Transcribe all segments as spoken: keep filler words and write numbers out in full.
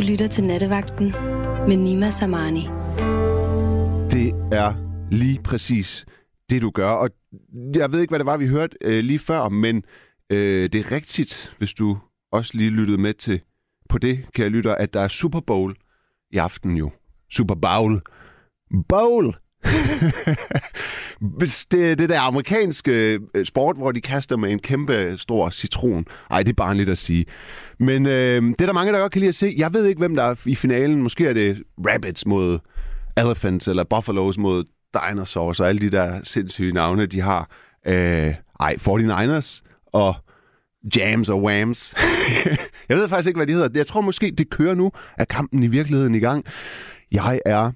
lytter til Nattevagten med Nima Samani. Det er lige præcis det, du gør. Og jeg ved ikke, hvad det var, vi hørte øh, lige før, men øh, det er rigtigt, hvis du også lige lyttede med til på det, kan jeg lytte, at der er Super Bowl i aften jo. Super Bowl. Bowl! det, det der amerikanske sport, hvor de kaster med en kæmpe stor citron. Ej, det er barnligt at sige. Men øh, det er der mange, der godt kan lide at se. Jeg ved ikke, hvem der er i finalen. Måske er det Rabbits mod Elephants, eller Buffaloes mod Dinosaurs, og alle de der sindssyge navne, de har. Øh, ej, forty-niners og Jams og Whams. Jeg ved faktisk ikke, hvad de hedder. Jeg tror måske, det kører nu. Er kampen i virkeligheden i gang? Jeg er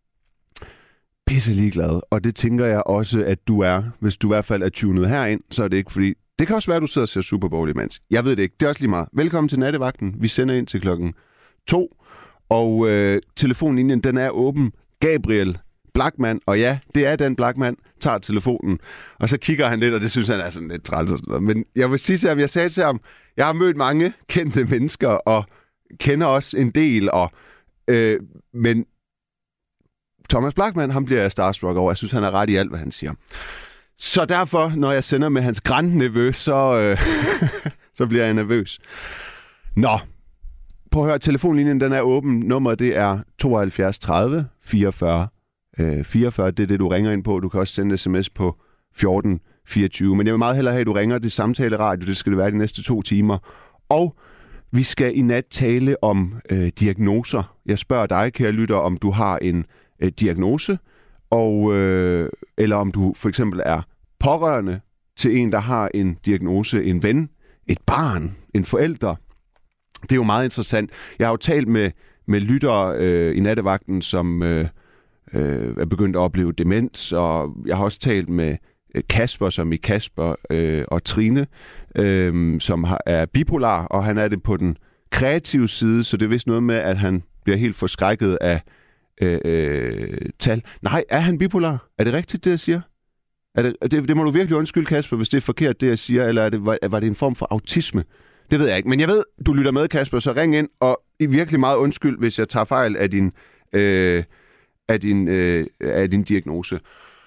pisse ligeglad, og det tænker jeg også, at du er. Hvis du i hvert fald er tunet herind, så er det ikke fordi... Det kan også være, at du sidder og ser Super Bowl imens. Jeg ved det ikke. Det er også lige meget. Velkommen til Nattevagten. Vi sender ind til klokken to, og øh, telefonlinjen, den er åben. Gabriel Blackman, og ja, det er den Blackman, tager telefonen, og så kigger han lidt, og det synes han er sådan lidt træls og sådan noget. Men jeg vil sige til ham, jeg sagde til ham, jeg har mødt mange kendte mennesker, og kender også en del, og øh, men Thomas Blackman, han bliver jeg starstruck over. Jeg synes, han er ret i alt, hvad han siger. Så derfor, når jeg sender med hans grandnevø, så, øh, så bliver jeg nervøs. Nå, prøv at høre, telefonlinjen, den er åben. Nummeret, det er tooghalvfjerds tredive fireogfyrre fireogfyrre. Det er det, du ringer ind på. Du kan også sende sms på fjorten fireogtyve. Men jeg vil meget hellere have, at du ringer. Det samtaleradio. Det skal det være de næste to timer. Og vi skal i nat tale om øh, diagnoser. Jeg spørger dig, kære lytter, om du har en øh, diagnose, og, øh, eller om du for eksempel er pårørende til en, der har en diagnose, en ven, et barn, en forælder. Det er jo meget interessant. Jeg har jo talt med, med lyttere øh, i nattevagten, som øh, øh, er begyndt at opleve demens, og jeg har også talt med Kasper, som i Kasper, øh, og Trine, øh, som har, er bipolar, og han er det på den kreative side, så det er vist noget med, at han bliver helt forskrækket af øh, øh, tal. Nej, er han bipolar? Er det rigtigt, det jeg siger? Er det, det, det må du virkelig undskylde, Kasper, hvis det er forkert, det jeg siger, eller er det, var, var det en form for autisme? Det ved jeg ikke, men jeg ved, du lytter med, Kasper, så ring ind, og i virkelig meget undskyld, hvis jeg tager fejl af din, øh, af din, øh, af din diagnose.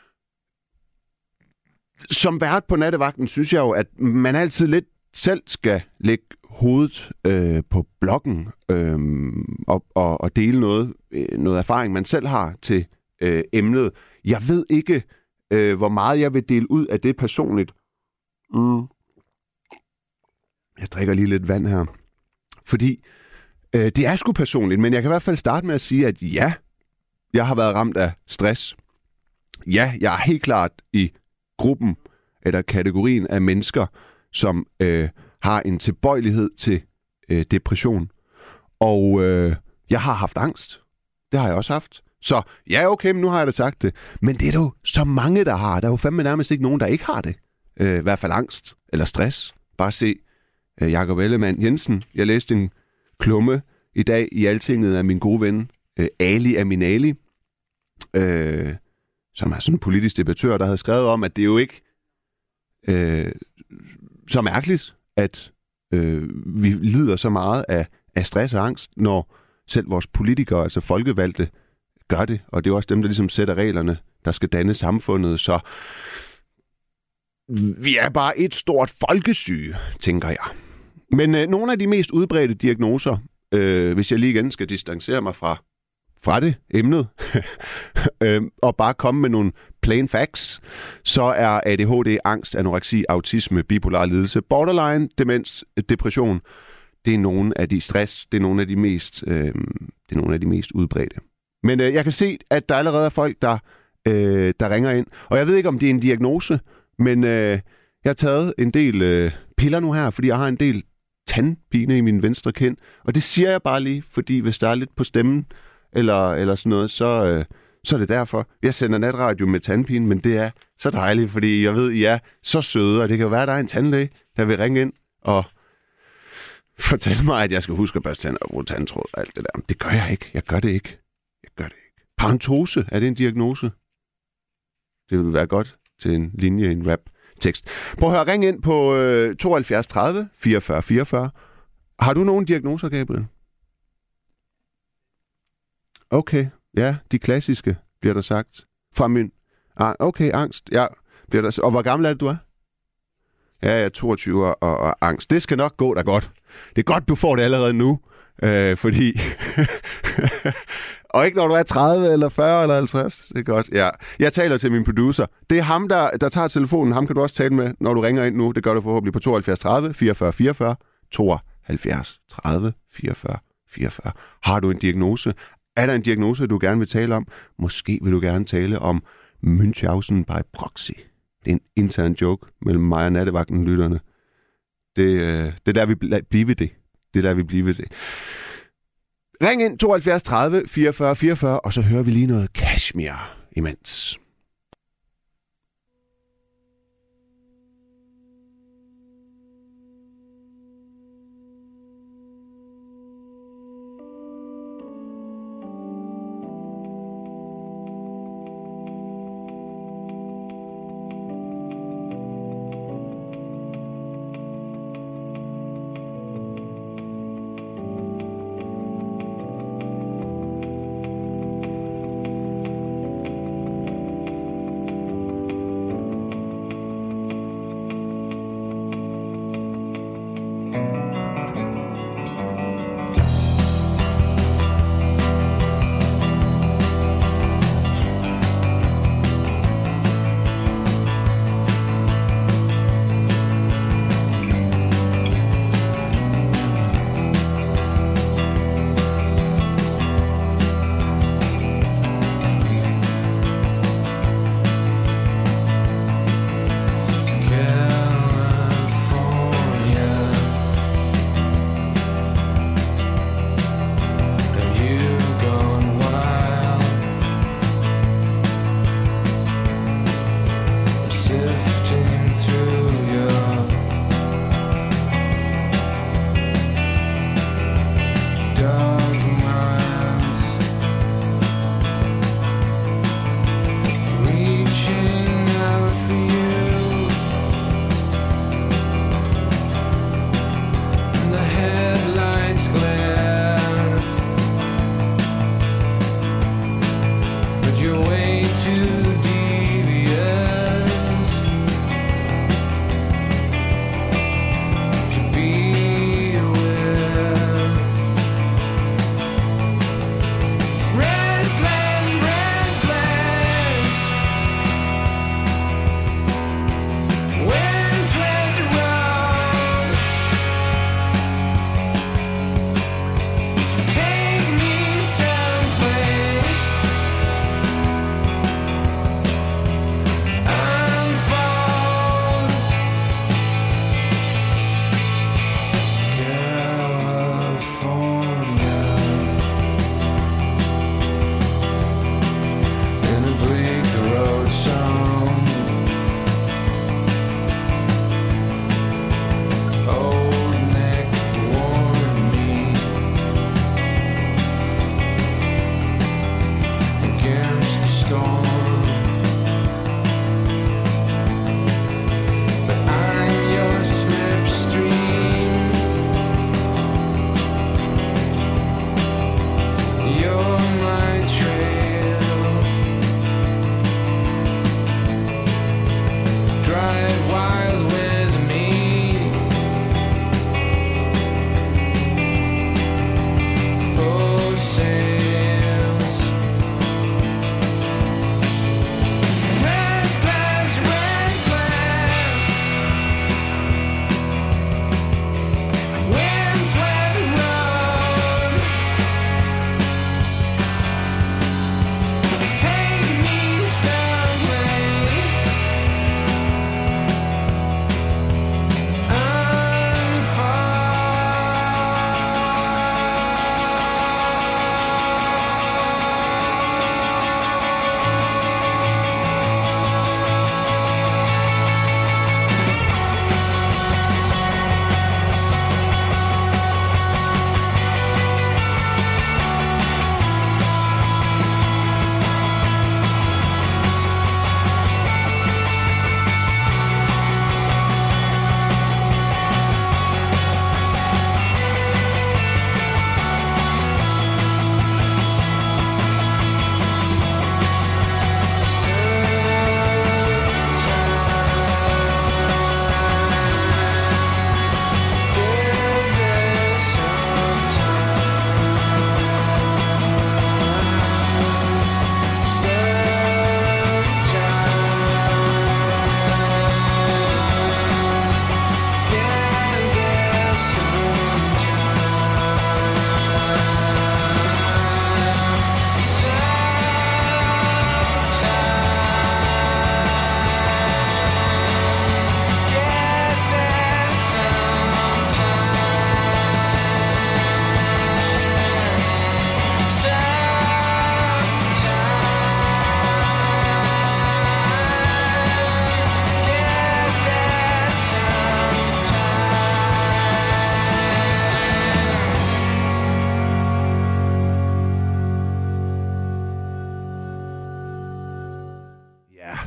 Som vært på nattevagten, synes jeg jo, at man altid lidt selv skal lægge hovedet øh, på blokken øh, og, og, og dele noget, øh, noget erfaring, man selv har til øh, emnet. Jeg ved ikke, øh, hvor meget jeg vil dele ud af det personligt. Mm. Jeg drikker lige lidt vand her. Fordi øh, det er sgu personligt, men jeg kan i hvert fald starte med at sige, at ja, jeg har været ramt af stress. Ja, jeg er helt klart i gruppen eller kategorien af mennesker, som øh, har en tilbøjelighed til øh, depression. Og øh, jeg har haft angst. Det har jeg også haft. Så ja, okay, men nu har jeg da sagt det. Men det er jo så mange, der har. Der er jo fandme nærmest ikke nogen, der ikke har det. Øh, I hvert fald angst eller stress. Bare se øh, Jakob Ellemann Jensen. Jeg læste en klumme i dag i Altinget af min gode ven øh, Ali Aminali, øh, som er sådan en politisk debattør, der havde skrevet om, at det er jo ikke øh, så mærkeligt, at øh, vi lider så meget af, af stress og angst, når selv vores politikere, altså folkevalgte, gør det. Og det er også dem, der ligesom sætter reglerne, der skal danne samfundet. Så vi er bare et stort folkesyge, tænker jeg. Men øh, nogle af de mest udbredte diagnoser, øh, hvis jeg lige igen skal distancere mig fra fra det, emnet, øh, og bare komme med nogle plain facts, så er A D H D, angst, anoreksi, autisme, bipolar lidelse, borderline, demens, depression, det er nogle af de stress, det er nogle af de mest, øh, det er nogle af de mest udbredte. Men øh, jeg kan se, at der allerede er folk, der, øh, der ringer ind, og jeg ved ikke, om det er en diagnose, men øh, jeg har taget en del øh, piller nu her, fordi jeg har en del tandpine i min venstre kind, og det siger jeg bare lige, fordi hvis der er lidt på stemmen, Eller, eller sådan noget, så, øh, så er det derfor. Jeg sender natradio med tandpine, men det er så dejligt, fordi jeg ved, I er så søde, og det kan jo være, at der er en tandlæge, der vil ringe ind og fortælle mig, at jeg skal huske at børste tænder og bruge tandtråd og alt det der. Det gør jeg ikke. Jeg gør det ikke. Jeg gør det ikke. Parentose, er det en diagnose? Det ville være godt til en linje i en rap-tekst. Prøv at høre, ring ind på øh, tooghalvfjerds tredive fireogfyrre fireogfyrre. Har du nogen diagnoser, Gabriel? Okay, ja, de klassiske, bliver der sagt. Fra min... Ah, okay, angst, ja. Bliver der... Og hvor gammel er det, du er? Ja, jeg er toogtyve og, og angst. Det skal nok gå da godt. Det er godt, du får det allerede nu. Øh, fordi... og ikke når du er tredive, eller fyrre, eller halvtreds. Det er godt, ja. Jeg taler til min producer. Det er ham, der, der tager telefonen. Ham kan du også tale med, når du ringer ind nu. Det gør du forhåbentlig på tooghalvfjerds tredive fireogfyrre fireogfyrre. tooghalvfjerds tredive fireogfyrre fireogfyrre. Har du en diagnose? Er der en diagnose, du gerne vil tale om? Måske vil du gerne tale om Münchhausen by proxy. Det er en intern joke mellem mig og nattevagten-lytterne. Det, øh, det er der, vi bliver ved det. Det er der, vi bliver ved det. Ring ind tooghalvfjerds tredive fireogfyrre fireogfyrre, og så hører vi lige noget Kashmir imens.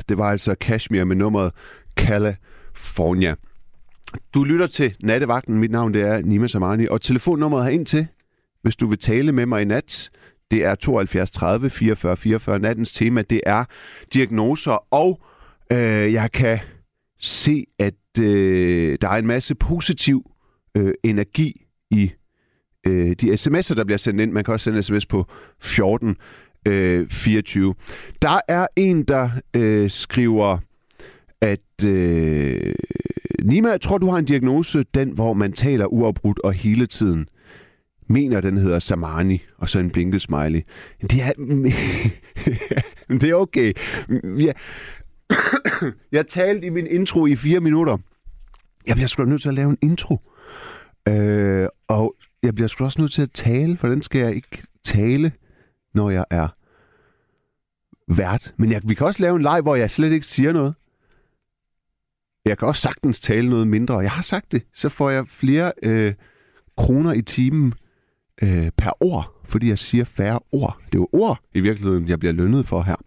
det var altså Kashmir med nummeret California. Du lytter til Nattevagten. Mit navn det er Nima Samani, og telefonnummeret herind til, hvis du vil tale med mig i nat, det er tooghalvfjerds tredive fireogfyrre fireogfyrre. Nattens tema, det er diagnoser, og øh, jeg kan se, at øh, der er en masse positiv øh, energi i øh, de sms'er, der bliver sendt ind. Man kan også sende sms på fjorten fireogtyve. Der er en, der øh, skriver, at øh, Nima, jeg tror, du har en diagnose, den, hvor man taler uafbrudt og hele tiden. Mener, den hedder Samani, og så en blinket smiley. Det er, det er okay. Jeg, jeg talte i min intro i fire minutter. Jeg bliver sgu nødt til at lave en intro. Øh, og jeg bliver sgu også nødt til at tale, for den skal jeg ikke tale, når jeg er vært. Men jeg, vi kan også lave en leg, hvor jeg slet ikke siger noget. Jeg kan også sagtens tale noget mindre. Jeg har sagt det. Så får jeg flere øh, kroner i timen øh, per ord, fordi jeg siger færre ord. Det er jo ord i virkeligheden, jeg bliver lønnet for her.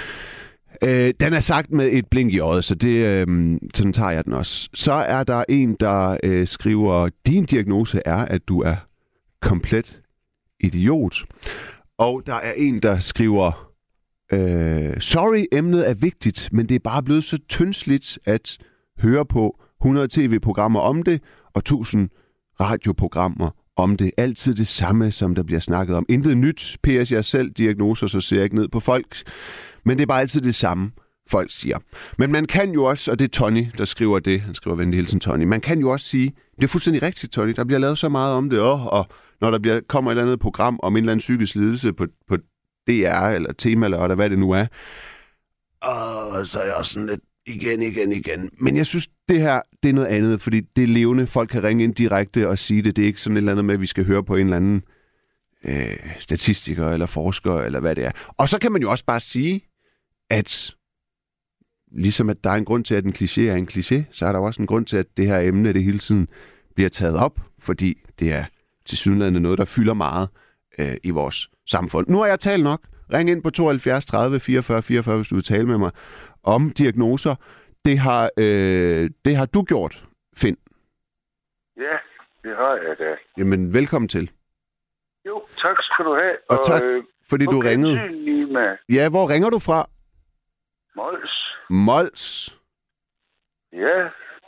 Øh, den er sagt med et blink i øjet, så det, øh, sådan tager jeg den også. Så er der en, der øh, skriver, din diagnose er, at du er komplet idiot. Og der er en, der skriver, øh, sorry, emnet er vigtigt, men det er bare blevet så tyndsligt at høre på hundrede tv-programmer om det, og tusind radioprogrammer om det. Altid det samme, som der bliver snakket om. Intet nyt. P S jeg selv diagnoser, så ser jeg ikke ned på folk. Men det er bare altid det samme, folk siger. Men man kan jo også, og det er Tony, der skriver det, han skriver venlig hilsen Tony, man kan jo også sige, det er fuldstændig rigtigt, Tony, der bliver lavet så meget om det, og, og når der bliver, kommer et eller andet program om en eller anden psykisk lidelse på, på D R, eller tema, eller hvad det nu er, og så er jeg også sådan lidt igen, igen, igen. Men jeg synes, det her, det er noget andet, fordi det er levende. Folk kan ringe ind direkte og sige det. Det er ikke sådan et eller andet med, at vi skal høre på en eller anden øh, statistiker eller forsker, eller hvad det er. Og så kan man jo også bare sige, at ligesom at der er en grund til, at en kliché er en kliché, så er der også en grund til, at det her emne, det hele tiden bliver taget op, fordi det er tilsyneladende noget, der fylder meget øh, i vores samfund. Nu har jeg talt nok. Ring ind på tooghalvfjerds tredive fireogfyrre fireogfyrre, hvis du vil tale med mig om diagnoser. Det har, øh, det har du gjort, Finn. Ja, det har jeg da. Jamen, velkommen til. Jo, tak skal du have. Og, og tak, øh, fordi du ringede. Ja, hvor ringer du fra? Mols. Mols? Ja.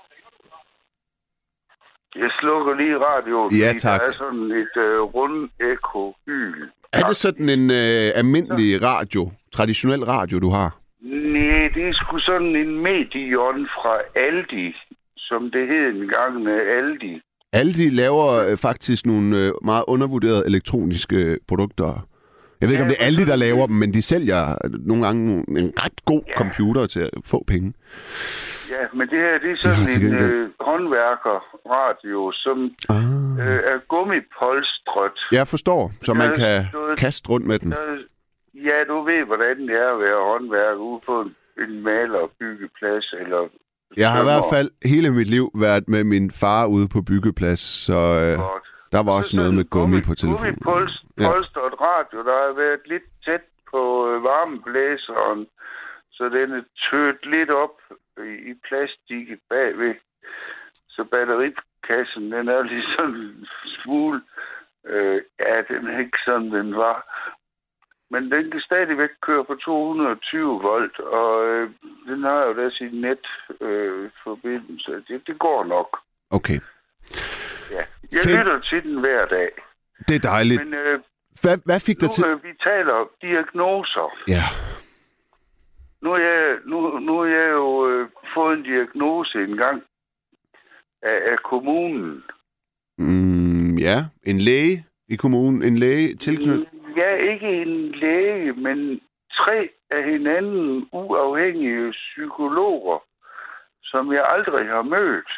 Jeg slukker lige radioen, ja, tak. Der er sådan et øh, rund ekko-hyl. Er det sådan en øh, almindelig radio, traditionel radio, du har? Nej, det er sgu sådan en Medion fra Aldi, som det hed engang med Aldi. Aldi laver øh, faktisk nogle øh, meget undervurderede elektroniske produkter. Jeg ved ikke, ja, om det er Aldi, der laver dem, men de sælger nogle gange en ret god ja. computer til at få penge. Ja, men det her, det er sådan det en øh, håndværkerradio, som ah. øh, er gummipolstret. Jeg forstår, så man kan stået, kaste rundt med den. Der, ja, du ved, hvordan det er at være håndværker ude på en, en maler- og byggeplads. Eller jeg har i hvert fald hele mit liv været med min far ude på byggeplads, så øh, der var også så noget med gummi, gummi på telefonen. Gummipolstret ja. radio, der har været lidt tæt på øh, varmeblæseren, så den er tødt lidt op i plastik bagved. Så batterikassen, den er lige sådan en smule. Øh, ja, den er ikke sådan, den var. Men den kan stadigvæk køre på to hundrede og tyve volt, og øh, den har jo da sin netforbindelse. Øh, det, det går nok. Okay. Ja, jeg Fem... lytter til den hver dag. Det er dejligt. Men øh, hvad, hvad fik nu, dig til? Øh, vi taler om diagnoser. Ja. Nu har jeg, nu, nu har jeg jo øh, fået en diagnose engang af, af kommunen. Mm, ja, en læge i kommunen. En læge tilknyttet? Ja, ikke en læge, men tre af hinanden uafhængige psykologer, som jeg aldrig har mødt.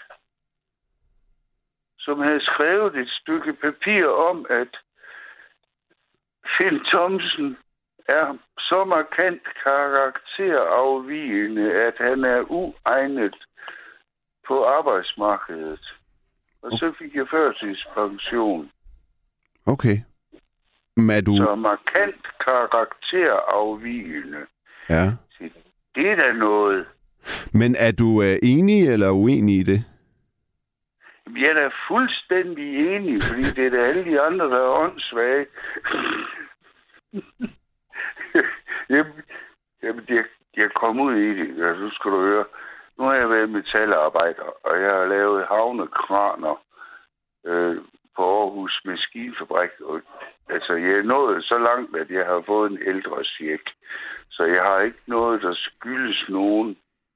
Som havde skrevet et stykke papir om, at Finn Thomsen er så markant karakterafvigende, at han er uegnet på arbejdsmarkedet. Og så fik jeg førtidspension. Okay. Men er du... Så markant karakterafvigende. Ja. Det er da noget. Men er du øh, enig eller uenig i det? Jeg er da fuldstændig enig, fordi det er da alle de andre, der er åndssvage. jamen, jamen jeg, jeg kom ud i det. Ja, nu skal du høre. Nu har jeg været metalarbejder, og jeg har lavet havnekraner øh, på Aarhus Maskinfabrik. Og, altså, jeg er nået så langt, at jeg har fået en ældre check. Så jeg har ikke noget, der skyldes nogen.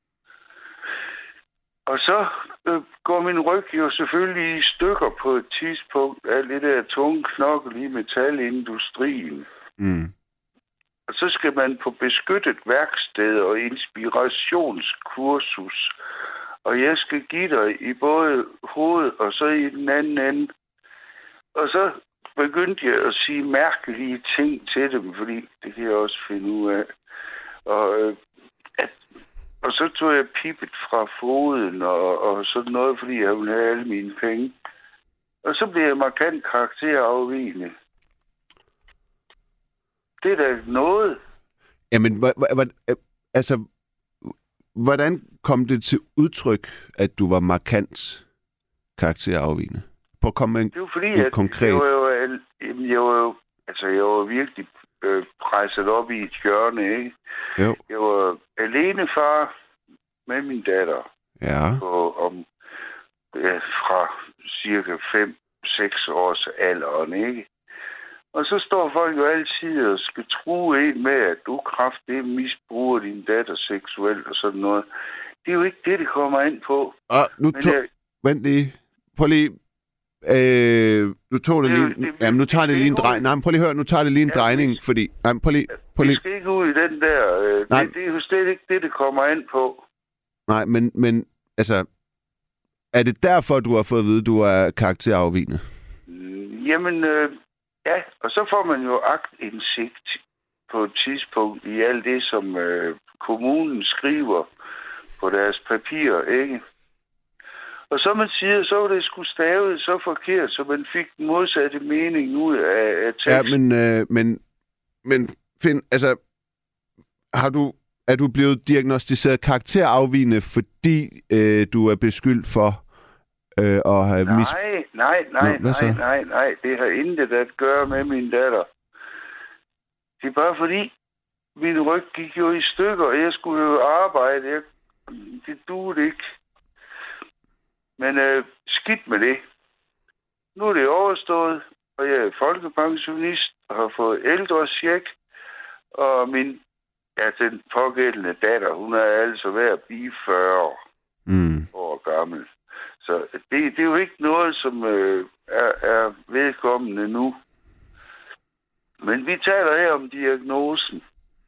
Og så øh, går min ryg jo selvfølgelig i stykker på et tidspunkt af det der tunge knokkel i metalindustrien. Mm. Og så skal man på beskyttet værksted og inspirationskursus. Og jeg skal give dig i både hovedet og så i den anden ende. Og så begyndte jeg at sige mærkelige ting til dem, fordi det kan jeg også finde ud af. Og, øh, at, og så tog jeg pippet fra foden og, og sådan noget, fordi jeg ville have alle mine penge. Og så blev jeg markant karakterafvigende. Det er da noget. Jamen, hva, hva, hva, altså, hvordan kom det til udtryk, at du var markant karakterafvigende? På at komme med en, det var fordi, en at konkret... Jeg var jo, jeg var jo, altså, jeg var virkelig øh, presset op i et hjørne, ikke? Jo. Jeg var alene far med min datter. Ja. På, om, ja, fra cirka fem seks års alderen, ikke? Og så står folk jo altid og skal true en med, at du kraftigt misbruger din datter seksuelt og sådan noget. Det er jo ikke det, det kommer ind på. Og nu Men tog... jeg... Vent lige. Prøv lige... Øh, nu tog det, det lige... Det, Jamen, nu tager det lige en drejning. Nej, men prøv lige at høre. Nu tager det lige en ja, drejning, hvis... fordi... Nej, men prøv lige... Prøv lige... Vi skal ikke ud i den der... Øh, Nej. det, det er jo slet ikke det, det kommer ind på. Nej, men, men altså... Er det derfor, du har fået at vide, at du er karakterafvigende? Mm, jamen... Øh... Ja, og så får man jo aktindsigt på et tidspunkt i alt det, som øh, kommunen skriver på deres papirer, ikke? Og så man siger, så var det sgu stavet så forkert, så man fik den modsatte mening ud af, af teksten. Ja, men, øh, men, men Finn, altså, har du, er du blevet diagnosticeret karakterafvigende, fordi øh, du er beskyldt for øh, at have mis... Nej, nej, nej, Nå, nej, nej, nej. Det har intet at gøre med min datter. Det er bare fordi, min ryg gik jo i stykker, og jeg skulle jo arbejde. Jeg... Det duede ikke. Men øh, skidt med det. Nu er det overstået, og jeg er folkepensionist og har fået ældrecheck. Og min, ja, den pågældende datter, hun er altså ved at blive fyrre mm. år gammel. Så det, det er jo ikke noget, som øh, er, er vedkommende nu. Men vi taler her om diagnosen.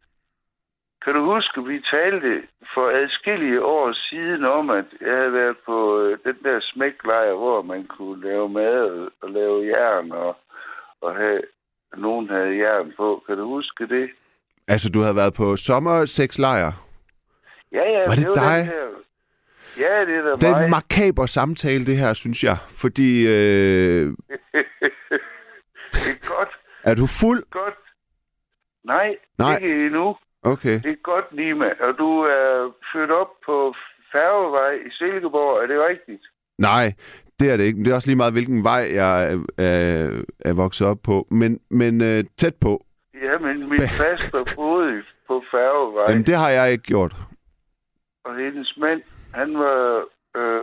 Kan du huske, vi talte for adskillige år siden om, at jeg havde været på øh, den der smæklejr, hvor man kunne lave mad og, og lave jern, og, og have, nogen havde jern på. Kan du huske det? Altså, du havde været på sommersexlejr? Ja, ja. Var det, det dig? Den her... Ja, det er da mig. Det er en makaber samtale, det her, synes jeg. Fordi... Øh... det er godt. Er du fuld? Godt. Nej, Nej, ikke endnu. Okay. Det er godt, Nima. Og du er født op på Færgevej i Silkeborg. Er det rigtigt? Nej, det er det ikke. Det er også lige meget, hvilken vej jeg er, er, er vokset op på. Men, men øh, tæt på. Ja, men min faster boede på Færgevej. Jamen, det har jeg ikke gjort. Og hendes mand, han var øh,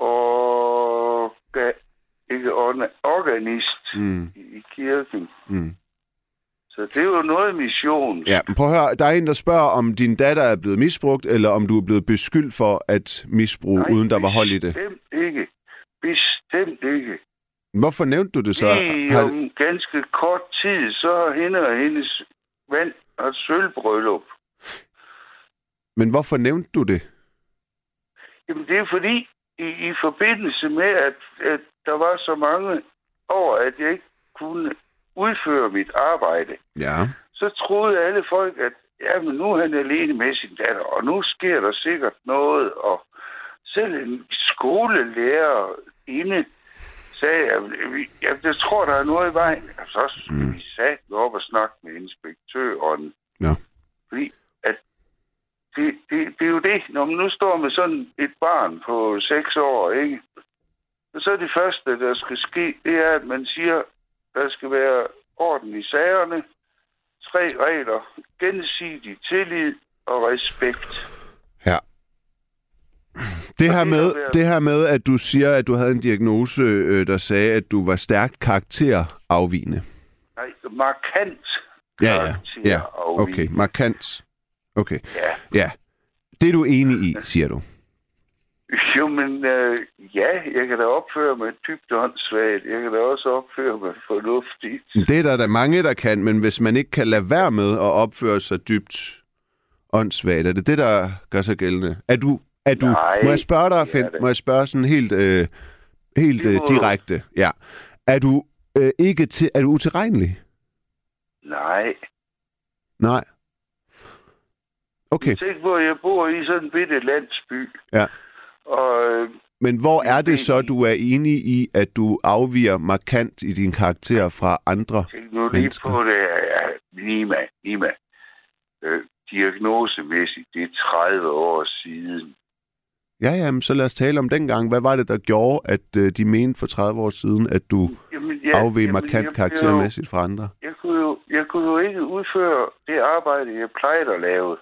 orga, ikke organist mm. i, i kirken. Mm. Så det er jo noget mission. Ja, men prøv at høre. Der er en, der spørger, om din datter er blevet misbrugt, eller om du er blevet beskyldt for at misbruge, Nej, uden der var hold i det. Bestemt ikke. Bestemt ikke. Hvorfor nævnte du det så? Lige Har... om ganske kort tid, så har hende og hendes mand et sølvbryllup. Men hvorfor nævnte du det? Jamen, det er fordi, i, i forbindelse med, at, at der var så mange år, at jeg ikke kunne udføre mit arbejde, Ja. så troede alle folk, at jamen, nu er han alene med sin datter, og nu sker der sikkert noget, og selv en skolelærer inde sagde, at jeg, jeg tror, der er noget i vejen. Og så skulle vi sætte op og snakke med inspektøren. Ja. Fordi at det, det, det er jo det. Når man nu står med sådan et barn på seks år, ikke? Og så er det første, der skal ske, det er, at man siger, der skal være orden i sagerne, tre regler, gensidig tillid og respekt. Ja. Det her, med, det her med, at du siger, at du havde en diagnose, der sagde, at du var stærkt karakterafvigende. Nej, markant ja, ja. ja. Okay, markant. Okay. Ja. ja. Det er du enig i, siger du? Jo, men øh, ja, jeg kan da opføre mig dybt åndssvagt. Jeg kan da også opføre mig fornuftigt. Det er der da mange, der kan, men hvis man ikke kan lade være med at opføre sig dybt åndssvagt, er det det, der gør sig gældende? Er du, er du, Nej, må jeg spørge dig, Finn, må jeg spørge sådan helt, øh, helt øh, direkte? Ja. Er du øh, ikke til, er du utilregnelig? Nej. Nej. Okay. Tænk på, at jeg bor i sådan en bitte landsby. Ja. Og, øh, Men hvor er det så, du er enig i, at du afviger markant i din karakter fra andre tænk nu lige mennesker? på det, ja, Nima, Nima. Øh, diagnosemæssigt, det er tredive år siden. Ja, jamen, så lad os tale om dengang. Hvad var det, der gjorde, at øh, de mente for tredive år siden, at du jamen, ja, afveg markant jeg, karaktermæssigt fra andre? Jeg kunne, jo, jeg kunne jo ikke udføre det arbejde, jeg plejede at lave.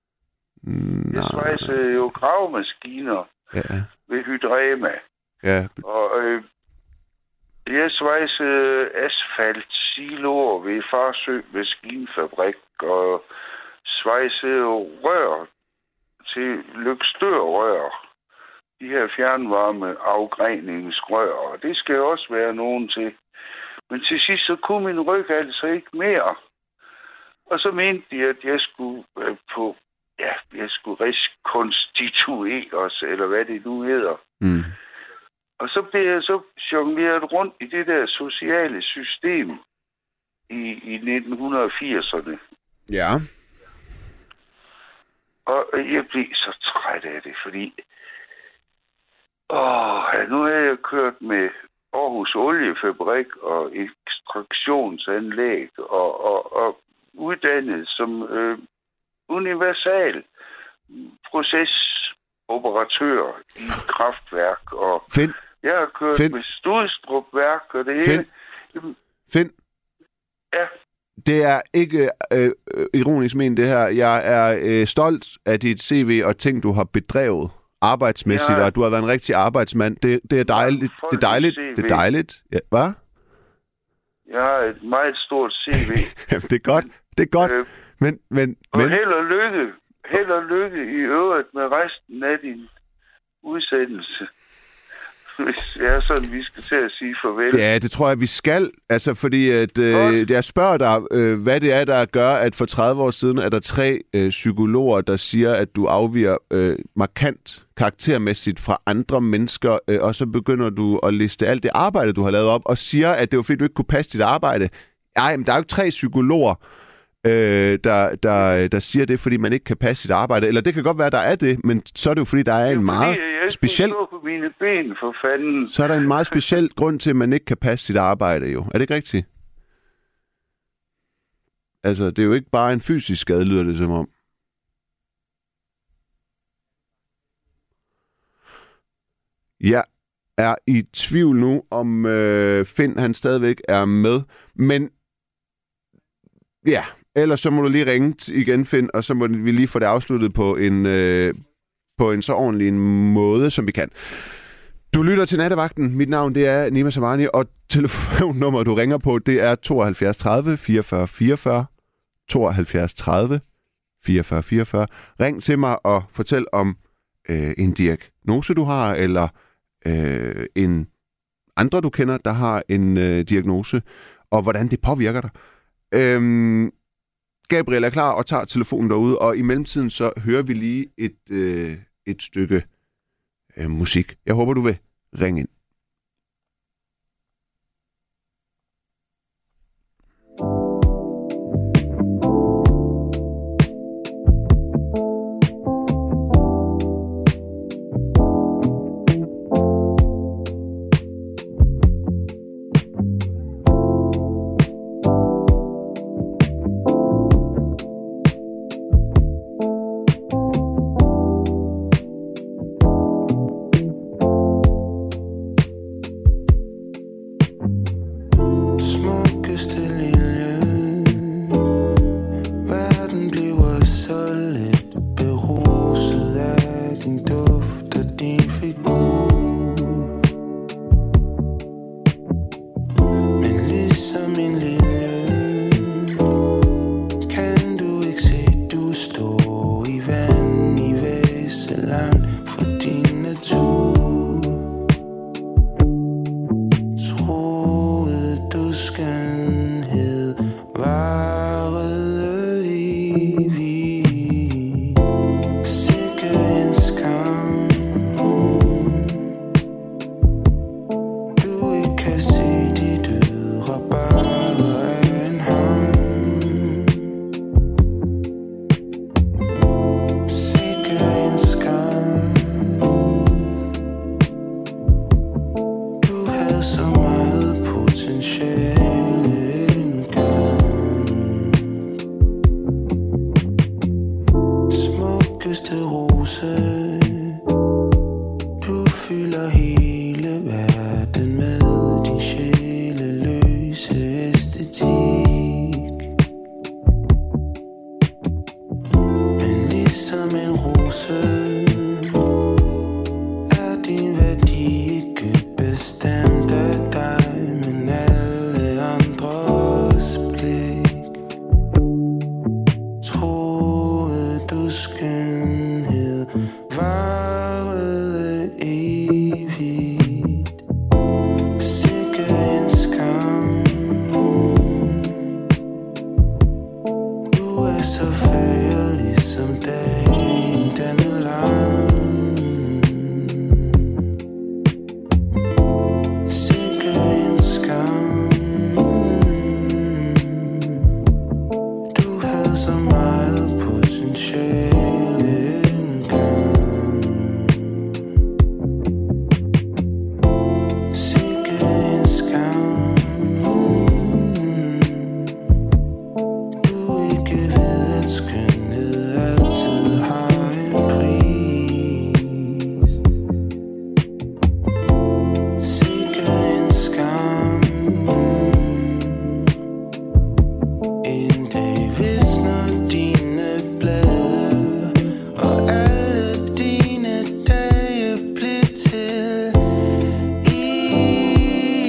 Mm, jeg svejsede jo gravemaskiner ja. ved Hydrema. Ja. Og øh, jeg svejsede asfaltsiloer ved Farsø Maskinfabrik, og svejsede rør til Lykstør-rør. De her fjernvarme afgreningsrør, og det skal også være nogen til. Men til sidst så kunne min ryg altså ikke mere. Og så mente de, at jeg skulle øh, på, ja, jeg skulle rekonstitueres, eller hvad det nu hedder. Mm. Og så blev jeg så jongleret rundt i det der sociale system i, i nitten firserne. Ja. Og jeg blev så træt af det, fordi åh, nu har jeg kørt med Aarhus Oliefabrik og ekstraktionsanlæg og, og, og uddannet som øh, universal procesoperatør i kraftværk. Og Finn. jeg har kørt Finn. med Studstrupværk og det hele. Finn. Finn. Ja. Det er ikke øh, ironisk ment, det her. Jeg er øh, stolt af dit C V og ting, du har bedrevet arbejdsmæssigt, ja. Og du har været en rigtig arbejdsmand. Det, det er dejligt. Det er dejligt. Det er dejligt. Ja, hvad? Jeg har et meget stort C V. Jamen, det er godt. Det er godt. Øh, men, men, og men... held og lykke. Held og lykke i øvrigt med resten af din udsendelse. Hvis det er sådan, vi skal til at sige farvel. Ja, det tror jeg, vi skal. Altså, fordi at, øh, jeg spørger dig, øh, hvad det er, der gør, at for tredive år siden er der tre øh, psykologer, der siger, at du afviger øh, markant karaktermæssigt fra andre mennesker, øh, og så begynder du at liste alt det arbejde, du har lavet op, og siger, at det var fordi, du ikke kunne passe dit arbejde. Ej, men der er jo tre psykologer, øh, der, der, der siger det, fordi man ikke kan passe sit arbejde. Eller det kan godt være, der er det, men så er det jo, fordi der er en meget speciel... på mine ben, for fanden. Så er der en meget speciel grund til, at man ikke kan passe sit arbejde, jo. Er det ikke rigtigt? Altså, det er jo ikke bare en fysisk skade, lyder det som om. Jeg er i tvivl nu, om øh, Finn, han stadigvæk er med. Men ja, ellers så må du lige ringe igen, Finn, og så må vi lige få det afsluttet på en, øh, på en så ordentlig en måde, som vi kan. Du lytter til Nattevagten. Mit navn, det er Nima Samani, og telefonnummer, du ringer på, det er tooghalvfjerds tredive fireogfyrre fireogfyrre. tooghalvfjerds tredive fireogfyrre fireogfyrre. Ring til mig og fortæl om øh, en diagnose, du har, eller øh, en andre, du kender, der har en øh, diagnose, og hvordan det påvirker dig. Øhm, Gabriel er klar og tager telefonen derude, og i mellemtiden så hører vi lige et, øh, et stykke øh, musik. Jeg håber, du vil ringe ind. Troede du skønhed varede evigt. Sikke en skam, du ikke kan se dit ydre bare af en ham. Sikke en skam, du havde så meget potentiale engang. Smukkeste rose, du fylder hele verden med din sjæleløse æstetik. Men ligesom en rose er din værdi ikke bestemt af dig, men alle andres blik. Troede du skønhed varede evigt. Sikke en skam, du er så før, ligesom dagen den er lang. Sikke en skam, du havde så meget potentiale engang. Sikke en skam, du ikke ved, at skønhed altid har en pris. Sikke en skam, en dag visner dine blade, og alle dine dage blev til is.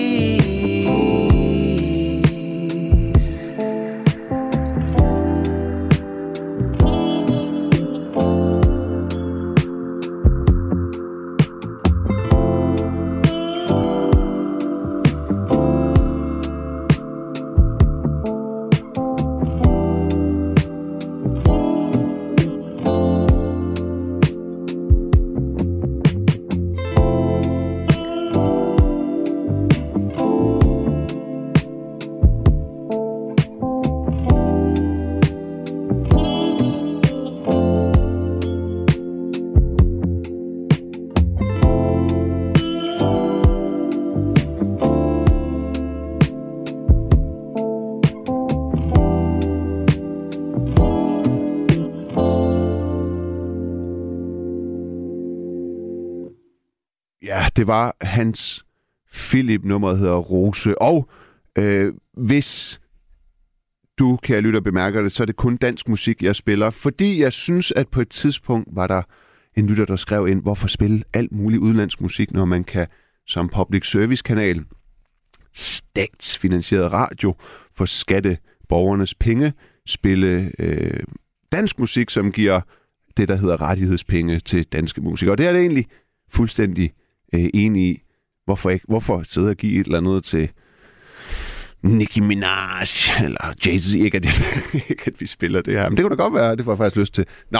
Ja, det var Hans Philip, nummeret hedder Rose. Og øh, hvis du, kære lytter, bemærker det, så er det kun dansk musik, jeg spiller. Fordi jeg synes, at på et tidspunkt var der en lytter, der skrev ind, hvorfor spille alt muligt udenlandsk musik, når man kan som public service kanal, statsfinansieret radio, for skatteborgernes penge, spille øh, dansk musik, som giver det, der hedder rettighedspenge til danske musikere. Og det er det egentlig fuldstændig øh, enig i. Hvorfor ikke? Hvorfor sidde og give et eller andet til Nicki Minaj eller Jay-Z? Ikke at, ikke at vi spiller det her, men det kunne da godt være, det får jeg faktisk lyst til. Nå.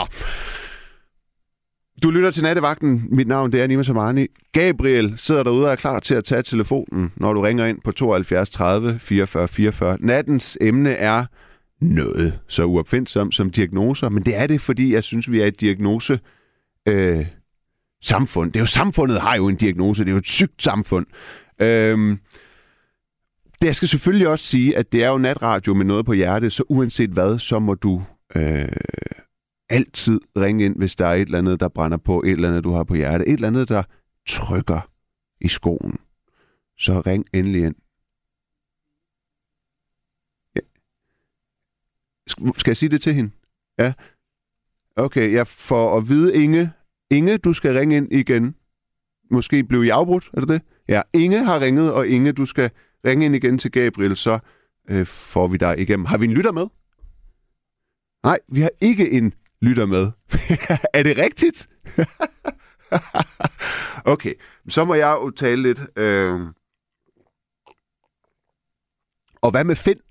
Du lytter til Nattevagten. Mit navn, det er Nima Samani. Gabriel sidder derude og er klar til at tage telefonen, når du ringer ind på tooghalvfjerds tredive fireogfyrre fireogfyrre. Nattens emne er noget så uopfindsomt som diagnoser, men det er det, fordi jeg synes, vi er et diagnose øh, samfund. Det er jo samfundet har jo en diagnose. Det er jo et sygt samfund. Øhm, det jeg skal selvfølgelig også sige, at det er jo natradio med noget på hjertet, så uanset hvad, så må du øh, altid ringe ind, hvis der er et eller andet, der brænder på, et eller andet, du har på hjertet, et eller andet, der trykker i skoen. Så ring endelig ind. Ja. Skal jeg sige det til hende? Ja. Okay, jeg får at vide, Inge. Inge, du skal ringe ind igen. Måske blev I afbrudt, er det det? Ja, Inge har ringet, og Inge, du skal ringe ind igen til Gabriel, så øh, får vi dig igennem. Har vi en lytter med? Nej, vi har ikke en lytter med. Er det rigtigt? Okay, så må jeg jo tale lidt. Øh... Og hvad med Finn?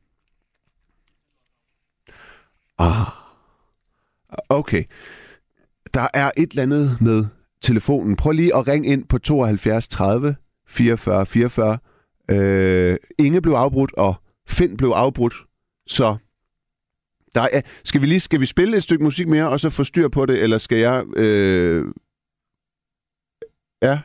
Ah. Okay. Der er et eller andet med telefonen. Prøv lige at ringe ind på tooghalvfjerds tredive fireogfyrre fireogfyrre. Øh, Inge blev afbrudt, og Finn blev afbrudt. Så der er, skal vi lige skal vi spille et stykke musik mere, og så få styr på det, eller skal jeg... Øh, ja.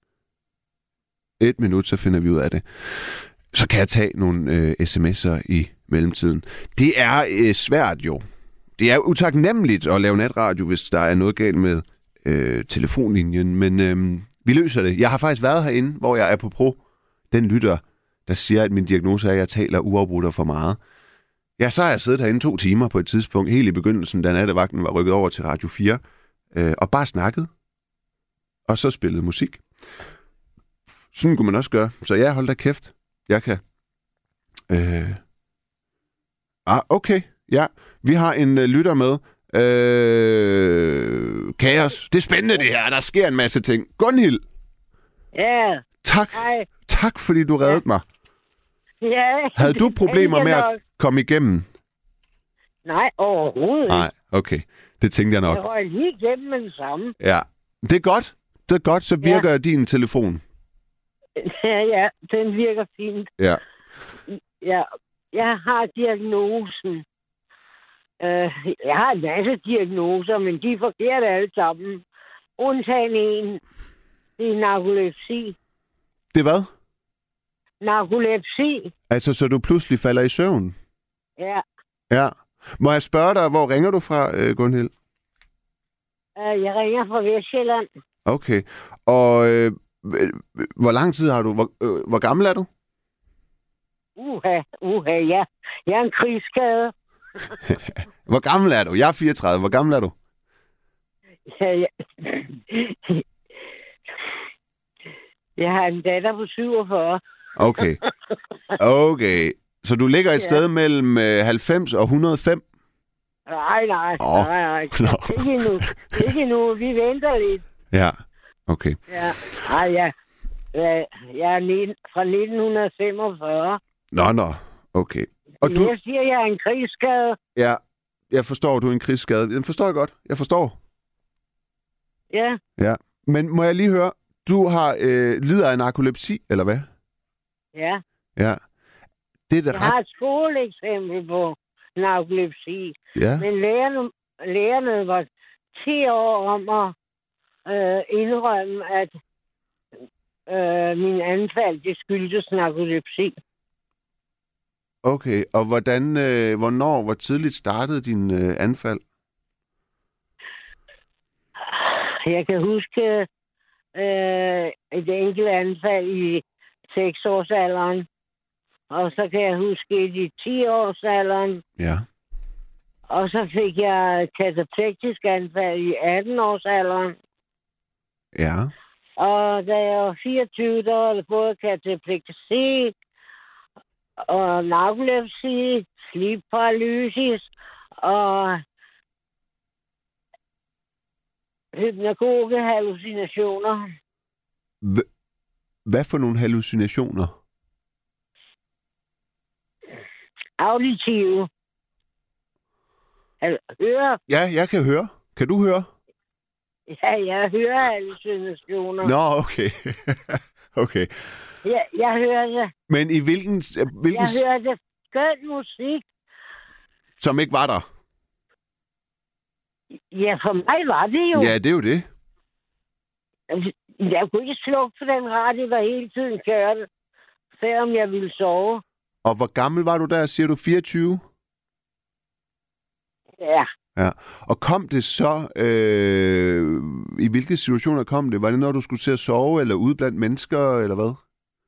Et minut, så finder vi ud af det. Så kan jeg tage nogle øh, sms'er i mellemtiden. Det er øh, svært jo. Det er utaknemmeligt at lave natradio, hvis der er noget galt med øh, telefonlinjen, men øh, vi løser det. Jeg har faktisk været herinde, hvor jeg er på pro. Den lytter, der siger, at min diagnose er, at jeg taler uafbrudt og for meget. Ja, så har jeg siddet herinde to timer på et tidspunkt, helt i begyndelsen, da nattevagten var rykket over til Radio fire, øh, og bare snakket, og så spillet musik. Sådan kunne man også gøre. Så ja, hold da kæft. Jeg kan. Øh... Ah, okay. Ja, vi har en uh, lytter med. Øh... Kaos. Det er spændende, det her. Der sker en masse ting. Gunhild. Ja. Tak. Hej. Tak, fordi du reddede ja. mig. Ja. Havde du problemer med at komme igennem? Nej, overhovedet Nej, okay. Det tænkte jeg nok. Jeg var lige igennem med det samme. Ja, det er godt. Det er godt, så virker ja. din telefon. Ja, ja, den virker fint. Ja. Ja, jeg har diagnosen. Uh, jeg har en masse diagnoser, men de er forkerte alle sammen. Undtagen en. Det er narkolepsi. Det er hvad? Narkolepsi. Altså, så du pludselig falder i søvn? Ja. Ja. Må jeg spørge dig, hvor ringer du fra, uh, Gunhild? Uh, jeg ringer fra Vestsjælland. Okay. Og øh, hvor lang tid har du? Hvor, øh, hvor gammel er du? Uha, uha, ja. Jeg er en krigsskade. Hvor gammel er du? Jeg er fireogtredive. Hvor gammel er du? Ja, ja. Jeg har en datter på syvogfyrre. Okay. Okay. Så du ligger et ja. sted mellem øh, halvfems og et hundrede og fem? Nej, nej. Oh. Nej, nej. Ikke endnu. Ikke endnu. Vi venter lidt. Ja, okay. Ja. Ej, ja. Jeg er nitten, fra nitten femogfyrre. Nå, nå. Okay. Og jeg du... siger, jeg er en krigsskade. Ja, jeg forstår, du er en krigsskade. Den forstår jeg godt. Jeg forstår. Ja. Ja. Men må jeg lige høre, du har øh, lider af narkolepsi, eller hvad? Ja. Ja. Det er det jeg ret... har et skoleeksempel på narkolepsi. Ja. Men lærerne, lærerne var ti år om at øh, indrømme, at øh, min anfald, det skyldtes narkolepsi. Okay, og hvordan, øh, hvornår, hvor tidligt startede din øh, anfald? Jeg kan huske øh, et enkelt anfald i seks-årsalderen, og så kan jeg huske et i ti-årsalderen. Ja. Og så fik jeg kataplektisk anfald i atten-årsalderen. Ja. Og da jeg var fireogtyve, der var det både katapleksi og narkolepsi, sleep paralysis og hypnagoge hallucinationer. H- hvad for nogle hallucinationer? Auditive. Høre? Ja, jeg kan høre. Kan du høre? Ja, jeg hører hallucinationer. Nå, okay. Okay. Ja, jeg hører det. Men i hvilken... hvilken... Jeg hører det skøn musik. Som ikke var der? Ja, for mig var det jo. Ja, det er jo det. Jeg kunne ikke slukke for den radio, der hele tiden kørte, selvom jeg ville sove. Og hvor gammel var du der, siger du? fireogtyve? Ja. Ja. Og kom det så... Øh, I hvilke situationer kom det? Var det, når du skulle til at sove, eller ude blandt mennesker, eller hvad?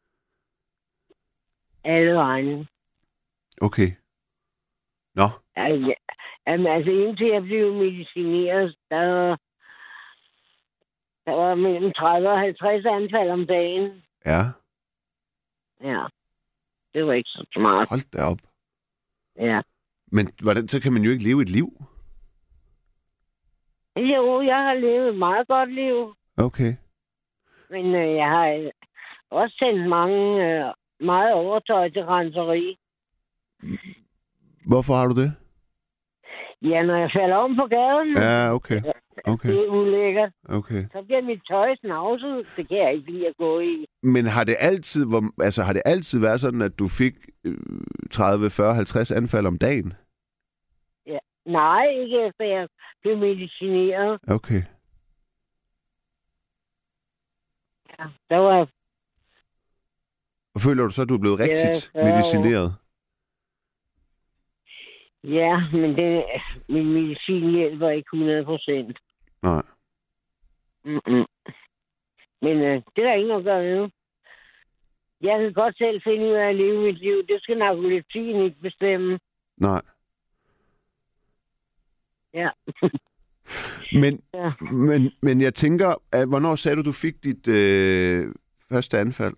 Alle vegne. Okay. Nå. Altså, jamen, altså indtil jeg blev medicineret, der, der var mellem tredive og halvtreds anfald om dagen. Ja. Ja. Det var ikke så smart. Hold da op. Ja. Men hvordan, så kan man jo ikke leve et liv. Jo, jeg har levet et meget godt liv. Okay. Men øh, jeg har også sendt mange øh, meget overtøj til renseri. Hvorfor har du det? Ja, når jeg falder om på gaden, Ja, okay. Okay. det er ulækkert. Okay. Så bliver mit tøj snavset. Det kan jeg ikke lide at gå i. Men har det altid, hvor, altså, har det altid været sådan, at du fik øh, tredive, fyrre, halvtreds anfald om dagen? Ja. Nej, ikke efter jeg blev medicineret. Okay. Ja, der var... Og føler du så, at du er blevet rigtigt Ja, ja. medicineret? Ja, men det, min medicin hjælper ikke hundrede procent. Nej. Mm-mm. Men øh, det er der ikke noget at gøre ved. Jeg kan godt selv finde ud af at leve mit liv. Det skal narkolepsien ikke bestemme. Nej. Ja. Men, Ja. men, men jeg tænker, at, hvornår sagde du, du fik dit øh, første anfald?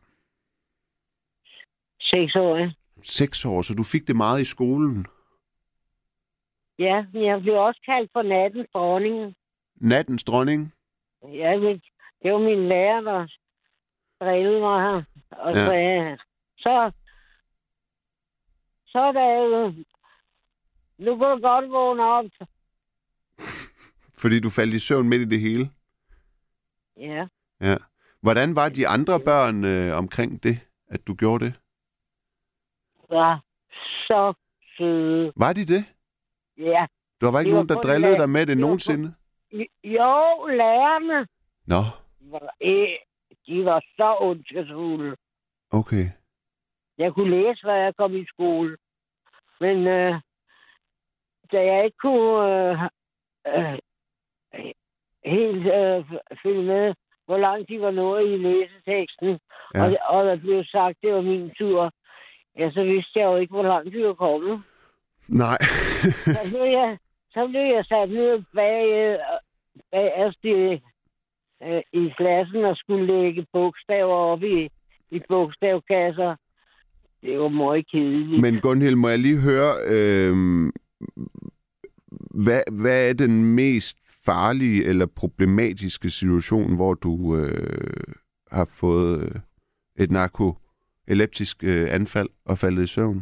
Seks år. Seks år, så du fik det meget i skolen. Ja, men jeg blev også kaldt for nattens dronning. Nattens dronning? Ja, det, det var min lærer, der drillede mig her. Og Ja. sagde, så, så er der jo... Nu kan du godt vågne op. Fordi du faldt i søvn midt i det hele? Ja. Ja. Hvordan var de andre børn øh, omkring det, at du gjorde det? Var så søde. Var de det? Ja. Der var ikke Det var nogen, der kun drillede læ- dig med det det var nogensinde? Jo, lærerne Nå, var, øh, de var så ondskabsfulde. okay. Jeg kunne læse, hvad jeg kom i skole. Men øh, da jeg ikke kunne øh, øh, helt øh, følge med, hvor langt de var nået i læseteksten, Ja. og, og der blev sagt, det var min tur, ja, så vidste jeg jo ikke, hvor langt de var kommet. Nej. Så blev jeg, så blev jeg sat ned bag, øh, bag altså, øh, i klassen og skulle lægge bogstaver op i, i bogstavkasser. Det var meget kedeligt. Men Gunhild, må jeg lige høre, øh, hvad, hvad er den mest farlige eller problematiske situation, hvor du øh, har fået øh, et narkoleptisk øh, anfald og faldet i søvn?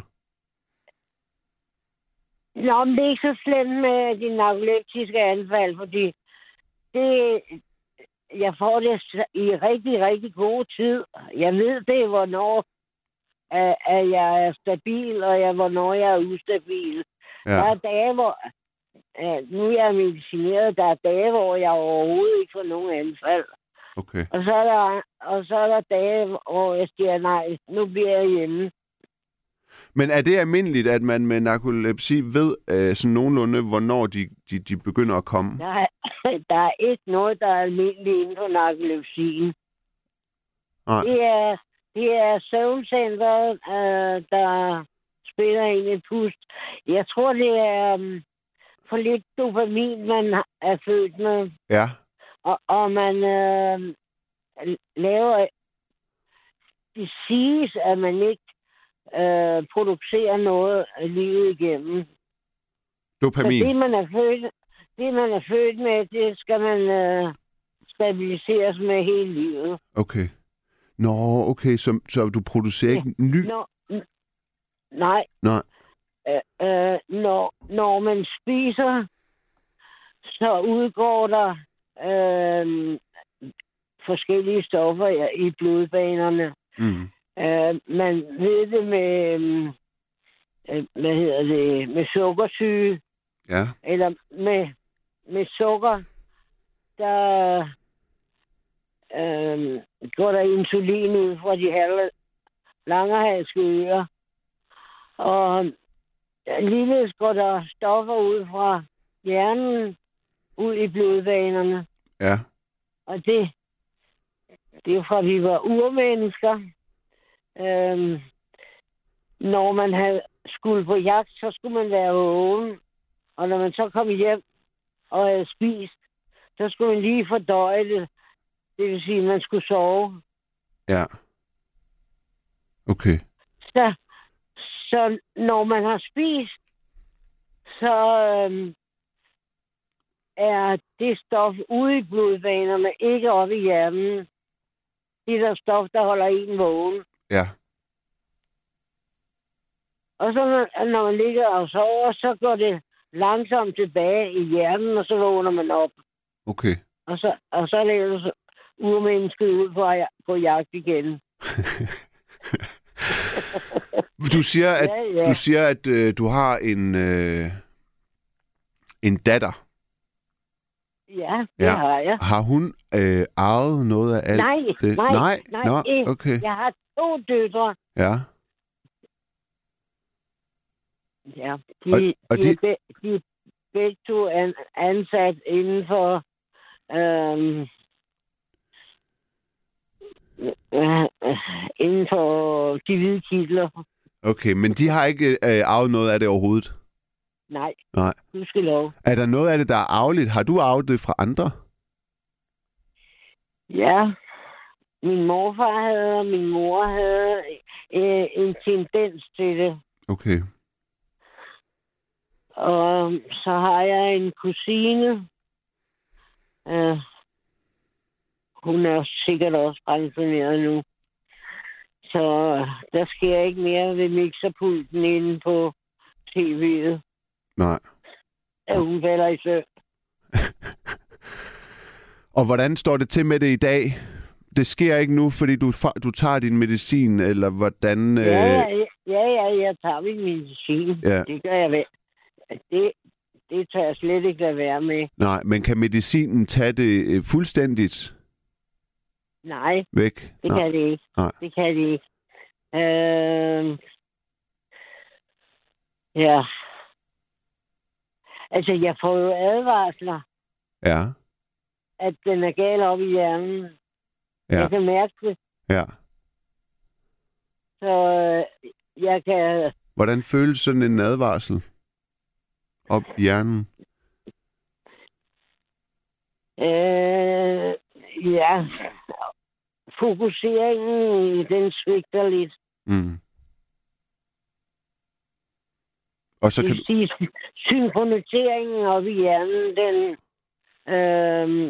Nå, men det er ikke så slemt med de narkoleptiske anfald, fordi det, jeg får det i rigtig, rigtig god tid. Jeg ved det, hvornår at, at jeg er stabil, og jeg, hvornår jeg er ustabil. Ja. Der er dage, hvor... Uh, nu er jeg medicineret. Der er dage, hvor jeg overhovedet ikke får nogen anfald. Okay. Og så er der, og så er der dage, hvor jeg siger, nej, nu bliver jeg hjemme. Men er det almindeligt, at man med narkolepsi ved øh, sådan nogenlunde, hvornår de, de, de begynder at komme? Der er, der er ikke noget, der er almindeligt inden for narkolepsien. Nej. Det er, det er søvncenteret, øh, der spiller ind et pust. Jeg tror, det er um, for lidt dopamin, man er født med. Ja. Og, og man øh, laver... Det siges, at man ikke øh, producerer noget af livet igennem. Dopamin. Så det, man er født, det, man er født med, det skal man øh, stabiliseres med hele livet. Okay. Nå, okay, så, så du producerer ikke ny... Nå, n- nej. Nej. Øh, øh, når, når man spiser, så udgår der øh, forskellige stoffer i blodbanerne. Mm. Øh, man ved det med, øh, hvad hedder det, med sukkersyge, Ja. eller med, med sukker, der øh, går der insulin ud fra de halve langerhalske ører. Og ligeledes går der stoffer ud fra hjernen ud i blodbanerne. Ja. Og det, det er jo fra, vi var urmennesker. Øhm, når man havde skulle på jagt, så skulle man være vågen. Og når man så kom hjem og havde spist, så skulle man lige fordøje det. Det vil sige, at man skulle sove. Ja. Okay. Så, så når man har spist, så øhm, er det stof ude i blodbanerne, ikke oppe i hjernen. Det er der stof, der holder en vågen. Ja. Og så når, når man ligger og sover, så går det langsomt tilbage i hjernen, og så vågner man op. Okay. Og så, og så er det ellers urmennesket ud på, på jagt igen. Du siger, at, ja, ja. Du, siger, at øh, du har en, øh, en datter. Ja, det Ja. har jeg. Har hun øh, arvet noget af alt Nej, det? nej, nej. nej. Nå, ikke. okay. Jeg har to døtre. Ja. Ja, de, Og- og de, de- Er be, de er begge to an, ansat inden for øhm, øh, øh, inden for de hvide kitler. Okay, men de har ikke øh, arvet noget af det overhovedet? Nej, Nej. du skal lov. Er der noget af det, der er arveligt? Har du arvet det fra andre? Ja, min morfar havde, og min mor havde øh, en tendens til det. Okay. Og så har jeg en kusine. Øh, hun er sikkert også pensioneret nu. Så der sker ikke mere ved mixerpulten inde på T V'et. Nej. At hun falder i søvn. Og hvordan står det til med det i dag? Det sker ikke nu, fordi du, du tager din medicin, eller hvordan... Øh... Ja, ja, ja, ja, jeg tager min medicin. Ja. Det gør jeg vel. Det, det tør jeg slet ikke lade være med. Nej, men kan medicinen tage det øh, fuldstændigt Nej, væk? det Nej. kan det ikke. Nej. Det kan det ikke. Øh... Ja. Altså, jeg får jo advarsler, Ja, at den er gal op i hjernen. ja, Jeg kan mærke det. ja. Så øh, jeg kan... Hvordan føles sådan en advarsel op i hjernen? Øh, ja, fokuseringen, den svigter lidt. Mm. Og så Det kan vil du... sige, synkroniseringen op i hjernen, den... Øh,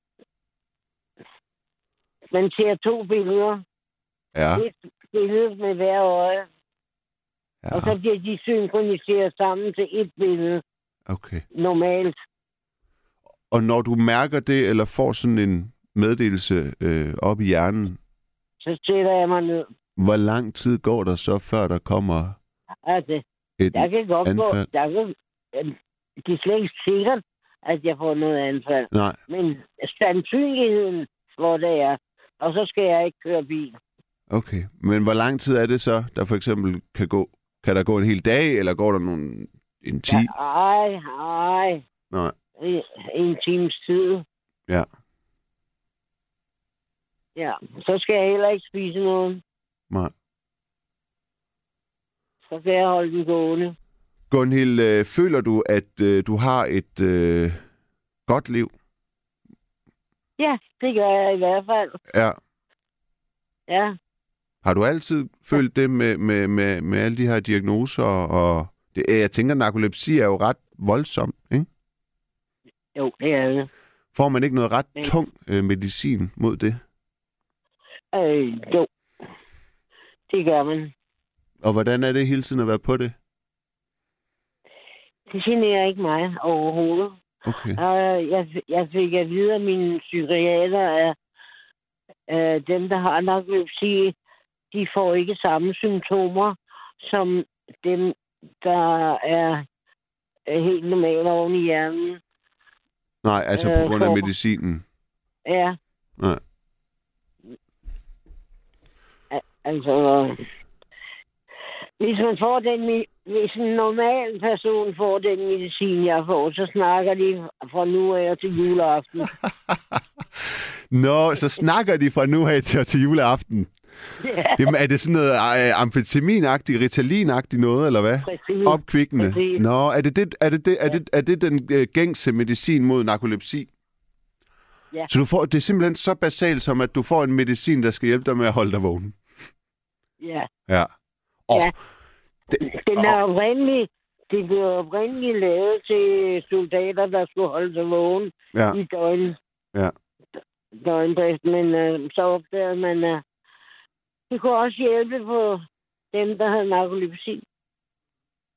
man ser to billeder. Ja, Et billede med hver øje, ja, og så bliver de synkroniseret sammen til et billede, okay. normalt. Og når du mærker det, eller får sådan en meddelelse øh, op i hjernen, Så sætter jeg mig ned. hvor lang tid går der så, før der kommer Altså, et der kan godt anfald? gå... Der kan, øh, det er slet ikke sikkert, at jeg får noget anfald. Nej, Men sandsynligheden, hvor det er, og så skal jeg ikke køre bil. okay. Men hvor lang tid er det så, der for eksempel kan gå? Kan der gå en hel dag, eller går der nogle, en ti? Ja, ej, ej. Nej, En, en times tid. ja. Ja, så skal jeg heller ikke spise noget. Nej. Så skal jeg holde den gående. Gunhild, øh, føler du, at øh, du har et øh, godt liv? Ja, det gør jeg i hvert fald. Ja. Ja, Har du altid følt det med, med, med, med alle de her diagnoser? Og det, jeg tænker, narkolepsi er jo ret voldsomt, ikke? jo, det er det. Får man ikke noget ret Ja. tung øh, medicin mod det? Øh, jo, det gør man. Og hvordan er det hele tiden at være på det? Det generer ikke mig overhovedet. Okay. Og jeg, jeg fik at vide, at mine psykiater er øh, dem, der har narkolepsi, de får ikke samme symptomer som dem, der er øh, helt normalt oven i hjernen. Nej, altså på Øh, grund af for- medicinen. Ja, Nej. al- altså... Hvis man får den, mi- hvis en normal person får den medicin, jeg får, så snakker de fra nu af til juleaften. Nå, så snakker de fra nu af til, til juleaften. Ja, Jamen, er det sådan noget øh, amfetaminagtigt, Ritalin-agtigt noget, eller hvad? præcis. Opkvikkende? Præcis. Nå, er det, det, er det, det, er det, er det den øh, gængse medicin mod narkolepsi? Ja. Så du får, det er simpelthen så basalt som, at du får en medicin, der skal hjælpe dig med at holde dig vågen? Ja. Ja. Oh, Ja. Den er oprindelig, det blev oprindeligt lavet til soldater, der skulle holde sig vågen ja, i døgn, ja. døgndrift, men øh, så opdagede man, at det kunne også hjælpe på dem, der havde narkolepsi.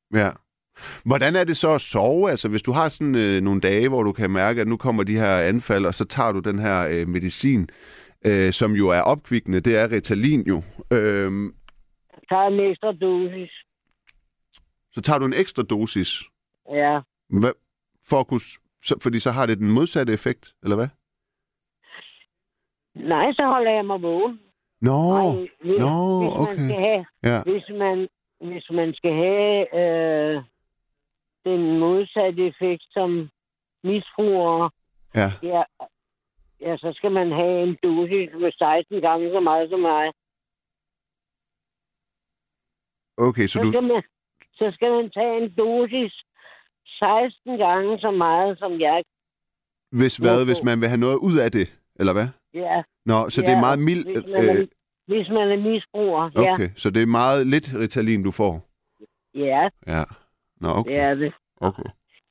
Ja. Hvordan er det så at sove? Altså, hvis du har sådan øh, nogle dage, hvor du kan mærke, at nu kommer de her anfald, og så tager du den her øh, medicin, øh, som jo er opkvikkende, det er Ritalin jo. Øh, Jeg tager en ekstra dosis. så tager du en ekstra dosis. Ja. Hvad, for at kunne, så, fordi så har det den modsatte effekt, eller hvad? Nej, så holder jeg mig vågen. Nå, Ej, hvis, nå, hvis man okay. skal have, ja. hvis man, hvis man skal have øh, den modsatte effekt som misbruger, Ja. ja, ja, så skal man have en dosis med seksten gange så meget som mig. Okay, så Så, du... skal man, så skal man tage en dosis seksten gange så meget som jeg. Hvis hvad, Hvorfor? hvis man vil have noget ud af det, eller hvad? Ja, Nå, så ja, det er meget mild... Hvis man, er, Øh, hvis man er misbruger, ja. okay, så det er meget lidt Ritalin, du får? Ja, Ja. Nå, okay. det er det. okay.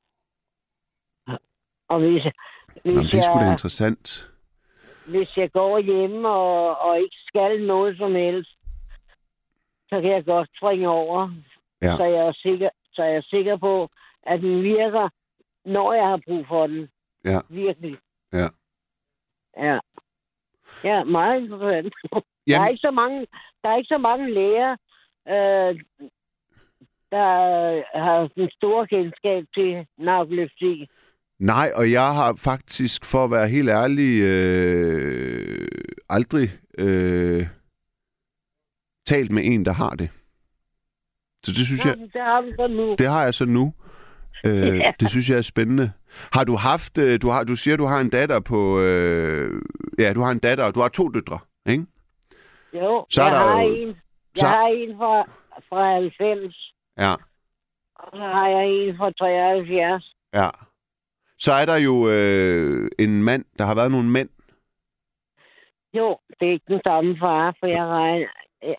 Og hvis, hvis, Nå, det er sgu da jeg, interessant. hvis jeg går hjemme og, og ikke skal noget som helst, så kan jeg godt springe over. Ja. Så, jeg er sikker, så jeg er sikker på, at den virker, når jeg har brug for den. Ja. Virkelig. Ja. Ja. Ja, meget interessant. Der er Jamen, ikke så mange, der er ikke så mange læger, øh, der har den store kendskab til narkolepsi. nej, og jeg har faktisk, for at være helt ærlig, øh, aldrig øh, talt med en, der har det. Så det synes Nå, jeg, det har vi så nu. det har jeg så nu. Øh, Ja. Det synes jeg er spændende. Har du haft, øh, du har, du siger, du har en datter på, øh, ja, du har en datter, og du har to døtre, ikke? Jo, Så er jeg der har jo- en, jeg så- har en fra, fra halvfems, Ja, og så har jeg en fra treoghalvfjerds. ja. Så er der jo øh, en mand, der har været nogle mænd. Jo, det er ikke den samme far, for jeg har... Jeg,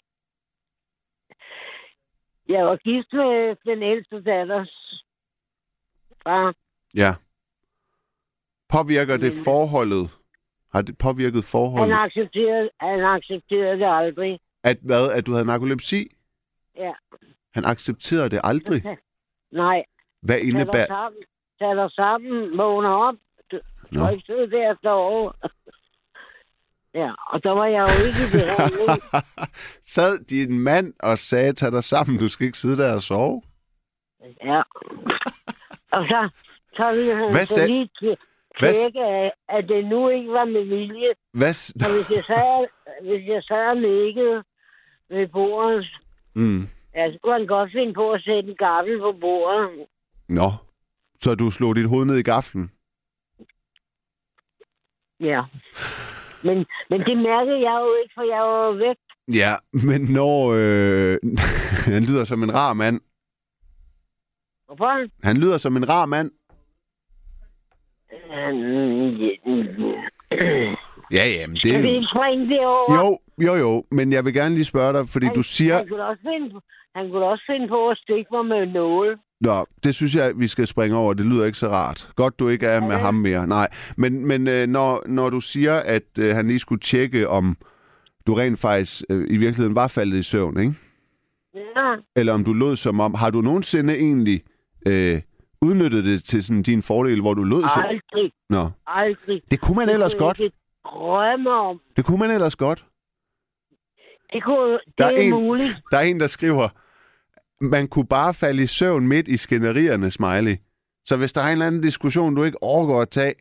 jeg var gift med den ældste datters far. Ja. Påvirker det Men- forholdet? Har det påvirket Han forholdet? accepterede, han accepterede det aldrig. At hvad? At du havde narkolepsi? Ja. Han accepterede det aldrig? Nej, Hvad tag dig indebærer... sammen, tag dig sammen, vågner op. Du Nå. skal ikke sidde der og sove. Ja, og der var jeg jo ikke i det her. Sad din mand og sagde, tag dig sammen, du skal ikke sidde der og sove? Ja. Og så, så ville han Hvad så sag- lige tje- Hvad s- tjekke, at- at det nu ikke var med vilje. Hvad? s- Og hvis jeg sad, hvis jeg sad og nikkede ved bordet, Mm. ja, så kunne han godt finde på at sætte en gaffel på bordet. Nå. Så du slog dit hoved ned i gaflen? Ja. Men, men det mærkede jeg jo ikke, for jeg var jo væk. Ja, men når... Øh... han lyder som en rar mand. Hvorfor? Han lyder som en rar mand. Ja, jamen, det... Skal vi ikke springe det over? Jo, jo, jo, men jeg vil gerne lige spørge dig, fordi han, du siger... Han kunne, også finde, han kunne også finde på at stikke mig med nåle. Nå, det synes jeg, vi skal springe over. Det lyder ikke så rart. Godt, du ikke er med det? ham mere. Nej, men, men øh, når, når du siger, at øh, han lige skulle tjekke, om du rent faktisk øh, i virkeligheden var faldet i søvn, ikke? Ja. Eller om du lød som om... Har du nogensinde egentlig øh, udnyttet det til sådan din fordel, hvor du lød som... Aldrig, Nå, aldrig. det kunne man ellers Det kunne godt. jeg ikke drømme om. Det kunne man ellers godt. Det, kunne, det Der er er, en- muligt. Der er en, der skriver, man kunne bare falde i søvn midt i skænderierne, smiley. Så hvis der er en eller anden diskussion, du ikke overgår at tage,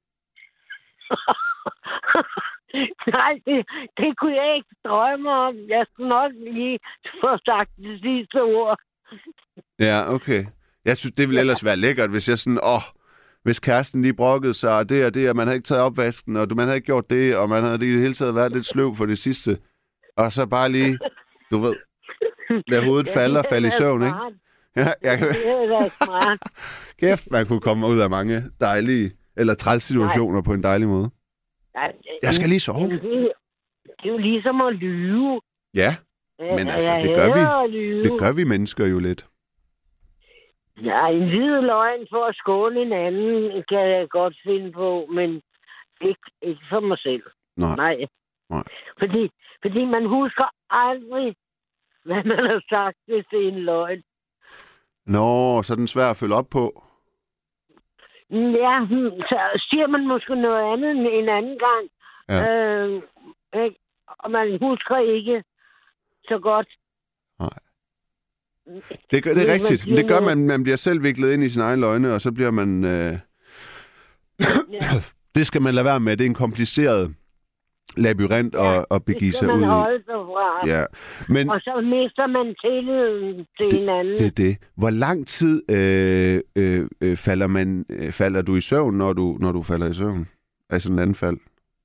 Nej, det, det kunne jeg ikke drømme om. Jeg skulle nok lige få sagt det sidste ord. ja, okay. Jeg synes, det ville ellers være lækkert, hvis jeg sådan, åh, hvis kæresten lige brokkede sig, og det og det, og man havde ikke taget opvasken, og man havde ikke gjort det, og man havde i det hele taget været lidt sløv for det sidste. Og så bare lige, du ved, lade hovedet falde og falde i søvn, ikke? Ja, jeg kan... Det er da smart. Kæft, man kunne komme ud af mange dejlige, eller træls situationer på en dejlig måde. Nej, Jeg skal lige sove. Det, det er jo ligesom at lyve. Ja, Men altså, Jeg det gør vi. hader at lyve. det gør vi mennesker jo lidt. Ja, en hvid løgn for at skåne en anden, kan jeg godt finde på, men ikke, ikke for mig selv. Nej. Nej. Nej. Fordi, fordi man husker aldrig, hvad man har sagt, hvis det er en løgn. Nå, så er den svær at følge op på. Ja, hmm, så siger man måske noget andet end en anden gang. Ja. Øh, ikke? Og man husker ikke så godt. Nej. Det, gør, det er rigtigt. Men det gør man, man bliver selv viklet ind i sin egen løgne, og så bliver man... Øh... Ja. Det skal man lade være med. Det er en kompliceret labyrint Ja, at, at begive sig det skal ud man i. holde sig fra. Ja. Men Og så mister man tilliden til hinanden. det er det. Hvor lang tid øh, øh, øh, falder, man, øh, falder du i søvn, når du, når du falder i søvn? Altså en anden fald?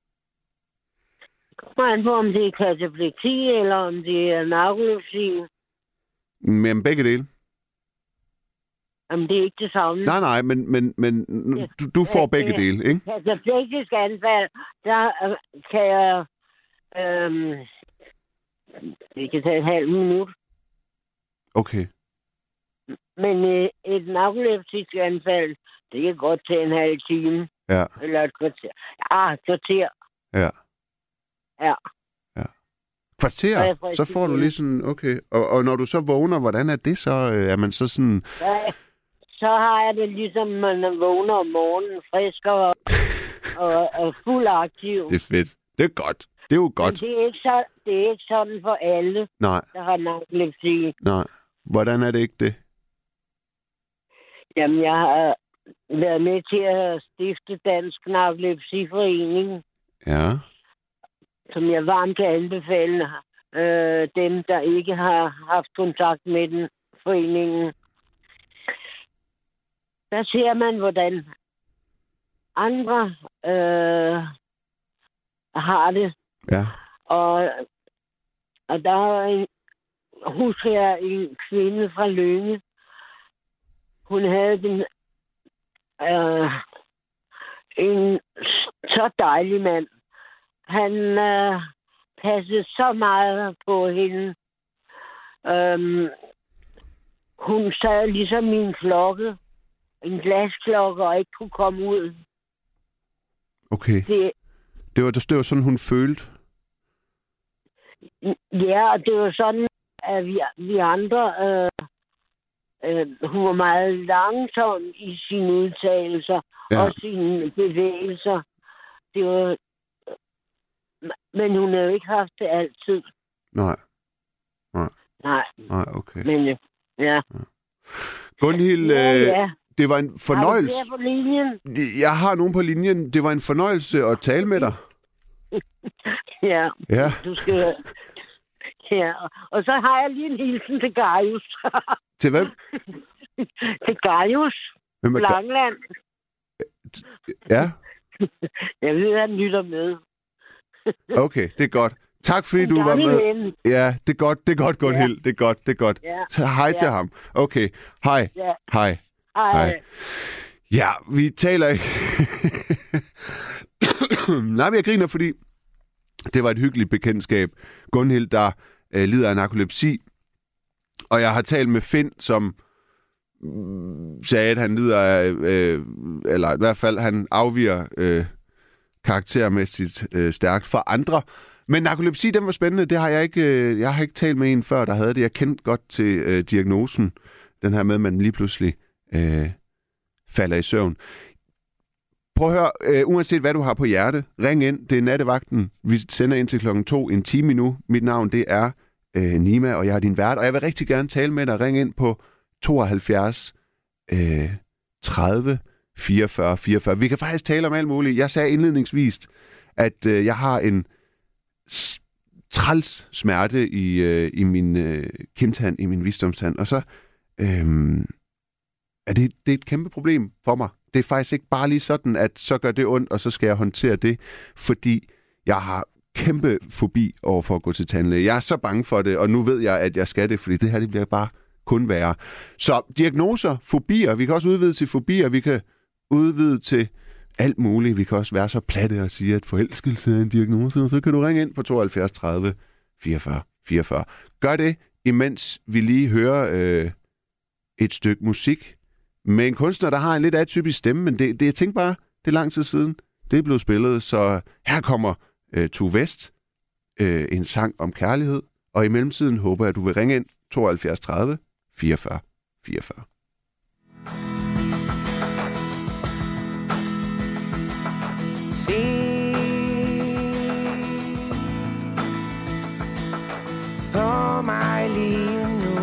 kommer an på, om det er katapleksi, eller om det er narkolepsi. Men begge dele? Jamen, det er ikke det samme. Nej, nej, men, men, men du, du får begge dele, ikke? Kataplektisk anfald, der øh, kan jeg... Øhm, det kan tage et halvt minut. Okay. Men øh, et narkoleptisk anfald, det kan godt tage en halv time. Ja. Eller et kvarter. Ah, et kvarter. Ja. Ja. Ja. Kvarter? Så får du lige sådan, okay. Og, og når du så vågner, hvordan er det så? Er man så sådan... Ja, så har jeg det ligesom, man vågner om morgenen, frisk og, og, og fuld aktiv. Det er fedt. Det er godt. Det er jo godt. Men det er ikke, så, det er ikke sådan for alle, Nej. der har narkolepsi. Nej. Hvordan er det ikke det? Jamen, jeg har været med til at stifte Dansk Narkolepsiforening, Ja. som jeg varmt kan anbefale øh, dem, der ikke har haft kontakt med den foreningen. Der ser man, hvordan andre øh, har det. Ja. Og, og der er en, husker jeg en kvinde fra Lønge. Hun havde den, øh, en så dejlig mand. Han øh, passede så meget på hende. Øhm, hun sad ligesom i en klokke, en glasklokke, og ikke kunne komme ud. Okay. Det, Det var, det var sådan, hun følte. ja, og det var sådan, at vi, vi andre... Øh, øh, hun var meget langsom i sine udtalelser Ja. og sine bevægelser. Det var... Men hun har jo ikke haft det altid. Nej. Nej, Nej, okay. men øh, ja. Gunhild, Ja, øh, ja. det var en Har du fornøjelse. flere på linjen? Jeg har nogen på linjen. Det var en fornøjelse at tale med dig. Ja, Ja. du skal... Ja, og så har jeg lige en hilsen til Gaius. Til hvem? til Gaius. Hvem er Ga- Langland. Ja, Jeg ved, at han lytter med. okay, det er godt. Tak fordi En du var gammel med. ven. Ja, det er godt, det er godt, Gunhild. Det er godt, det er godt. Ja. Så hej Ja. til ham. Okay, hej. Ja. Hej. Ej, Hej. Ja, vi taler ikke. Nej, men jeg griner, fordi det var et hyggeligt bekendtskab. Gunhild, der øh, lider af narkolepsi. Og jeg har talt med Finn, som mm, sagde, at han lider af, øh, eller i hvert fald, han afviger øh, karaktermæssigt øh, stærkt for andre. Men narkolepsi, den var spændende. Det har jeg ikke, øh, jeg har ikke talt med en før, der havde det. Jeg kendte godt til øh, diagnosen. Den her med, at man lige pludselig øh, falder i søvn. Prøv at høre, øh, uanset hvad du har på hjerte, ring ind. Det er nattevagten. Vi sender ind til klokken to, en time nu. Mit navn, det er øh, Nima, og jeg er din vært. Og jeg vil rigtig gerne tale med dig. Ring ind på tooghalvfjerds øh, tredive fireogfyrre fireogfyrre. Vi kan faktisk tale om alt muligt. Jeg sagde indledningsvis, at øh, jeg har en s- træls smerte i, øh, i min øh, kindtand, i min visdomstand. Og så øh, er det, det er et kæmpe problem for mig. Det er faktisk ikke bare lige sådan, at så gør det ondt, og så skal jeg håndtere det, fordi jeg har kæmpe fobi over for at gå til tandlæge. Jeg er så bange for det, og nu ved jeg, at jeg skal det, fordi det her det bliver bare kun værre. Så diagnoser, fobier, vi kan også udvide til fobier, vi kan udvide til alt muligt. Vi kan også være så platte og sige, at forelskelse er en diagnose, og så kan du ringe ind på tooghalvfjerds tredive fireogfyrre fireogfyrre. Gør det, imens vi lige hører øh, et stykke musik med en kunstner, der har en lidt atypisk stemme, men det, det jeg tænkte bare, det er lang tid siden, det er blevet spillet, så her kommer øh, Tue West, øh, en sang om kærlighed, og i mellemtiden håber jeg, at du vil ringe ind tooghalvfjerds tredive fireogfyrre fireogfyrre. mig lige nu.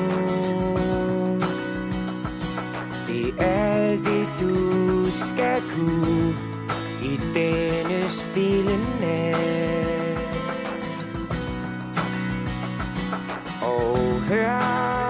Det er alt det, du skal kunne i denne stille nat. Og hør,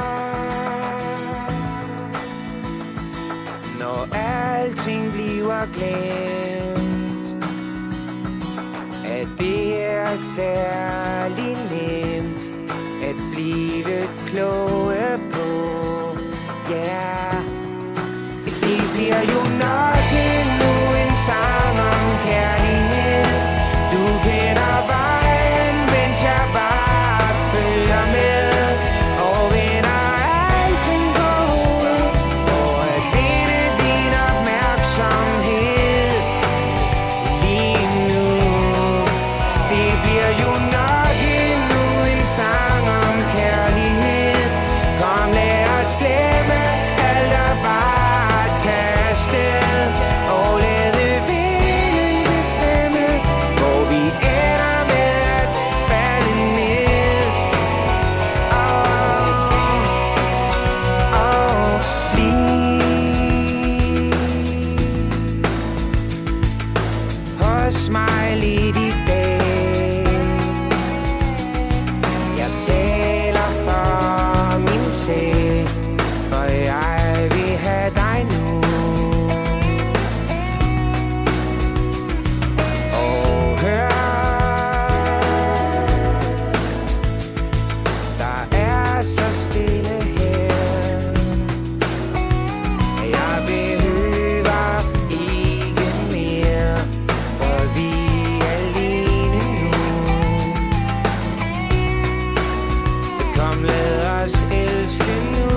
når alting bliver glemt, at det er særlig nemt at blive kloge på. Ja, yeah. Det bliver jo nok endnu en sang om kærlighed. Du kender vejen, mens jeg bare følger med. Og vender alting på hovedet for at vinde din opmærksomhed lige nu. Det bliver jo nok endnu en sang om kærlighed. Kom, lad os glemme alt og bare tage afsted og lade vinden bestemme, hvor vi ender med at falde ned. Åh, åh, bliv hos mig lidt i dag. Jeg taler for min sag, for jeg vil have dig nu. Og hør, der er så stille her. Jeg behøver ikke mere, for vi er alene nu. Kom, lad os elske nu.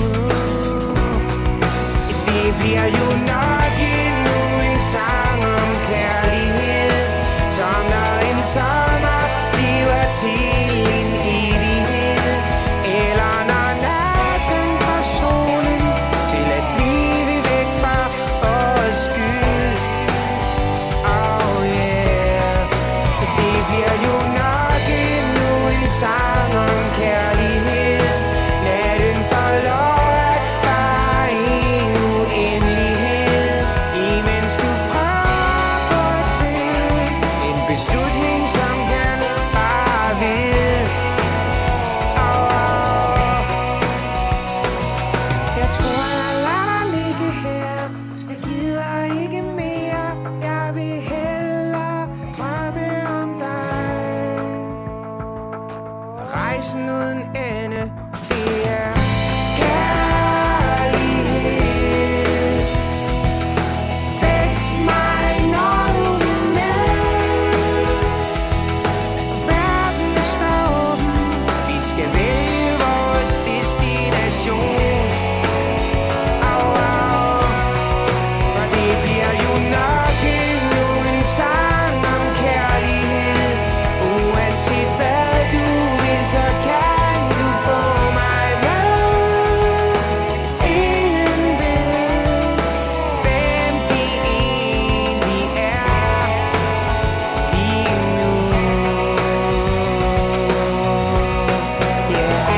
Det bliver jo nok endnu en sang om kærlighed, som når en sommer bliver til en evighed, eller når natten får solen til at blive væk fra vores skyld. Oh yeah, det bliver jo nok endnu en sang om kærlighed. Lad den få lov at vare en uendelighed, imens du prøver på at finde en beslutning, som kan bare ved. Åh, jeg tror, jeg lader dig ligge her. Jeg gider ikke mere. Jeg vil hellere drømme om dig. Rejsen uden ende, det er kærlighed. Væk mig, når du vil med. Verden står åben. Vi skal vælge vores destination. Au, au. For det bliver jo nok endnu en sang om kærlighed. Uanset hvad du vil, så kan du få mig med. Ingen ved, hvem de egentlig er lige nu. Yeah.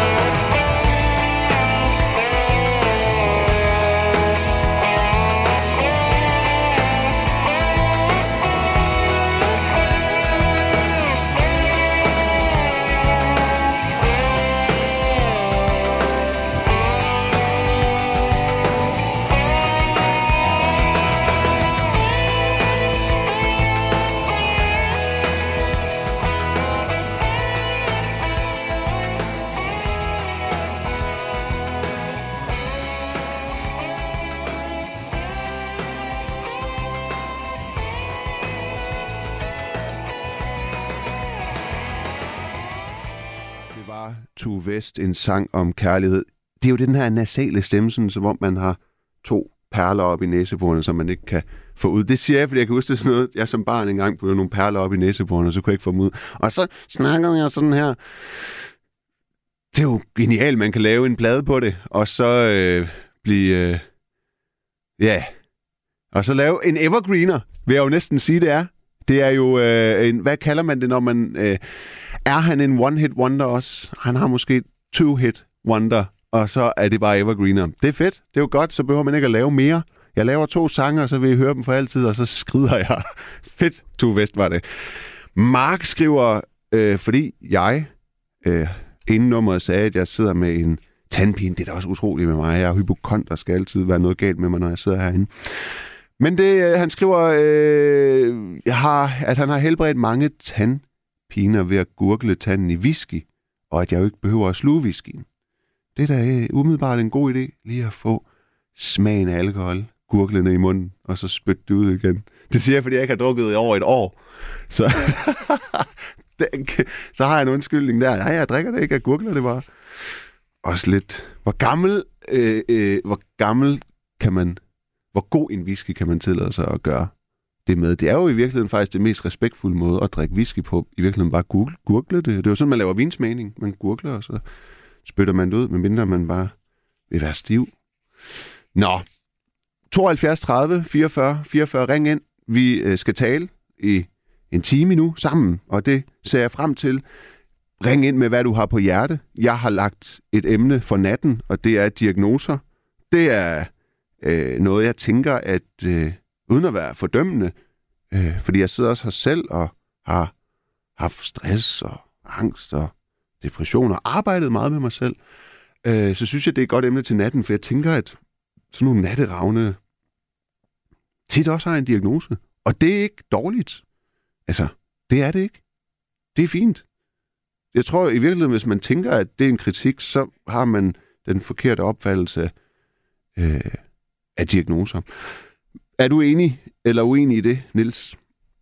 Det var Tue West, en sang om kærlighed. Det er jo den her nasale stemme, sådan, som om man har to perler op i næseborene, som man ikke kan få ud. Det siger jeg, fordi jeg kan huske det sådan noget. Jeg som barn engang puttede nogle perler op i næseborene, og så kunne jeg ikke få dem ud. Og så snakkede jeg sådan her. Det er jo genialt, man kan lave en plade på det, og så øh, blive... Øh, ja... Og så lave en evergreener, vil jeg jo næsten sige, det er. Det er jo, øh, en, hvad kalder man det, når man... Øh, er han en one-hit wonder også? Han har måske two-hit wonder, og så er det bare evergreener. Det er fedt. Det er jo godt, så behøver man ikke at lave mere. Jeg laver to sange, og så vil I høre dem for altid, og så skrider jeg. Fedt, Tue West var det. Mark skriver, øh, fordi jeg øh, inden nummeret sagde, at jeg sidder med en tandpine. Det er da også utroligt med mig. Jeg er hypokont, der skal altid være noget galt med mig, når jeg sidder herinde. Men det, han skriver, øh, jeg har, at han har helbredt mange tandpiner ved at gurgle tanden i whisky, og at jeg jo ikke behøver at sluge whiskyen. Det er da umiddelbart en god idé, lige at få smagen af alkohol, gurglende i munden, og så spytte det ud igen. Det siger jeg, fordi jeg ikke har drukket i over et år. Så, så har jeg en undskyldning der. Nej, jeg drikker det ikke, jeg gurgler det bare. Også lidt. Hvor gammel, øh, øh, hvor gammel kan man, hvor god en whisky kan man tillade sig at gøre det med? Det er jo i virkeligheden faktisk det mest respektfulde måde at drikke whisky på. I virkeligheden bare gurgle, gurgle det. Det er jo sådan, man laver vinsmagning. Man gurgler, og så spytter man det ud, medmindre man bare vil være stiv. Nå. tooghalvfjerds tredive fireogfyrre fireogfyrre. Ring ind. Vi øh, skal tale i en time nu sammen, og det ser jeg frem til. Ring ind med, hvad du har på hjerte. Jeg har lagt et emne for natten, og det er diagnoser. Det er øh, noget, jeg tænker, at øh, uden at være fordømmende, øh, fordi jeg sidder også her selv og har haft stress og angst og depression og arbejdet meget med mig selv, øh, så synes jeg, det er et godt emne til natten, for jeg tænker, at sådan nogle natteravne tit også har en diagnose. Og det er ikke dårligt. Altså, det er det ikke. Det er fint. Jeg tror i virkeligheden, hvis man tænker, at det er en kritik, så har man den forkerte opfattelse øh, af diagnoser. Er du enig eller uenig i det, Niels?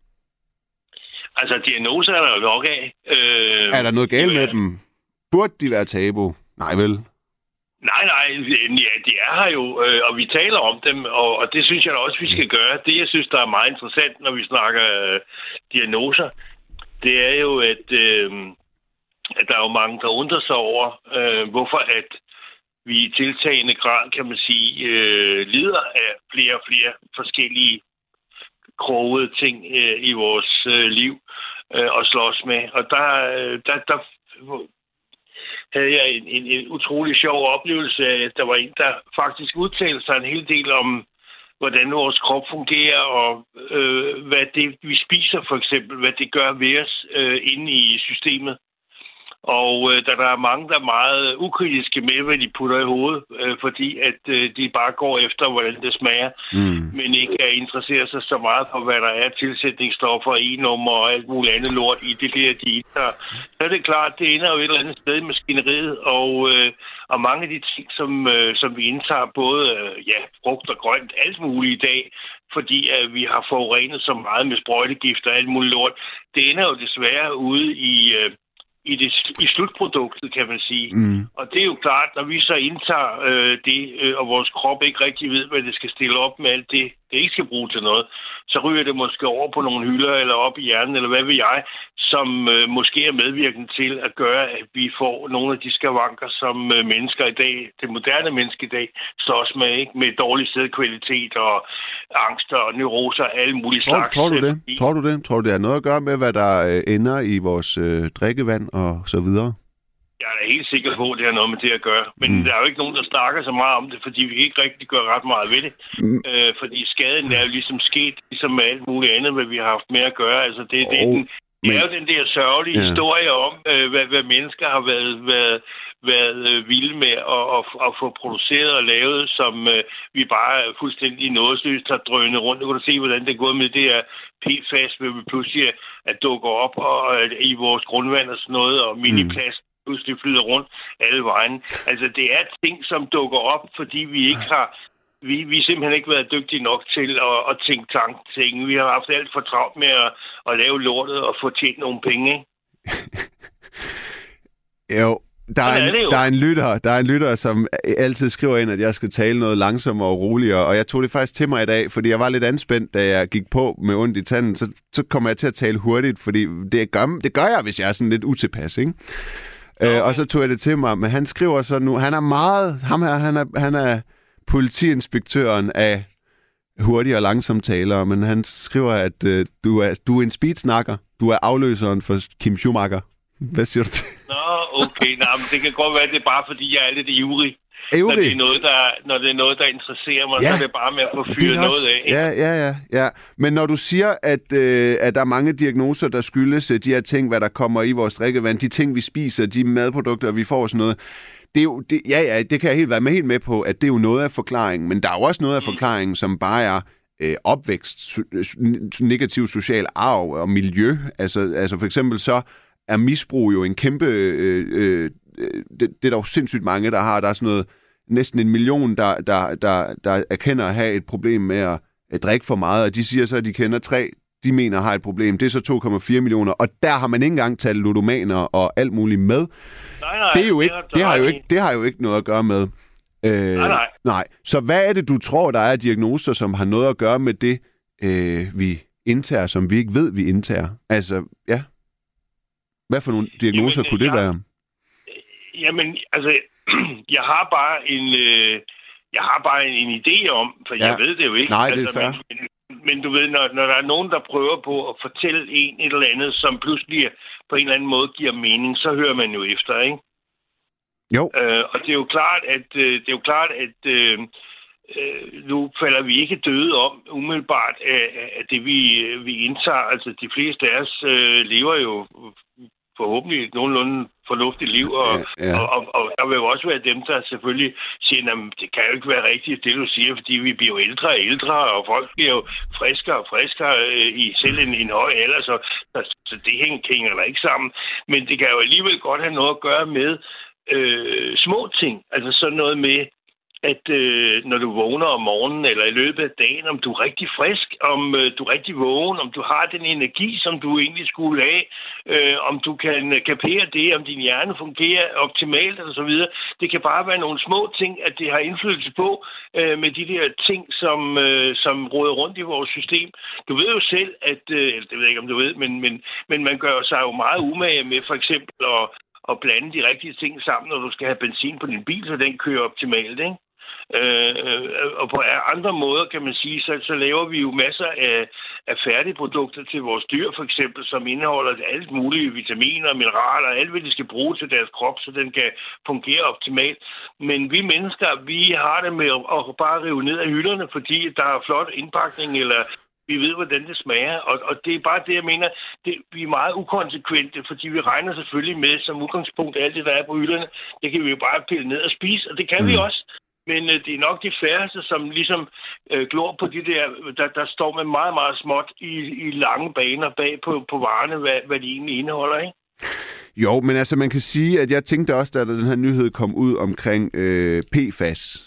Altså, diagnoser er der jo nok af. Øh, er der noget galt med dem? Burde de være tabu? Nej vel? Nej, nej, ja, de er her jo, øh, og vi taler om dem, og, og det synes jeg da også, vi skal gøre. Det, jeg synes, der er meget interessant, når vi snakker øh, diagnoser, det er jo, at, øh, at der er jo mange, der undrer sig over, øh, hvorfor at vi i tiltagende grad, kan man sige, øh, lider af flere og flere forskellige krogede ting øh, i vores øh, liv øh, at slås med. Og der, der, der havde jeg en, en, en utrolig sjov oplevelse af, at der var en, der faktisk udtalte sig en hel del om, hvordan vores krop fungerer, og øh, hvad det, vi spiser for eksempel, hvad det gør ved os øh, inde i systemet. Og øh, der, der er mange, der er meget ukritiske med, hvad de putter i hovedet, øh, fordi at øh, de bare går efter, hvordan det smager, mm. men ikke er interesseret sig så meget for, hvad der er tilsætningsstoffer, e-nummer og alt muligt andet lort i det der, de indtager. Så er det klart, det ender jo et eller andet sted i maskineriet, og, øh, og mange af de ting, som, øh, som vi indtager, både øh, ja, frugt og grønt, alt muligt i dag, fordi at vi har forurenet så meget med sprøjtegifter og alt muligt lort, det ender jo desværre ude i... Øh, I, det, i slutproduktet, kan man sige. Mm. Og det er jo klart, når vi så indtager øh, det, øh, og vores krop ikke rigtig ved, hvad det skal stille op med alt det, det ikke skal bruge til noget, så ryger det måske over på nogle hylder, eller op i hjernen, eller hvad ved jeg, som øh, måske er medvirkende til at gøre, at vi får nogle af de skavanker, som øh, mennesker i dag, det moderne menneske i dag, slås med, ikke? Med dårlig sædkvalitet og angst og neuroser og alle mulige tror, slags. Tror du det? Tror du det? Tror du, det har noget at gøre med, hvad der øh, ender i vores øh, drikkevand og så videre? Jeg er helt sikker på, at det har noget med det at gøre. Men mm. der er jo ikke nogen, der snakker så meget om det, fordi vi kan ikke rigtig gøre ret meget ved det. Mm. Øh, fordi skaden er jo ligesom sket, ligesom med alt muligt andet, hvad vi har haft med at gøre. Altså, det, oh, det, er, den, det men... er jo den der sørgelige yeah. historie om, øh, hvad, hvad mennesker har været, været, været øh, vilde med at, at, at få produceret og lavet, som øh, vi bare fuldstændig nådesløst har drønet rundt. Du kan se, hvordan det er gået med det her P F A S, hvor vi pludselig at dukker op og, og, i vores grundvand og sådan noget, og miniplast. Mm. pludselig flyder rundt alle vejen. Altså, det er ting, som dukker op, fordi vi ikke har... Vi, vi simpelthen ikke været dygtige nok til at, at tænke tanke. Vi har haft alt for travlt med at, at lave lortet og få tjent nogle penge, ikke? Jo, der er, en, er der, er en lytter, der er en lytter, som altid skriver ind, at jeg skal tale noget langsommere og roligere, og jeg tog det faktisk til mig i dag, fordi jeg var lidt anspændt, da jeg gik på med ondt i tanden, så, så kommer jeg til at tale hurtigt, fordi det gør, det gør jeg, hvis jeg er sådan lidt utilpas, ikke? Okay. Øh, og så tog jeg det til mig, men han skriver så nu, han er meget, ham her, han er, han er politiinspektøren af hurtige og langsomme talere, men han skriver, at øh, du, er, du er en speedsnakker, du er afløseren for Kim Schumacher. Hvad siger du til? Nå, okay. Nej, men det kan godt være, at det er bare fordi, jeg er lidt ivrig. Når det, er noget, der, når det er noget, der interesserer mig, ja. Så er det bare med at få fyret noget af. Ja, ja, ja, ja. Men når du siger, at, øh, at der er mange diagnoser, der skyldes de her ting, hvad der kommer i vores drikkevand, de ting, vi spiser, de madprodukter, vi får og sådan noget, det er jo, det, ja, ja, det kan jeg helt være med helt med på, at det er jo noget af forklaringen, men der er jo også noget af forklaringen, som bare er øh, opvækst, negativ social arv og miljø. Altså, altså for eksempel så er misbrug jo en kæmpe... Øh, øh, det, det er der jo sindssygt mange, der har. Der er sådan noget, næsten en million, der, der, der, der erkender at have et problem med at, at drikke for meget, og de siger så, at de kender tre, de mener har et problem. Det er så to komma fire millioner, og der har man ikke engang talt ludomaner og alt muligt med. Nej, nej. Det, er jo ikke, det, har jo ikke, det har jo ikke noget at gøre med. Øh, nej, nej. nej. Så hvad er det, du tror, der er diagnoser, som har noget at gøre med det, øh, vi indtager, som vi ikke ved, vi indtager? Altså, ja. Hvad for nogle diagnoser Jamen, kunne det jeg, være? Jamen, altså, jeg har bare en, øh, jeg har bare en, en idé om, for ja. Jeg ved det jo ikke. Nej, det er altså, fair. Men, men du ved, når, når der er nogen, der prøver på at fortælle en et eller andet, som pludselig på en eller anden måde giver mening, så hører man jo efter, ikke? Jo. Øh, og det er jo klart, at øh, det er jo klart, at øh, øh, nu falder vi ikke døde om umiddelbart af, af det, vi, vi indtager. Altså, de fleste af os øh, lever jo forhåbentlig et nogenlunde fornuftigt liv, og, ja, ja. Og, og, og der vil jo også være dem, der selvfølgelig siger, at det kan jo ikke være rigtigt, det du siger, fordi vi bliver jo ældre og ældre, og folk bliver jo friskere og friskere øh, i selv en, en høj alder, så, så det hænger der ikke sammen. Men det kan jo alligevel godt have noget at gøre med øh, små ting, altså sådan noget med, at øh, når du vågner om morgenen eller i løbet af dagen, om du er rigtig frisk, om øh, du er rigtig vågen, om du har den energi, som du egentlig skulle have, øh, om du kan kapere det, om din hjerne fungerer optimalt og så videre. Det kan bare være nogle små ting, at det har indflydelse på øh, med de der ting, som, øh, som råder rundt i vores system. Du ved jo selv, at, øh, det ved jeg ikke, om du ved, men, men, men man gør sig jo meget umage med for eksempel at, at blande de rigtige ting sammen, når du skal have benzin på din bil, så den kører optimalt, ikke? Øh, og på andre måder, kan man sige, så, så laver vi jo masser af, af færdigprodukter til vores dyr, for eksempel, som indeholder alt mulige vitaminer, mineraler, alt hvad de skal bruge til deres krop, så den kan fungere optimalt. Men vi mennesker, vi har det med at, at bare rive ned af hylderne, fordi der er flot indpakning, eller vi ved, hvordan det smager. Og, og det er bare det, jeg mener, det, vi er meget ukonsekvente, fordi vi regner selvfølgelig med, som udgangspunkt, alt det, der er på hylderne, det kan vi jo bare pille ned og spise, og det kan mm. vi også. Men øh, det er nok de færreste, som ligesom øh, glor på de der, der, der står med meget, meget småt i, i lange baner bag på, på varerne, hvad, hvad de egentlig indeholder, ikke? Jo, men altså man kan sige, at jeg tænkte også, da den her nyhed kom ud omkring øh, P F A S.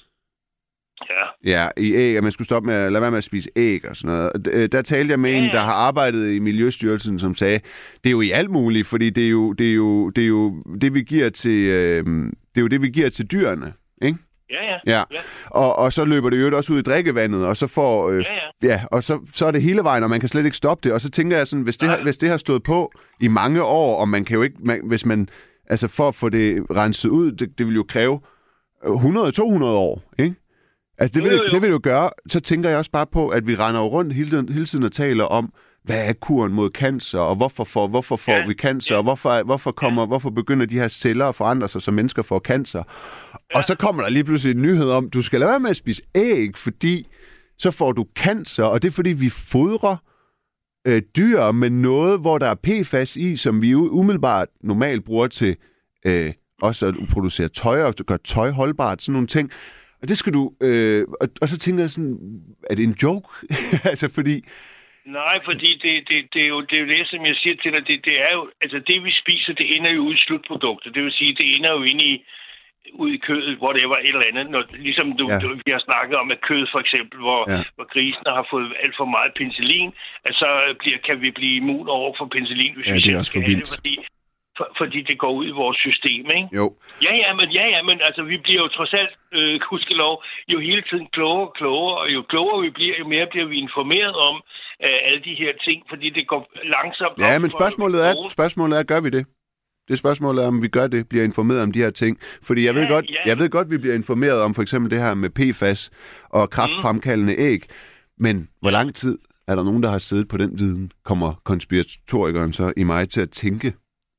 Ja. Ja, i æg, at man skulle stoppe med at lade være med at spise æg og sådan noget. Der talte jeg med ja, ja. en, der har arbejdet i Miljøstyrelsen, som sagde, det er jo i alt muligt, fordi det er jo det, er jo, det, er jo det vi giver til, øh, det er jo det, vi giver til dyrene, ikke? Ja, ja. ja. ja. Og, og så løber det jo også ud i drikkevandet, og så får øh, ja, ja. ja, og så, så er det hele vejen, og man kan slet ikke stoppe det. Og så tænker jeg sådan, hvis det, har, hvis det har stået på i mange år, og man kan jo ikke, man, hvis man, altså for at få det renset ud, det, det vil jo kræve hundrede til to hundrede år, ikke? Altså det vil, jo, jo, jo. det vil jo gøre, så tænker jeg også bare på, at vi render rundt hele, hele tiden og taler om, hvad er kuren mod cancer, og hvorfor får, hvorfor får ja, vi cancer, ja. og hvorfor, hvorfor, kommer, ja. hvorfor begynder de her celler at forandre sig, så mennesker får cancer. Ja. Og så kommer der lige pludselig en nyhed om, du skal lade være med at spise æg, fordi så får du cancer, og det er fordi, vi fodrer øh, dyr med noget, hvor der er P F A S i, som vi umiddelbart normalt bruger til øh, også at producere tøj, og gøre tøj holdbart, sådan nogle ting. Og det skal du... Øh, og, og så tænker jeg sådan, er det en joke? altså fordi... Nej, fordi det, det, det, er jo, det er jo det, som jeg siger til dig, det, det er jo, altså det vi spiser, det ender jo ud i slutproduktet. Det vil sige, det ender jo inde i, ud i kødet, hvor det var et eller andet. Når, ligesom du, ja. du, vi har snakket om, at kød for eksempel, hvor, ja. hvor grisene har fået alt for meget penicillin, at så bliver, kan vi blive immun over for penicillin, hvis ja, vi det er også for vildt. det, fordi, for, fordi det går ud i vores system, ikke? Jo. Ja, ja, men, ja, ja, men altså, vi bliver jo trods alt, øh, gudskelov, jo hele tiden klogere og klogere, og jo klogere vi bliver, jo mere bliver vi informeret om øh, alle de her ting, fordi det går langsomt. Ja, men spørgsmålet er, spørgsmålet er, gør vi det? Det spørgsmålet er, om vi gør det, bliver informeret om de her ting. Fordi jeg, ja, ved godt, ja. jeg ved godt, vi bliver informeret om for eksempel det her med P F A S og kræftfremkaldende æg, men hvor lang tid er der nogen, der har siddet på den viden, kommer konspiratorikeren så i mig til at tænke,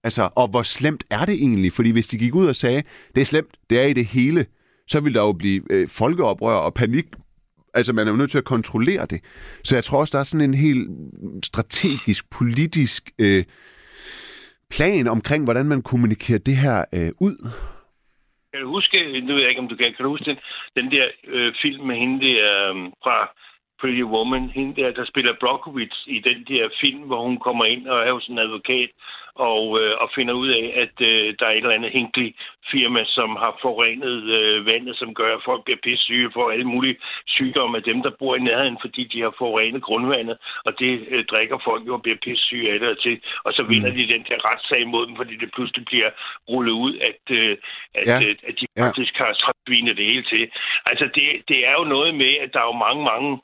Altså, og hvor slemt er det egentlig? Fordi hvis de gik ud og sagde, det er slemt, det er i det hele, så ville der jo blive øh, folkeoprør og panik. Altså, man er jo nødt til at kontrollere det. Så jeg tror også, der er sådan en helt strategisk, politisk øh, plan omkring, hvordan man kommunikerer det her øh, ud. Kan du huske, nu ved jeg ikke, om du kan, kan du huske den, den der øh, film med hende der øh, fra Pretty Woman, hende der, der spiller Brockovich i den der film, hvor hun kommer ind og er hos en advokat og, øh, og finder ud af, at øh, der er et eller andet Hinkley firma, som har forurenet øh, vandet, som gør, at folk bliver pissyge for alle mulige sygdomme af dem, der bor i nærheden, fordi de har forurenet grundvandet, og det øh, drikker folk jo og bliver pissyge af det og til. Og så vinder mm. de den der retssag imod dem, fordi det pludselig bliver rullet ud, at, øh, at, ja. øh, at de faktisk ja. har svinet det hele til. Altså, det, det er jo noget med, at der er jo mange, mange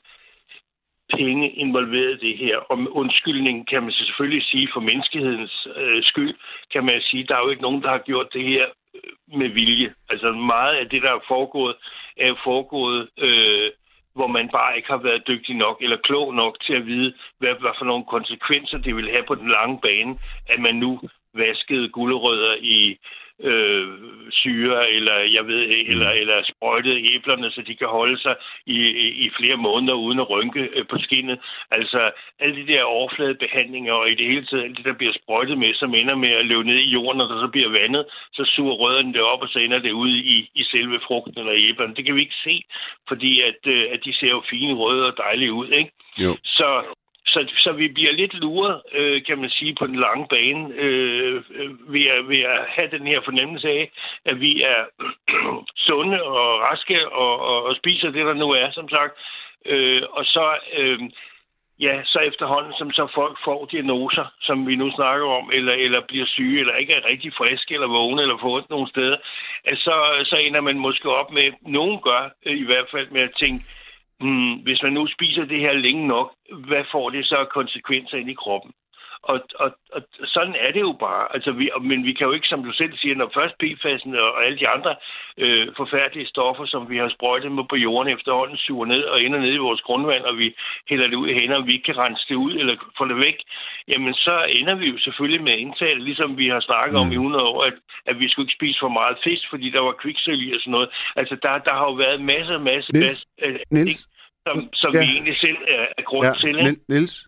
penge involveret i det her. Og undskyldning kan man selvfølgelig sige for menneskehedens øh, skyld, kan man sige, der er jo ikke nogen, der har gjort det her øh, med vilje. Altså meget af det, der er foregået, er jo foregået, øh, hvor man bare ikke har været dygtig nok eller klog nok til at vide, hvad, hvad for nogle konsekvenser det vil have på den lange bane, at man nu vaskede gulerødder i øh, syre, eller jeg ved, eller, eller sprøjtede æblerne, så de kan holde sig i, i, i flere måneder uden at rynke øh, på skinnet. Altså, alle de der overfladebehandlinger, og i det hele taget, alt det, der bliver sprøjtet med, som ender med at løbe ned i jorden, og der så bliver vandet, så suger rødderne det op, og så ender det ude i, i selve frugten eller æblerne. Det kan vi ikke se, fordi at, øh, at de ser jo fine, røde og dejlige ud, ikke? Jo. Så Så, så vi bliver lidt luret, øh, kan man sige, på den lange bane, øh, ved, at, ved at have den her fornemmelse af, at vi er sunde og raske og, og, og spiser det, der nu er, som sagt. Øh, og så, øh, ja, så efterhånden, som så folk får diagnoser, som vi nu snakker om, eller, eller bliver syge, eller ikke er rigtig friske, eller vågne, eller får ondt nogle steder, så, så ender man måske op med, nogen gør øh, i hvert fald med at tænke, Hmm, hvis man nu spiser det her længe nok, hvad får det så konsekvenser ind i kroppen? Og, og, og sådan er det jo bare. Altså, vi, men vi kan jo ikke, som du selv siger, når først P FAS'en og alle de andre øh, forfærdelige stoffer, som vi har sprøjtet med på jorden efterhånden, suger ned og ender ned i vores grundvand, og vi hælder det ud i hænder, og vi ikke kan rense det ud eller få det væk, jamen så ender vi jo selvfølgelig med at indtage det, ligesom vi har snakket mm. om i hundrede år, at, at vi skulle ikke spise for meget fisk, fordi der var kviksølv i og sådan noget. Altså, der, der har jo været masser, masser, masser af ting, som, som ja. vi egentlig selv er, er grund ja. til. Ikke? Niels?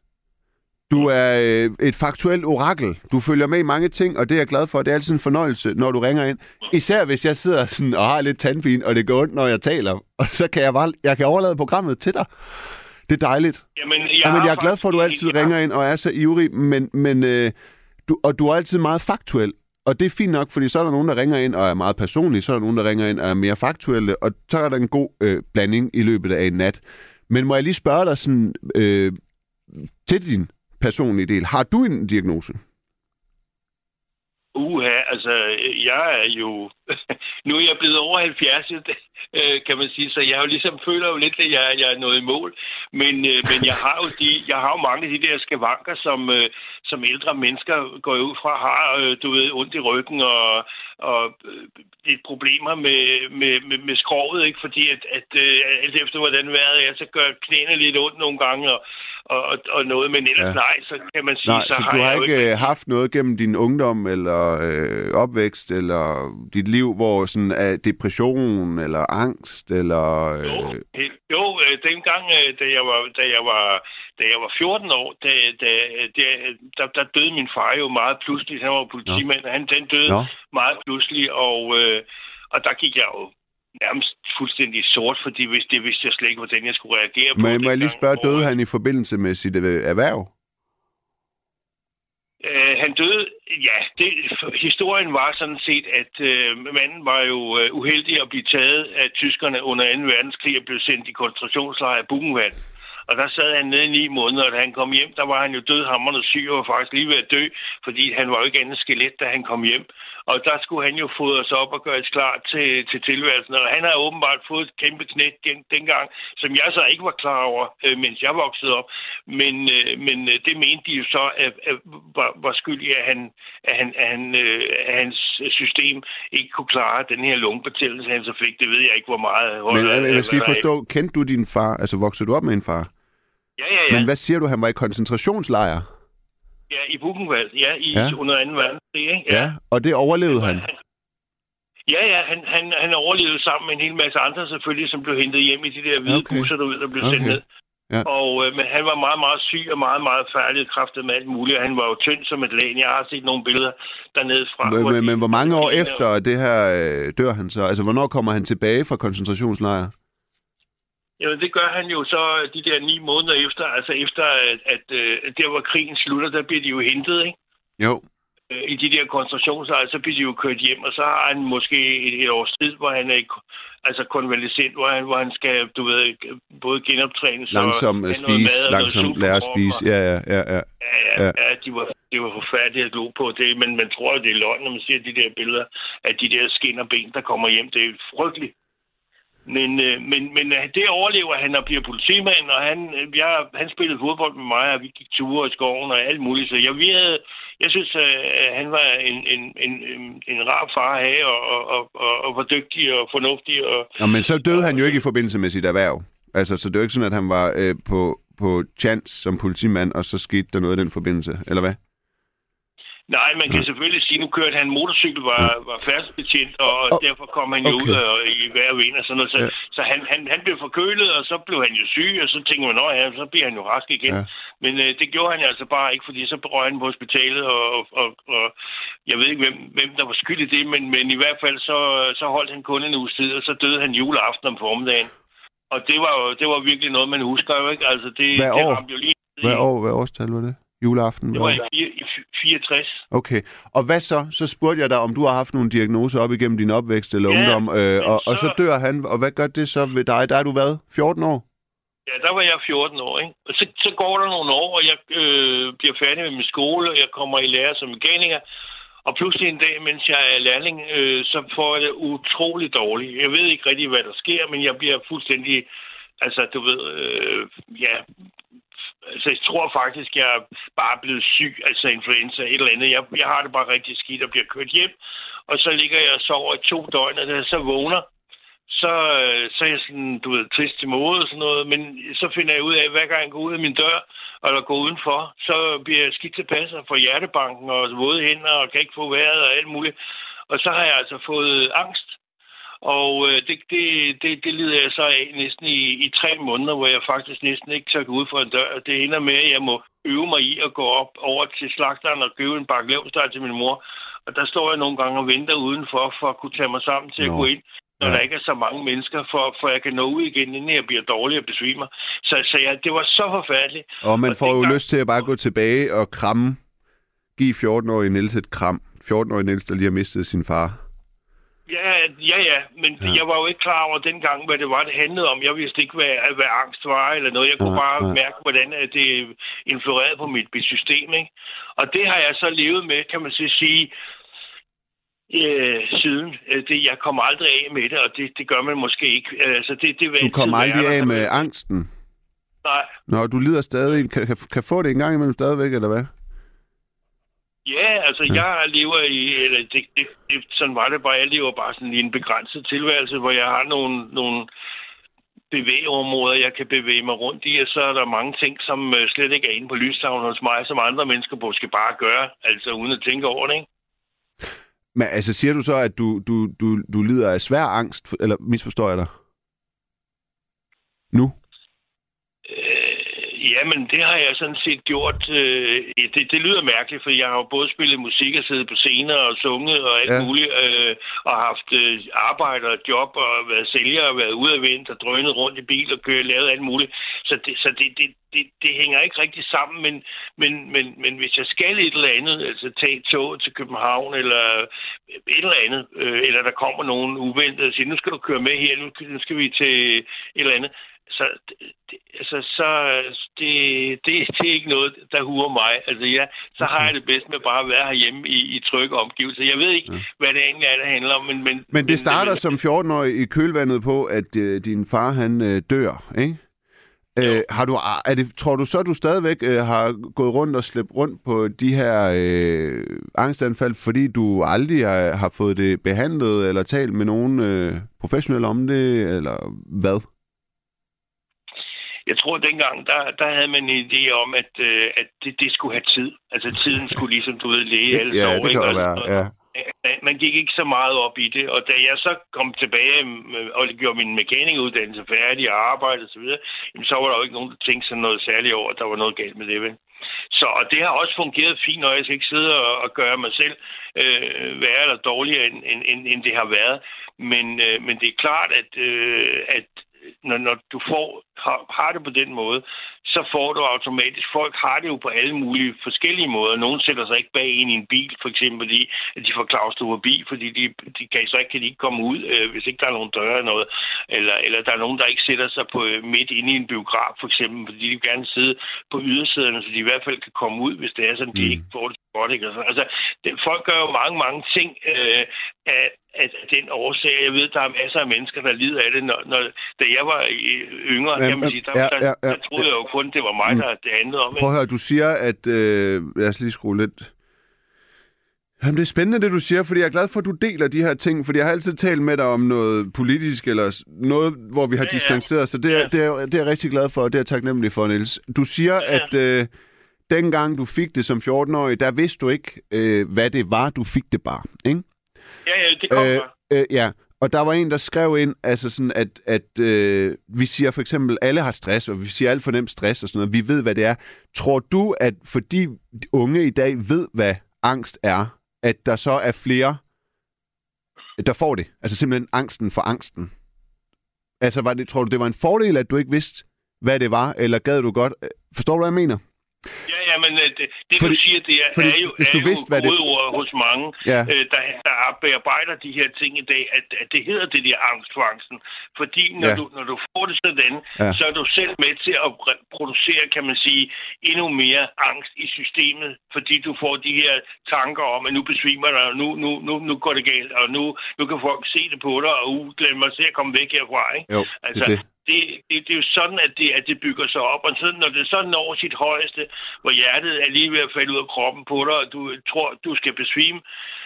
Du er øh, et faktuelt orakel. Du følger med i mange ting, og det er jeg glad for. Det er altid en fornøjelse, når du ringer ind. Især hvis jeg sidder sådan og har lidt tandpine, og det går ondt, når jeg taler. Og så kan jeg bare jeg kan overlade programmet til dig. Det er dejligt. Jamen, jeg, Jamen, jeg er glad for, at du altid jeg... ringer ind og er så ivrig, men, men, øh, du, og du er altid meget faktuel. Og det er fint nok, fordi så er der nogen, der ringer ind og er meget personlige, så er der nogen, der ringer ind og er mere faktuelle, og så er der en god øh, blanding i løbet af en nat. Men må jeg lige spørge dig sådan, øh, til din personlige del. Har du en diagnose? Uha, altså, jeg er jo... nu er jeg blevet over halvfjerds, kan man sige, så jeg jo ligesom føler jo lidt, at jeg, jeg er nået i mål. Men, men jeg har jo de, jeg har jo mange af de der skavanker, som, som ældre mennesker går ud fra, har, du ved, ondt i ryggen og, og lidt problemer med, med, med, med skroget, ikke? Fordi at, at, at alt efter hvordan vejret er, så gør knæene lidt ondt nogle gange, og, og, og noget, men ellers ja. nej, så kan man sige... Nej, så, så har du har jeg ikke ikke haft noget gennem din ungdom, eller øh, opvækst, eller dit liv, hvor sådan er depression, eller angst, eller... Øh... Jo, jo dengang, da jeg var, da jeg var, da jeg var fjorten år, da, da, da, der, der døde min far jo meget pludseligt. Han var politimand, og han den døde Nå. meget pludselig, og, øh, og der gik jeg jo nærmest fuldstændig sort, fordi hvis det vidste jeg slet ikke, hvordan jeg skulle reagere på. Men må jeg lige spørge, døde han i forbindelse med sit erhverv? Uh, han døde, ja, det, historien var sådan set, at uh, manden var jo uh, uheldig at blive taget af tyskerne under anden verdenskrig og blev sendt i koncentrationslejr af Buchenwald. Og der sad han nede i ni måneder, og da han kom hjem, der var han jo dødhamrende syg og var faktisk lige ved at dø, fordi han var jo ikke andet skelet, da han kom hjem. Og der skulle han jo fodre sig op og gøre et klar til, til tilværelsen. Og han har åbenbart fået et kæmpe knæk dengang, som jeg så ikke var klar over, øh, mens jeg voksede op. Men, øh, men det mente de jo så, at, at var, var skyldig, at, han, at, han, at, han, øh, at hans system ikke kunne klare den her lungebetændelse, han så fik. Det ved jeg ikke, hvor meget. Men jeg, jeg skal lige forstå, kendte du din far? Altså voksede du op med en far? Ja, ja, ja. Men hvad siger du, han var i koncentrationslejr? Ja, i Buchenwald. Ja, i, Ja. under anden verdenskrig, ikke? Ja, og det overlevede han. Ja, ja, han, han, han overlevede sammen med en hel masse andre selvfølgelig, som blev hentet hjem i de der hvide Okay. busser derude, der blev Okay. sendt ned. Ja. Og, øh, men han var meget, meget syg og meget, meget færdig kræftet med alt muligt. Han var jo tynd som et læn. Jeg har set nogle billeder dernede fra. Men, men, de- men hvor mange år de- efter det her øh, dør han så? Altså, hvornår kommer han tilbage fra koncentrationslejre? Jamen, det gør han jo så de der ni måneder efter. Altså efter, at, at øh, der hvor krigen slutter, der bliver de jo hentet, ikke? Jo. Øh, I de der koncentrationslejre, så bliver de jo kørt hjem, og så har han måske et, et års tid, hvor han er i, altså konvalescent, hvor han, hvor han skal, du ved, både genoptrænes Langsom og have noget spise, mad og noget langsom suppe lære at på kroppen, spise. og- Ja, ja, ja, ja. Ja, ja, ja, de var, det var forfærdeligt at glo på det, men man tror, at det er løgn, når man ser de der billeder af de der skin og ben, der kommer hjem. Det er frygteligt. Men, øh, men, men øh, det overlever han og bliver politimand, og han, øh, jeg, han spillede fodbold med mig, og vi gik ture i skoven og alt muligt. Så jeg, vi havde, jeg synes, at han var en, en, en, en, en rar far at have, og, og, og, og var dygtig og fornuftig. Og, Nå, men så døde han jo ikke i forbindelse med sit erhverv. Altså, så det er jo ikke sådan, at han var øh, på, på chance som politimand, og så skete der noget i den forbindelse, eller hvad? Nej, man kan selvfølgelig sige, nu kørte han motorcykel, var, var færdsbetjent, og Oh, derfor kom han jo okay. ud og, i hver vind og sådan noget. Så, Ja. ja. så han, han, han blev forkølet, og så blev han jo syg, og så tænkte man, nå ja, så bliver han jo rask igen. Ja. Ja. Men øh, det gjorde han altså bare ikke, fordi så røg han på hospitalet, og, og, og, og jeg ved ikke, hvem, hvem der var skyld i det, men, men i hvert fald så, så holdt han kun en uges tid, og så døde han juleaften om formiddagen. Og det var jo det var virkelig noget, man husker jo, ikke? Altså, det, Hvad det år? ramte jo lige... Hvad år, hvad årstal var det? Juleaften? Det var i fire- i fireogtres. Okay. Og hvad så? Så spurgte jeg dig, om du har haft nogle diagnoser op igennem din opvækst eller Ja, ungdom, øh, og, og så så- dør han. Og hvad gør det så ved dig? Der er du hvad? fjorten år? Ja, der var jeg fjorten år, ikke? Og så, så går der nogle år, og jeg øh, bliver færdig med min skole, og jeg kommer i lære som mekaniker. Og pludselig en dag, mens jeg er lærling, øh, så får jeg det utroligt dårligt. Jeg ved ikke rigtig, hvad der sker, men jeg bliver fuldstændig, altså du ved, øh, ja... Altså, jeg tror faktisk, jeg er bare blevet syg, altså influenza, et eller andet. Jeg, jeg har det bare rigtig skidt og bliver kørt hjem. Og så ligger jeg og sover i to døgn, og da jeg så vågner, så, øh, så er jeg sådan, du ved, trist til mode og sådan noget. Men så finder jeg ud af, at hver gang jeg går ud af min dør, eller går udenfor, så bliver jeg skidt tilpas og får hjertebanken og våde hænder og kan ikke få vejret og alt muligt. Og så har jeg altså fået angst. Og øh, det, det, det, det lider jeg så af næsten i, i tre måneder, hvor jeg faktisk næsten ikke tør gå ud for en dør. Det ender med, at jeg må øve mig i at gå op over til slagteren og købe en bakke leverpostej til min mor. Og der står jeg nogle gange og venter udenfor, for at kunne tage mig sammen til Nå. at gå ind, når ja. der ikke er så mange mennesker, for, for jeg kan nå ud igen, inden jeg bliver dårlig og besvimer. Så, så ja, det var så forfærdeligt. Og man og får jo dengang... lyst til at bare gå tilbage og kramme. Giv fjorten-årige Niels et kram. fjorten-årige Niels, der lige har mistet sin far. Ja, ja, ja, men ja. jeg var jo ikke klar over dengang, hvad det var, det handlede om. Jeg vidste ikke, hvad, hvad angst var eller noget. Jeg kunne ja, bare ja. mærke, hvordan det influerede på mit system, ikke? Og det har jeg så levet med, kan man så sige, øh, siden. Det, jeg kommer aldrig af med det, og det, det gør man måske ikke. Altså, det, det Du kommer aldrig af med angsten? Nej. Nå, du lider stadig. Kan, kan, kan få det en gang imellem stadigvæk, eller hvad? Ja, altså ja. jeg lever i, eller det, det, det, sådan var det bare, jeg lever bare sådan i en begrænset tilværelse, hvor jeg har nogle, nogle bevægeområder, jeg kan bevæge mig rundt i, og så er der mange ting, som slet ikke er inde på lystavlen hos mig, som andre mennesker måske bare gør, altså uden at tænke over det, ikke? Men altså, siger du så, at du, du, du, du lider af svær angst, eller misforstår jeg dig? Nu? Jamen, det har jeg sådan set gjort. Øh, det, det lyder mærkeligt, for jeg har jo både spillet musik og siddet på scener og sunget og alt ja. muligt, øh, og haft øh, arbejde og job og været sælger og været ude af vind og drønet rundt i bil og kørt, lavet alt muligt. Så det, så det, det, det, det hænger ikke rigtig sammen, men, men, men, men hvis jeg skal et eller andet, altså tage toget til København eller et eller andet, øh, eller der kommer nogen uventet og siger, nu skal du køre med her, nu, nu skal vi til et eller andet, så, det, altså, så det, det, det er ikke noget, der huer mig. Altså, ja, så har jeg det bedst med bare at være herhjemme i, i trygge omgivelser. Jeg ved ikke, ja. hvad det egentlig er, det handler om. Men, men, men det starter men, som fjorten-årig i kølvandet på, at øh, din far, han øh, dør, ikke? Øh, har du, er det, tror du så, du stadigvæk øh, har gået rundt og slæbt rundt på de her øh, angstanfald, fordi du aldrig har, har fået det behandlet eller talt med nogen øh, professionelle om det, eller hvad? jeg tror, dengang, der, der havde man en idé om, at, øh, at det, det skulle have tid. Altså, tiden skulle ligesom, du ved, læge alle Ja, år, det ikke? kan jo Og- være, ja. Man gik ikke så meget op i det, og da jeg så kom tilbage øh, og gjorde min mekanikuddannelse færdig og arbejdede osv., jamen, så var der jo ikke nogen, der tænkte sådan noget særligt over, at der var noget galt med det, vel? Så og det har også fungeret fint, og jeg skal ikke sidde og, og gøre mig selv øh, værre eller dårligere, end, end, end det har været. Men, øh, men det er klart, at, øh, at når, når du får, har, har det på den måde, så får du automatisk. Folk har det jo på alle mulige forskellige måder. Nogen sætter sig ikke bag en i en bil, for eksempel, fordi at de får klaustrofobi, fordi de, de kan, så ikke, kan de ikke komme ud, øh, hvis ikke der er nogen døre eller noget. Eller, eller der er nogen, der ikke sætter sig på midt inde i en biograf, for eksempel, fordi de vil gerne sidde på ydersæderne, så de i hvert fald kan komme ud, hvis det er sådan, de Mm. ikke får det godt. Ikke? Altså, det, folk gør jo mange, mange ting øh, af, af den årsag. Jeg ved, der er masser af mennesker, der lider af det. Når, når, da jeg var yngre, Ja, kan man sige, der, ja, ja, ja. der, der troede jeg jo kun, det var mig, der det handlede om. Prøv at høre, du siger, at... Øh, lad os lige skrue lidt... Jamen, det er spændende, det du siger, fordi jeg er glad for, at du deler de her ting, fordi jeg har altid talt med dig om noget politisk, eller s- noget, hvor vi har Ja, ja, ja. distanceret os, så det er, Ja. det, er, det er jeg rigtig glad for, og det er jeg taknemmelig for, Niels. Du siger, Ja. at øh, dengang du fik det som fjorten-årig, der vidste du ikke, øh, hvad det var, du fik det bare, ikke? Ja, ja, det kom Øh, øh, øh, ja, og der var en, der skrev ind, altså sådan, at, at øh, vi siger for eksempel, alle har stress, og vi siger alt for nemt stress og sådan noget. Vi ved, hvad det er. Tror du, at fordi de unge i dag ved, hvad angst er, at der så er flere, der får det? Altså simpelthen angsten for angsten. Altså, var det, tror du, det var en fordel, at du ikke vidste, hvad det var, eller gad du godt? Forstår du, hvad jeg mener? Ja, ja, men øh, det, det Fordi- du siger, det er, fordi er jo, hvis du er jo vidste, hvad det- hovedord hos mange, Ja. øh, der, der bearbejder de her ting i dag, at, at det hedder det der angst for angsten. Fordi når, Ja. du, når du får det sådan, Ja. så er du selv med til at re- producere, kan man sige, endnu mere angst i systemet, fordi du får de her tanker om, at nu besvimer dig, og nu, nu, nu, nu går det galt, og nu, nu kan folk se det på dig, og uh, glem mig til at komme væk herfra, ikke? Jo, Altså, det er det. Det, det, det er jo sådan, at det, at det bygger sig op. Og så, når det så når sit højeste, hvor hjertet er lige ved at falde ud af kroppen på dig, og du tror, du skal besvime,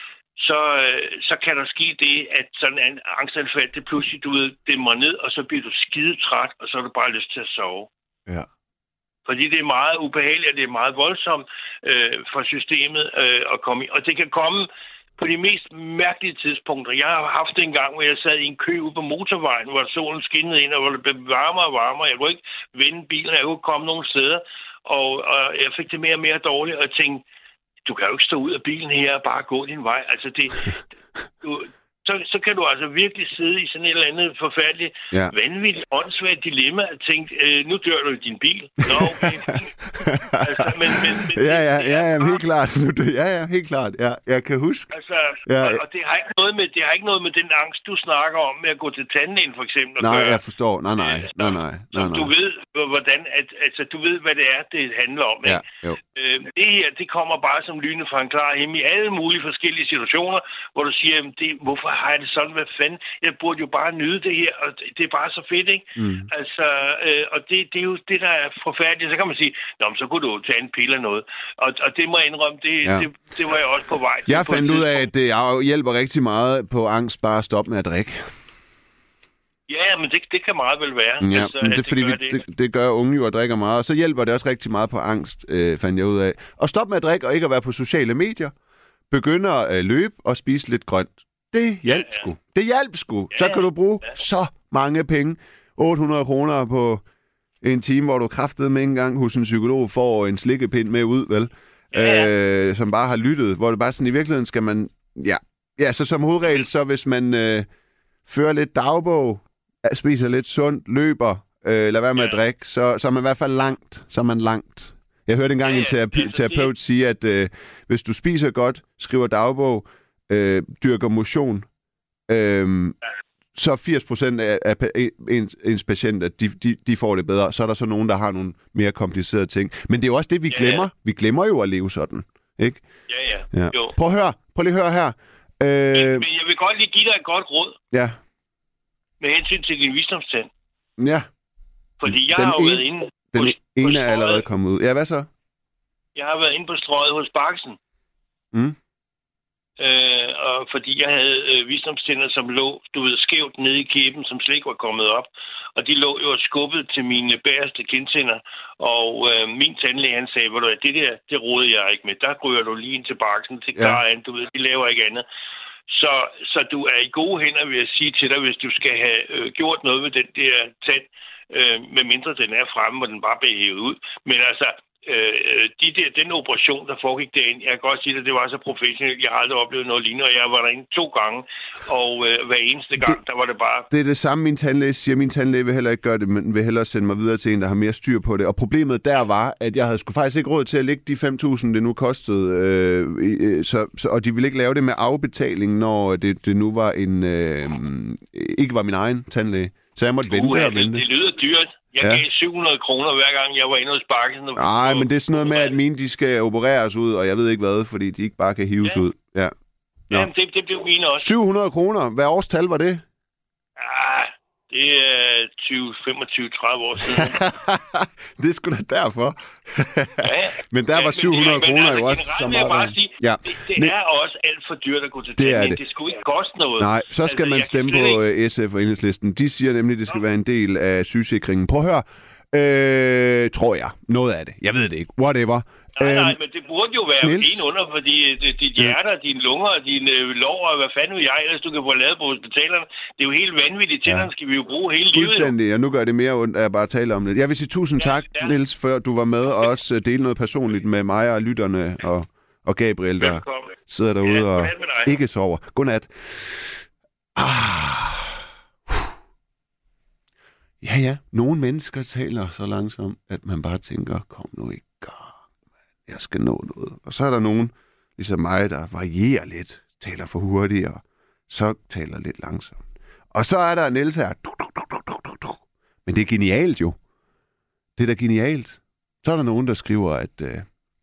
så, øh, så kan der ske det, at sådan en angstanfald, det pludselig, du ved, dæmmer ned, og så bliver du skide træt, og så har du bare lyst til at sove. Ja. Fordi det er meget ubehageligt, og det er meget voldsomt øh, for systemet øh, at komme i. Og det kan komme på de mest mærkelige tidspunkter. Jeg har haft det en gang, hvor jeg sad i en kø ude på motorvejen, hvor solen skinnede ind, og hvor det blev varmere og varmere. Jeg kunne ikke vende bilen, jeg kunne ikke komme nogen steder. Og, og jeg fik det mere og mere dårligt, og jeg tænkte, du kan jo ikke stå ud af bilen her og bare gå din vej. Altså det... Du, så, så kan du altså virkelig sidde i sådan et eller andet forfærdeligt, Ja. vanvittigt, åndssvagt dilemma og tænke, øh, nu dør du i din bil. Nå, okay. altså, men, men, men, ja, ja, det ja, er ja, bare- helt klart. Ja, ja, helt klart. Ja, jeg kan huske. Altså, Ja, ja, ja. og, og det har ikke noget med det har ikke noget med den angst du snakker om med at gå til tandlægen for eksempel at Nej, gøre. jeg forstår. Nej, nej, nej, nej, Så nej, du nej. ved hvordan at altså du ved hvad det er det handler om, Ja, ikke? jo. Øh, det her det kommer bare som lyne fra en klar himmel i alle mulige forskellige situationer, hvor du siger, jamen, det, hvorfor har jeg det sådan, hvad fanden? Jeg burde jo bare nyde det her, og det, det er bare så fedt, ikke? Mm. Altså, øh, og det, det er jo det, der er forfærdeligt. Så kan man sige, nå, men så kunne du jo tage en pille eller noget. Og, og det må jeg indrømme, det, Ja. det, det var jeg også på vej til. Jeg på et fandt ud af, tidspunkt. at det af- hjælper rigtig meget på angst bare at stoppe med at drikke. Ja, men det, det kan meget vel være. Ja, altså, men at det er fordi, gør vi, det, det gør unge jo og drikker meget, og så hjælper det også rigtig meget på angst, øh, fandt jeg ud af. Og stop med at drikke og ikke at være på sociale medier. Begynder at øh, løbe og spise lidt grønt. Det hjælp ja. sgu. Det hjælp sgu. Ja, Så kan du bruge ja. så mange penge. otte hundrede kroner på en time, hvor du kraftede med en gang hos en psykolog får en slikkepind med ud, vel? Ja, Øh, som bare har lyttet. Hvor det bare sådan, i virkeligheden skal man... Ja, ja så som hovedregel, så hvis man øh, fører lidt dagbog, spiser lidt sundt, løber, øh, lad være med Ja. at drikke, så, så er man i hvert fald langt. Så er man langt. Jeg hørte engang Ja, en ja, terapi- altså, det- terapeut sige, at øh, hvis du spiser godt, skriver dagbog, øh, dyrker motion, øh, så firs procent af, af pa- ens, ens patienter, de, de, de får det bedre. Så er der så nogen, der har nogle mere komplicerede ting. Men det er jo også det, vi Ja, ja. glemmer. Vi glemmer jo at leve sådan. Ikke? Ja, ja. Ja. Jo. Prøv at høre. Prøv lige at høre her. Men, Øh, men jeg vil godt lige give dig et godt råd ja. med hensyn til din visdomstand. Ja. Fordi jeg Den har jo ene- været inde Den hos, ene hos er allerede strøget. kommet ud. Ja, hvad så? Jeg har været inde på strøget hos Baksen. Mm. Øh, og fordi jeg havde øh, visdomstænder, som lå, du ved, skævt nede i kæben, som slet ikke var kommet op. og de lå jo skubbet til mine bagerste kindtænder, og øh, min tandlæge, han sagde, ved du hvad, det der, det råder jeg ikke med. Der ryger du lige ind til baksen, til klaren, ja. Du ved, de laver ikke andet. Så, så du er i gode hænder, vil jeg sige til dig, hvis du skal have øh, gjort noget med den der tand, øh, medmindre den er fremme, og den bare bliver hævet ud. Men altså, øh, de der, den operation, der foregik derinde, jeg kan godt sige, at det var så professionelt. Jeg har aldrig oplevet noget lignende, og jeg var derinde to gange, og øh, hver eneste gang, det, der var det bare... Det er det samme, min tandlæge siger. Min tandlæge vil heller ikke gøre det, men vil hellere sende mig videre til en, der har mere styr på det. Og problemet der var, at jeg havde sgu faktisk ikke råd til at lægge de fem tusind, det nu kostede, øh, øh, så, så, og de ville ikke lave det med afbetaling, når det, det nu var en... Øh, ikke var min egen tandlæge. Så jeg måtte vente uh, og vente. Det lyder dyrt. Jeg ja. gav syv hundrede kroner hver gang, jeg var inde hos Bakkesen. Nej, men det er sådan noget med, at mine de skal opereres ud, og jeg ved ikke hvad, fordi de ikke bare kan hives ja. ud. Ja, Jamen, det, det blev mine også. syv hundrede kroner. Hvad årstal var det? Ah, det er tyve, femogtyve, tredive år siden. Det er sgu da derfor. ja, men der ja, var syv hundrede kroner jo også. Generelt vil jeg bare sige, ja. det, det men, er også alt for dyrt at gå til tandlægen. Det. det skulle ikke koste noget. Nej, så skal altså, man stemme på ikke... S F og Enhedslisten. De siger nemlig, at det skal ja. være en del af sygesikringen. Prøv at høre. Øh, tror jeg. Noget af det. Jeg ved det ikke. Whatever. Nej, nej, men det burde jo være din under, fordi dit hjerte, ja. dine lunger, dine lår, og hvad fanden vil jeg, ellers du kan få lavet på hospitalerne. Det er jo helt vanvittigt. Tænderne ja. skal vi jo bruge hele livet. Fuldstændig, og nu gør det mere ondt, at jeg bare taler om det. Jeg vil sige tusind ja, tak, ja. Niels, for du var med og også dele noget personligt med mig og lytterne og, og Gabriel, der Velkommen. sidder derude ja, og ikke sover. Godnat. Ah. Ja, ja. Nogle mennesker taler så langsomt, at man bare tænker, kom nu ikke. Jeg skal nå noget. Og så er der nogen, ligesom mig, der varierer lidt, taler for hurtigt, og så taler lidt langsomt. Og så er der Niels her. Men det er genialt jo. Det er da genialt. Så er der nogen, der skriver, at, øh,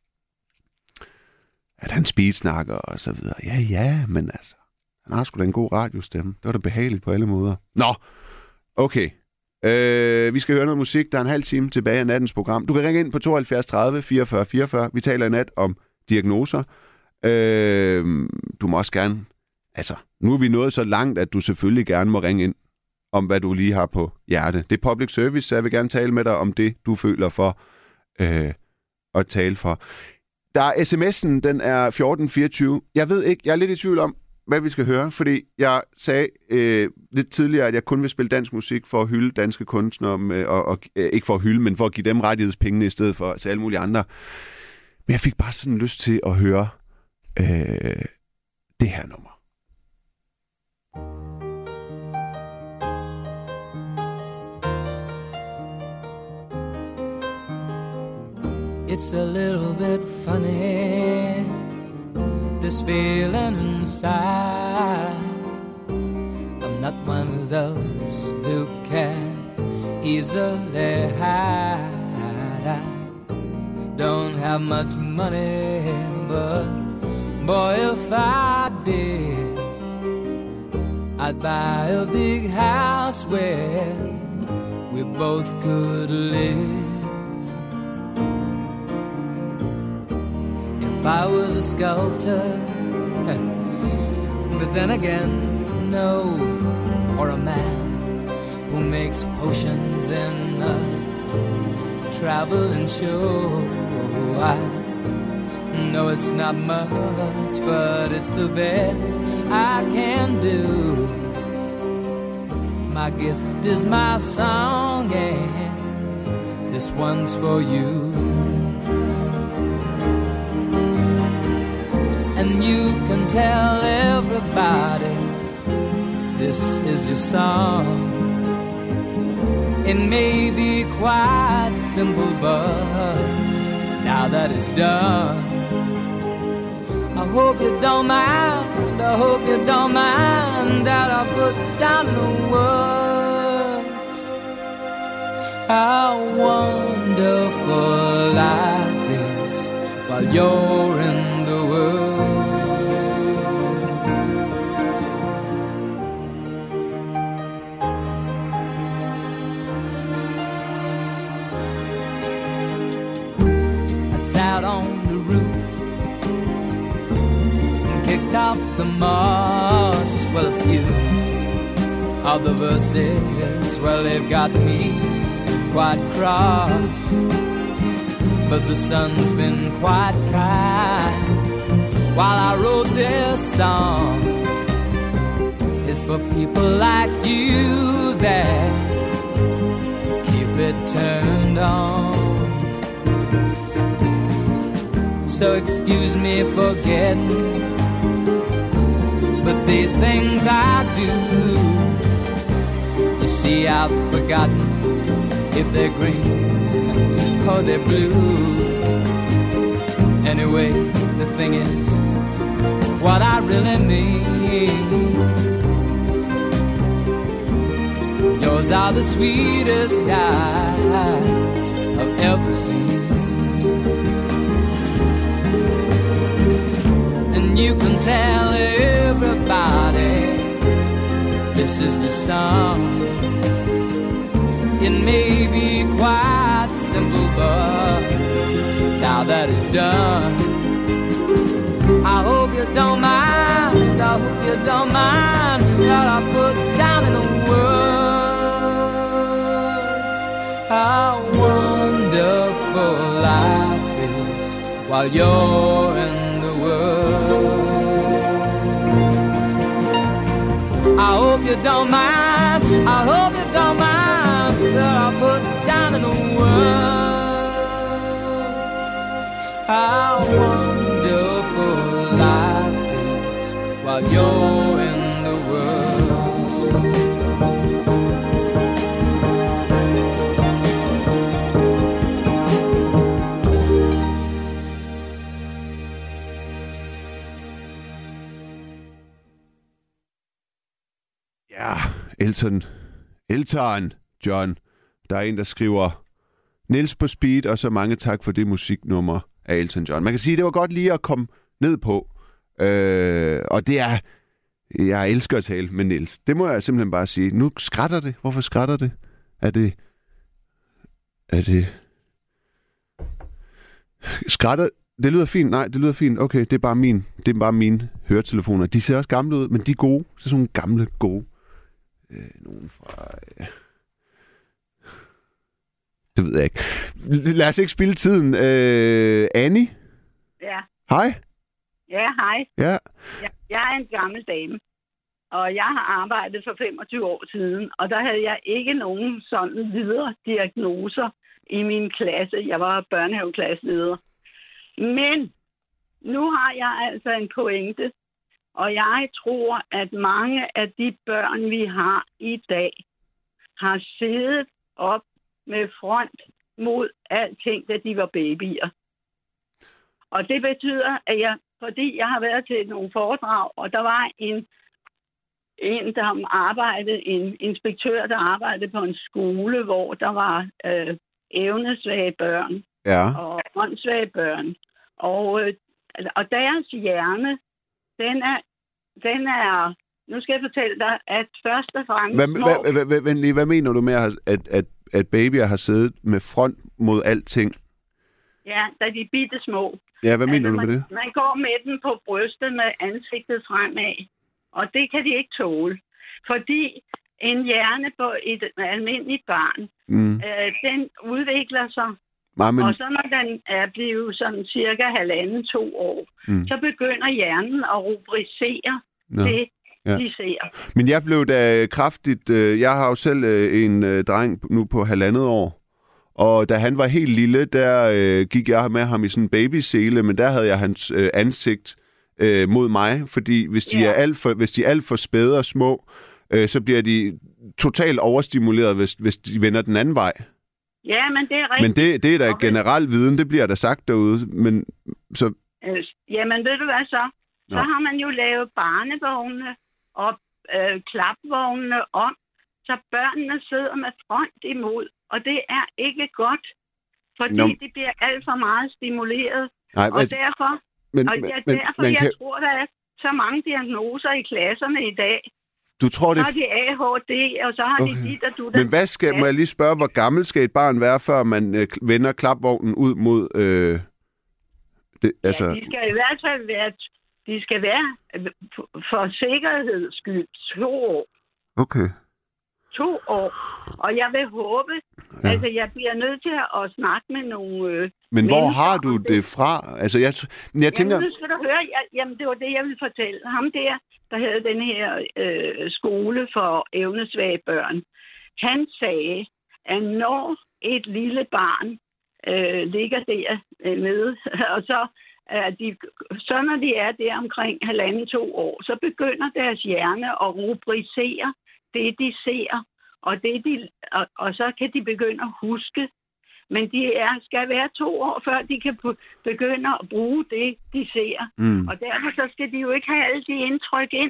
at han speedsnakker og så videre. Ja, ja, men altså, han har sgu da en god radiostemme. Det var da behageligt på alle måder. Nå, okay. Øh, vi skal høre noget musik. Der er en halv time tilbage af nattens program. Du kan ringe ind på tooghalvfjerds tredive fireogfyrre fireogfyrre. Vi taler i nat om diagnoser. Øh, du må også gerne... Altså, nu er vi nået så langt, at du selvfølgelig gerne må ringe ind om, hvad du lige har på hjerte. Det er public service, så jeg vil gerne tale med dig om det, du føler for øh, at tale for. Der er sms'en, den er fjorten fireogtyve. Jeg ved ikke, jeg er lidt i tvivl om, hvad vi skal høre, fordi jeg sagde øh, lidt tidligere, at jeg kun vil spille dansk musik for at hylde danske kunstnere, med, og, og øh, ikke for at hylde, men for at give dem rettighedspengene i stedet for til alle mulige andre. Men jeg fik bare sådan lyst til at høre øh, det her nummer. It's a little bit funny, this feeling inside. I'm not one of those who can easily hide. I don't have much money, but boy, if I did, I'd buy a big house where we both could live. If I was a sculptor, but then again, no, or a man who makes potions in a traveling show. I know it's not much, but it's the best I can do. My gift is my song, and this one's for you. And you can tell everybody this is your song. It may be quite simple, but now that it's done, I hope you don't mind, I hope you don't mind that I put down in the words how wonderful life is while you're in the world. Out on the roof and kicked out the moss. Well, a few of the verses, well, they've got me quite cross. But the sun's been quite kind while I wrote this song. It's for people like you that keep it turned on. So excuse me for getting, but these things I do, you see, I've forgotten if they're green or they're blue. Anyway, the thing is, what I really mean, yours are the sweetest eyes I've ever seen. And you can tell everybody this is the song. It may be quite simple, but now that it's done, I hope you don't mind, I hope you don't mind what I put down in the words. How wonderful life is while you're in the world. I hope you don't mind, I hope you don't mind that I put down in the words. How wonderful life is while you're in the world. Ja, Elton. Elton John. Der er en, der skriver Niels på speed, og så mange tak for det musiknummer af Elton John. Man kan sige, at det var godt lige at komme ned på. Øh, og det er... Jeg elsker at tale med Niels. Det må jeg simpelthen bare sige. Nu skrætter det. Hvorfor skrætter det? Er det... Er det... Skrætter... Det lyder fint. Nej, det lyder fint. Okay, det er bare min. Det er bare mine høretelefoner. De ser også gamle ud, men de er gode. Det er sådan nogle gamle, gode. Øh, nogen fra... Øh... Det ved jeg ikke. Lad os ikke spilde tiden. Øh, Annie? Ja. Hej. Ja, hej. Ja. Jeg, jeg er en gammel dame, og jeg har arbejdet for femogtyve år siden, og der havde jeg ikke nogen sådan videre diagnoser i min klasse. Jeg var børnehaveklasseleder. Men nu har jeg altså en pointe, og jeg tror, at mange af de børn, vi har i dag, har siddet op med front mod alting, da de var babyer. Og det betyder, at jeg, fordi jeg har været til nogle foredrag, og der var en, en der arbejdede, en inspektør, der arbejdede på en skole, hvor der var øh, evnesvage børn ja. og åndssvage børn. Og, øh, og deres hjerne, den er, den er, nu skal jeg fortælle dig, at først og fremmest... Hvad, når... hvad, hvad, hvad, hvad mener du med, at, at, at babyer har siddet med front mod alting? Ja, da de er bitte små. Ja, hvad mener altså, du med man, det? Man går med den på brystet med ansigtet fremad, og det kan de ikke tåle. Fordi en hjerne på et almindeligt barn, mm. øh, den udvikler sig, Nej, men... og så når den er blevet sådan cirka halvanden, to år, mm. så begynder hjernen at rubricere Nå. det, ja. de ser. Men jeg blev da kraftigt... Øh, jeg har jo selv øh, en øh, dreng nu på halvandet år, og da han var helt lille, der øh, gik jeg med ham i sådan en babysele, men der havde jeg hans øh, ansigt øh, mod mig, fordi hvis de, yeah. er alt for, hvis de er alt for spæde og små, øh, så bliver de totalt overstimuleret, hvis, hvis de vender den anden vej. Ja, men det er rigtigt. Men det, det er da okay. Generel viden, det bliver der sagt derude. Men, så... øh, jamen ved du hvad så? Så Nå. har man jo lavet barnevogne og øh, klapvognene om, så børnene sidder med front imod. Og det er ikke godt, fordi Nå. det bliver alt for meget stimuleret. Nej, og altså, derfor, men, og ja, men, derfor jeg kan... tror, der er så mange diagnoser i klasserne i dag. Du tror, det... Så har de A H D, og så har okay. de dit og du der. Men hvad skal, må jeg lige spørge, hvor gammel skal et barn være, før man øh, vender klapvognen ud mod... Øh, det, altså... Ja, de skal i hvert fald være, de skal være for sikkerheds skyld to år. Okay. To år. Og jeg vil håbe, ja. altså jeg bliver nødt til at snakke med nogle øh, Men hvor har du det, det fra? Altså, jeg, jeg tænker... Jamen, nu skal du høre. Jeg, jamen, det var det, jeg ville fortælle. Ham der, der havde den her øh, skole for evnesvage børn, han sagde, at når et lille barn øh, ligger der øh, nede, og så, er de, så når de er der omkring halvanden to år, så begynder deres hjerne at rubricere det, de ser, og, det, de, og, og så kan de begynde at huske. Men de er, skal være to år, før de kan begynde at bruge det, de ser. Mm. Og derfor så skal de jo ikke have alle de indtryk ind.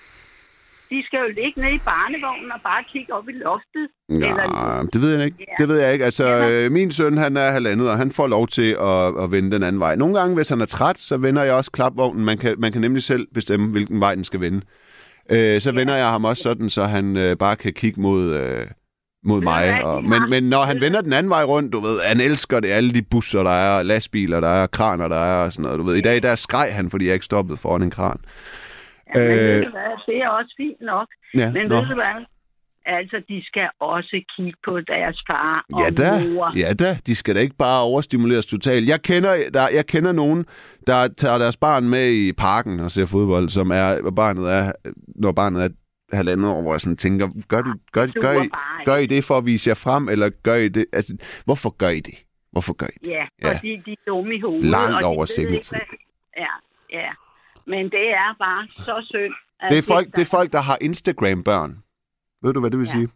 De skal jo ligge nede i barnevognen og bare kigge op i loftet. Ja, eller... det ved jeg ikke. Ja. Det ved jeg ikke. Altså, ja. Min søn, han er halvandet, og han får lov til at, at vende den anden vej. Nogle gange, hvis han er træt, så vender jeg også klapvognen. Man kan, man kan nemlig selv bestemme, hvilken vej den skal vende. Øh, så ja. vender jeg ham også sådan, så han øh, bare kan kigge mod... Øh, mod mig. Og, men, men når han vender den anden vej rundt, du ved, han elsker det, alle de busser, der er, lastbiler, der er, kraner, der er, og sådan noget. Du ved, i dag, der skreg han, fordi jeg ikke stoppede foran en kran. Ja, men øh, ved du hvad, det er også fint nok. Ja, men nå. Ved du hvad, altså, de skal også kigge på deres far og ja, da. mor. Ja da, de skal da ikke bare overstimuleres totalt. Jeg kender, der, jeg kender nogen, der tager deres barn med i parken og ser fodbold, som er, hvor barnet er, når barnet er halvandet år, hvor jeg sådan tænker, gør, du, gør, gør, gør, I, gør I det for at vise jer frem, eller gør I det? Altså, hvorfor gør I det? Hvorfor gør I det? Ja, ja. Fordi de er dumme i hovedet. Langt og over sengetid. Ja, ja. Men det er bare så synd. Det er, folk, det er folk, der har Instagram-børn. Ved du, hvad det vil ja. sige?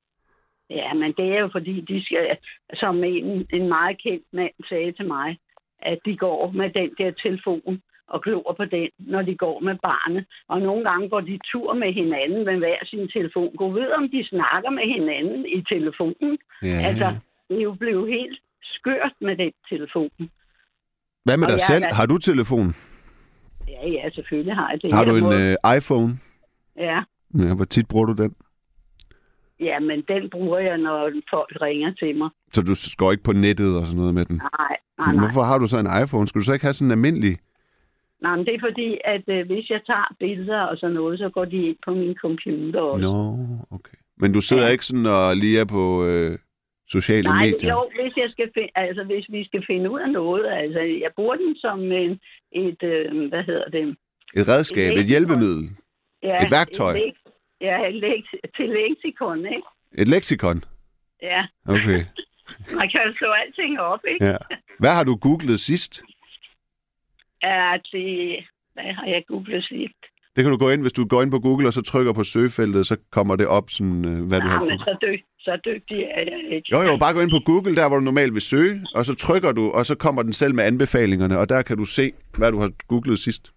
Ja, men det er jo fordi, de skal, som en, en meget kendt mand sagde til mig, at de går med den der telefon og glor på den, når de går med barnet. Og nogle gange går de tur med hinanden med hver sin telefon. Gå ved, om de snakker med hinanden i telefonen. Ja. Altså, det er jo blevet helt skørt med den telefon. Hvad med og dig selv? Er... Har du telefon? Ja, ja, selvfølgelig har jeg det. Har du en uh, iPhone? Ja. Ja. Hvor tit bruger du den? Ja, men den bruger jeg, når folk ringer til mig. Så du går ikke på nettet og sådan noget med den? Nej, nej, nej. Hvorfor har du så en iPhone? Skal du så ikke have sådan en almindelig? Nej, men det er fordi, at øh, hvis jeg tager billeder og sådan noget, så går de ind på min computer også. Nå, okay. Men du sidder ja. ikke sådan og lige er på øh, sociale Nej, medier? Nej, jo, hvis, jeg skal find, altså, hvis vi skal finde ud af noget. Altså, jeg bruger den som en, et, øh, hvad hedder det? Et redskab, et, et hjælpemiddel? Ja, et værktøj? Et, ja, et leks, til leksikon, ikke? Et leksikon? Ja. Okay. Man kan jo slå alting op, ikke? Ja. Hvad har du googlet sidst? Ja, det... Hvad har jeg googlet sidst? Det kan du gå ind, hvis du går ind på Google, og så trykker på søgefeltet, så kommer det op, sådan, øh, hvad ja, du har. Men så, dyg, så dygtig er jeg ikke. Jo, jo, bare gå ind på Google, der hvor du normalt vil søge, og så trykker du, og så kommer den selv med anbefalingerne, og der kan du se, hvad du har googlet sidst.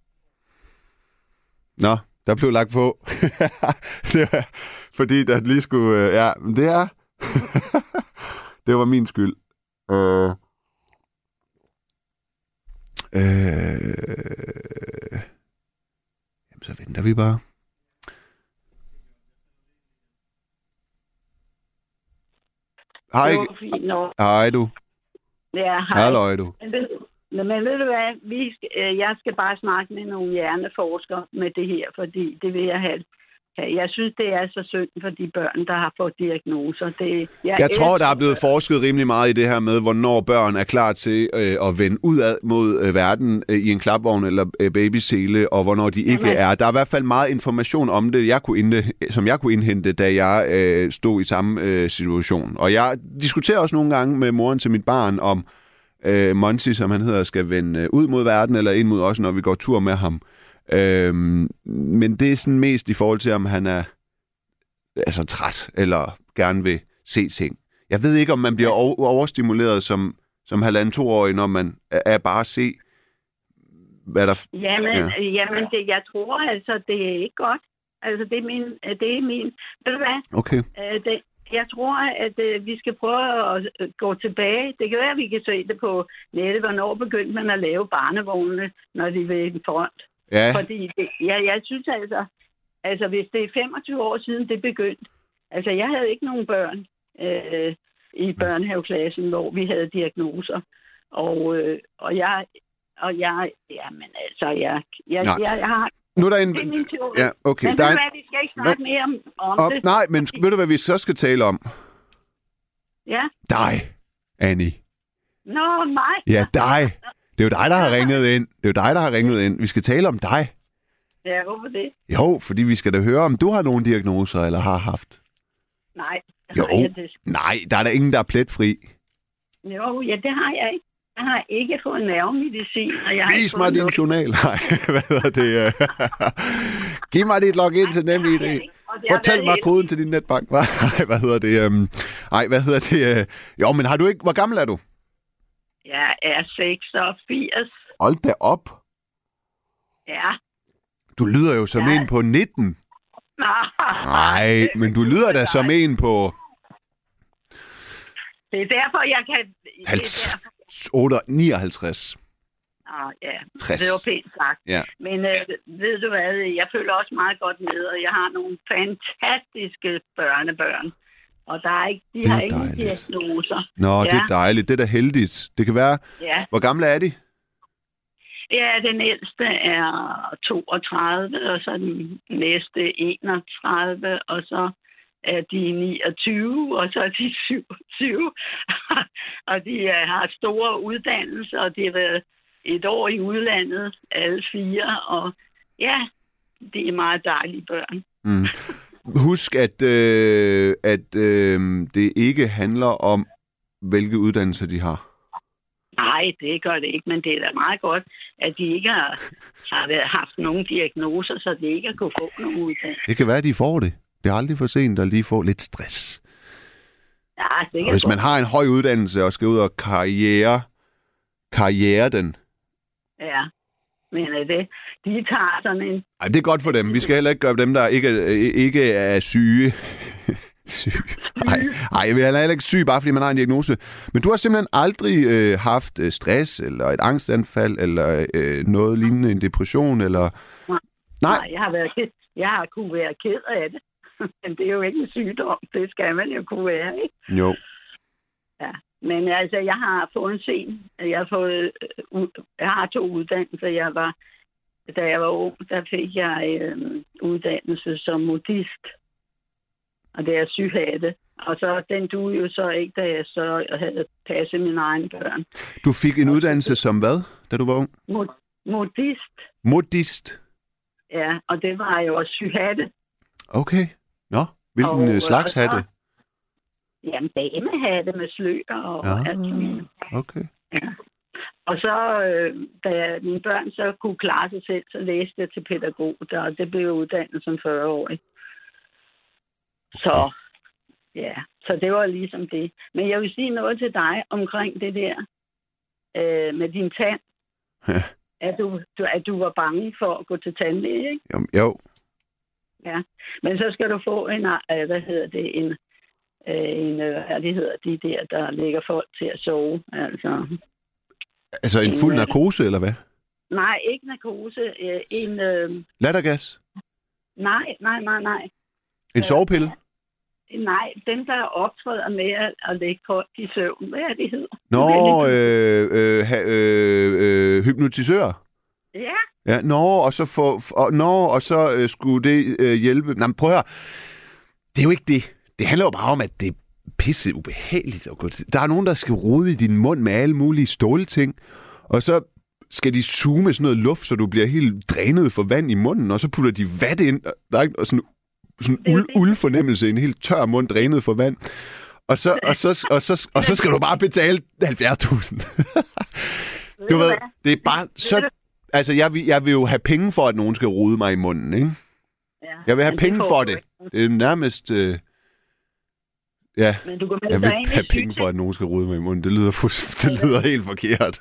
Nå, der blev lagt på. Det var, fordi der lige skulle... Øh, ja, det er... det var min skyld. Øh... Øh... Jamen, så venter vi bare. Hej. Hej du. Ja, hej. Halløj du. Men ved, men ved du hvad, vi skal, jeg skal bare snakke med nogle hjerneforskere med det her, fordi det vil jeg have. Jeg synes, det er så synd for de børn, der har fået diagnoser. Det, jeg jeg tror, der er blevet forsket rimelig meget i det her med, hvornår børn er klar til øh, at vende udad mod øh, verden øh, i en klapvogn eller øh, babysele, og hvornår de ikke Jamen. er. Der er i hvert fald meget information om det, jeg kunne indhente, som jeg kunne indhente, da jeg øh, stod i samme øh, situation. Og jeg diskuterer også nogle gange med moren til mit barn om øh, Monty, som han hedder, skal vende ud mod verden eller ind mod os, når vi går tur med ham. Øhm, men det er sådan mest i forhold til, om han er altså træt, eller gerne vil se ting. Jeg ved ikke, om man bliver over- overstimuleret som, som halvandet-toårig, når man er bare at se, hvad der... Jamen, ja. jamen det, jeg tror altså, det er ikke godt. Altså, det er min... Det er min ved du hvad? Okay. Øh, det, jeg tror, at øh, vi skal prøve at øh, gå tilbage. Det kan være, at vi kan se det på nettet. Hvornår begyndte man at lave barnevogne, når de vil i front? Ja. Fordi det, ja, jeg synes altså, altså hvis det er femogtyve år siden, det begyndte. Altså jeg havde ikke nogen børn øh, i børnehaveklassen, hvor vi havde diagnoser. Og, øh, og jeg, og jeg, jamen altså, jeg, jeg, jeg, jeg har Nu er der en... Det er min teori. Ja, okay. Men Der ved er du en... hvad, vi skal ikke snakke mere om, om Op... det. Nej, men ved du, hvad vi så skal tale om? Ja. Dig, Annie. Nå, mig. Ja, dig. Det er jo dig, der har ringet ind. Det er jo dig, der har ringet ind. Vi skal tale om dig. Ja, hvorfor det? Jo, fordi vi skal da høre, om du har nogle diagnoser, eller har haft. Nej. Jo. Har jeg det? Nej, der er der ingen, der er pletfri. Jo, ja, det har jeg ikke. Jeg har ikke fået nervemedicin. Og jeg har Vis ikke mig fået din noget. journal. Nej, hvad hedder det? Giv mig dit login til NemID. Fortæl mig koden til din netbank. Nej, hvad hedder det? Um... Ej, hvad hedder det? Uh... Jo, men har du ikke... Hvor gammel er du? Jeg er seksogfirs. Hold da op. Ja. Du lyder jo som Ja. en på nitten. Nej, men du lyder da som en på Det er derfor, jeg kan... halvtreds, otte, nioghalvtreds. Ah, ja, tres. det var pænt sagt. Ja. Men øh, ved du hvad, jeg føler også meget godt med, og jeg har nogle fantastiske børnebørn. Og der er ikke, de Det er har ingen dejligt. diagnoser. Nå, ja. det er dejligt. Det er da heldigt. Det kan være... Ja. Hvor gamle er de? Ja, den ældste er toogtredive, og så den næste enogtredive, og så er de niogtyve, og så er de syvogtyve. Og de uh, har store uddannelser, og de har været et år i udlandet, alle fire. Og ja, de er meget dejlige børn. Mm. Husk, at, øh, at øh, det ikke handler om, hvilke uddannelser de har. Nej, det gør det ikke, men det er da meget godt, at de ikke har, har været, haft nogen diagnoser, så de ikke har kunnet få nogen uddannelse. Det kan være, at de får det. Det er aldrig for sent at lige få lidt stress. Ja, det Og kan hvis godt. man har en høj uddannelse og skal ud og karriere, karriere den. Ja, men er det, de tager sådan en... Ej, det er godt for dem. Vi skal heller ikke gøre dem, der ikke, ikke er syge. syge. Ej, ej, jeg er heller ikke syg, bare fordi man har en diagnose. Men du har simpelthen aldrig øh, haft øh, stress, eller et angstanfald, eller øh, noget lignende, en depression, eller... Nej, Nej. Nej jeg har været ked. Jeg har kunnet være ked af det. Men det er jo ikke en sygdom. Det skal man jo kunne være, ikke? Jo. Ja. Men altså, jeg har fået en sen. Jeg har, fået, øh, jeg har to uddannelser. Jeg var, da jeg var ung, der fik jeg øh, uddannelse som modist. Og det er sygehatte. Og så den duede jo så ikke, da jeg så havde passet mine egne børn. Du fik en uddannelse som hvad, da du var ung? Mod, modist. Modist. Ja, og det var jo også sygehatte. Okay. Nå, hvilken Og, og, slags øh, hatte? Jamen, damehatte med sløer og Ja. alt muligt. Okay. Ja. Og så, øh, da mine børn så kunne klare sig selv, så læste jeg til pædagog, der, og det blev jeg uddannet som fyrre-årig. Så, ja, så det var ligesom det. Men jeg vil sige noget til dig omkring det der øh, med din tand. Ja. At du, du, at du var bange for at gå til tandlæge, ikke? Jo. jo. Ja. Men så skal du få en, øh, hvad hedder det, en, øh, en øh, hvad det hedder, de der, der lægger folk til at sove, altså. Altså en fuld narkose, eller hvad? Nej, ikke narkose. Øh, en... Øh, Lattergas? nej, nej, nej, nej. En sovepille? Øh, nej, dem, der optræder med at, at lægge folk i søvn. Hvad er det hedder? Nå, øh, øh, ha, øh, øh, hypnotisør? Ja. Ja, nå, og så, for, for, nå, og så øh, skulle det øh, hjælpe. Nej, men prøv at høre. Det er jo ikke det. Det handler jo bare om, at det er pisse ubehageligt at gå til. Der er nogen, der skal rode i din mund med alle mulige stålting, og så skal de suge med sådan noget luft, så du bliver helt drænet for vand i munden, og så putter de vat ind. Der er ikke sådan sådan en uld, uldfornemmelse, en helt tør mund drænet for vand. Og så, og så, og så, og så skal du bare betale halvfjerds tusind. Du ved, det er bare så... Altså, jeg vil, jeg vil jo have penge for, at nogen skal rode mig i munden, ikke? Ja, jeg vil have men penge det får for du det. ikke. Det er nærmest... Øh, ja, Men du kan melde jeg vil dig ind i have syge- penge for, at nogen skal rode mig i munden. Det lyder, fuldst- det lyder helt forkert.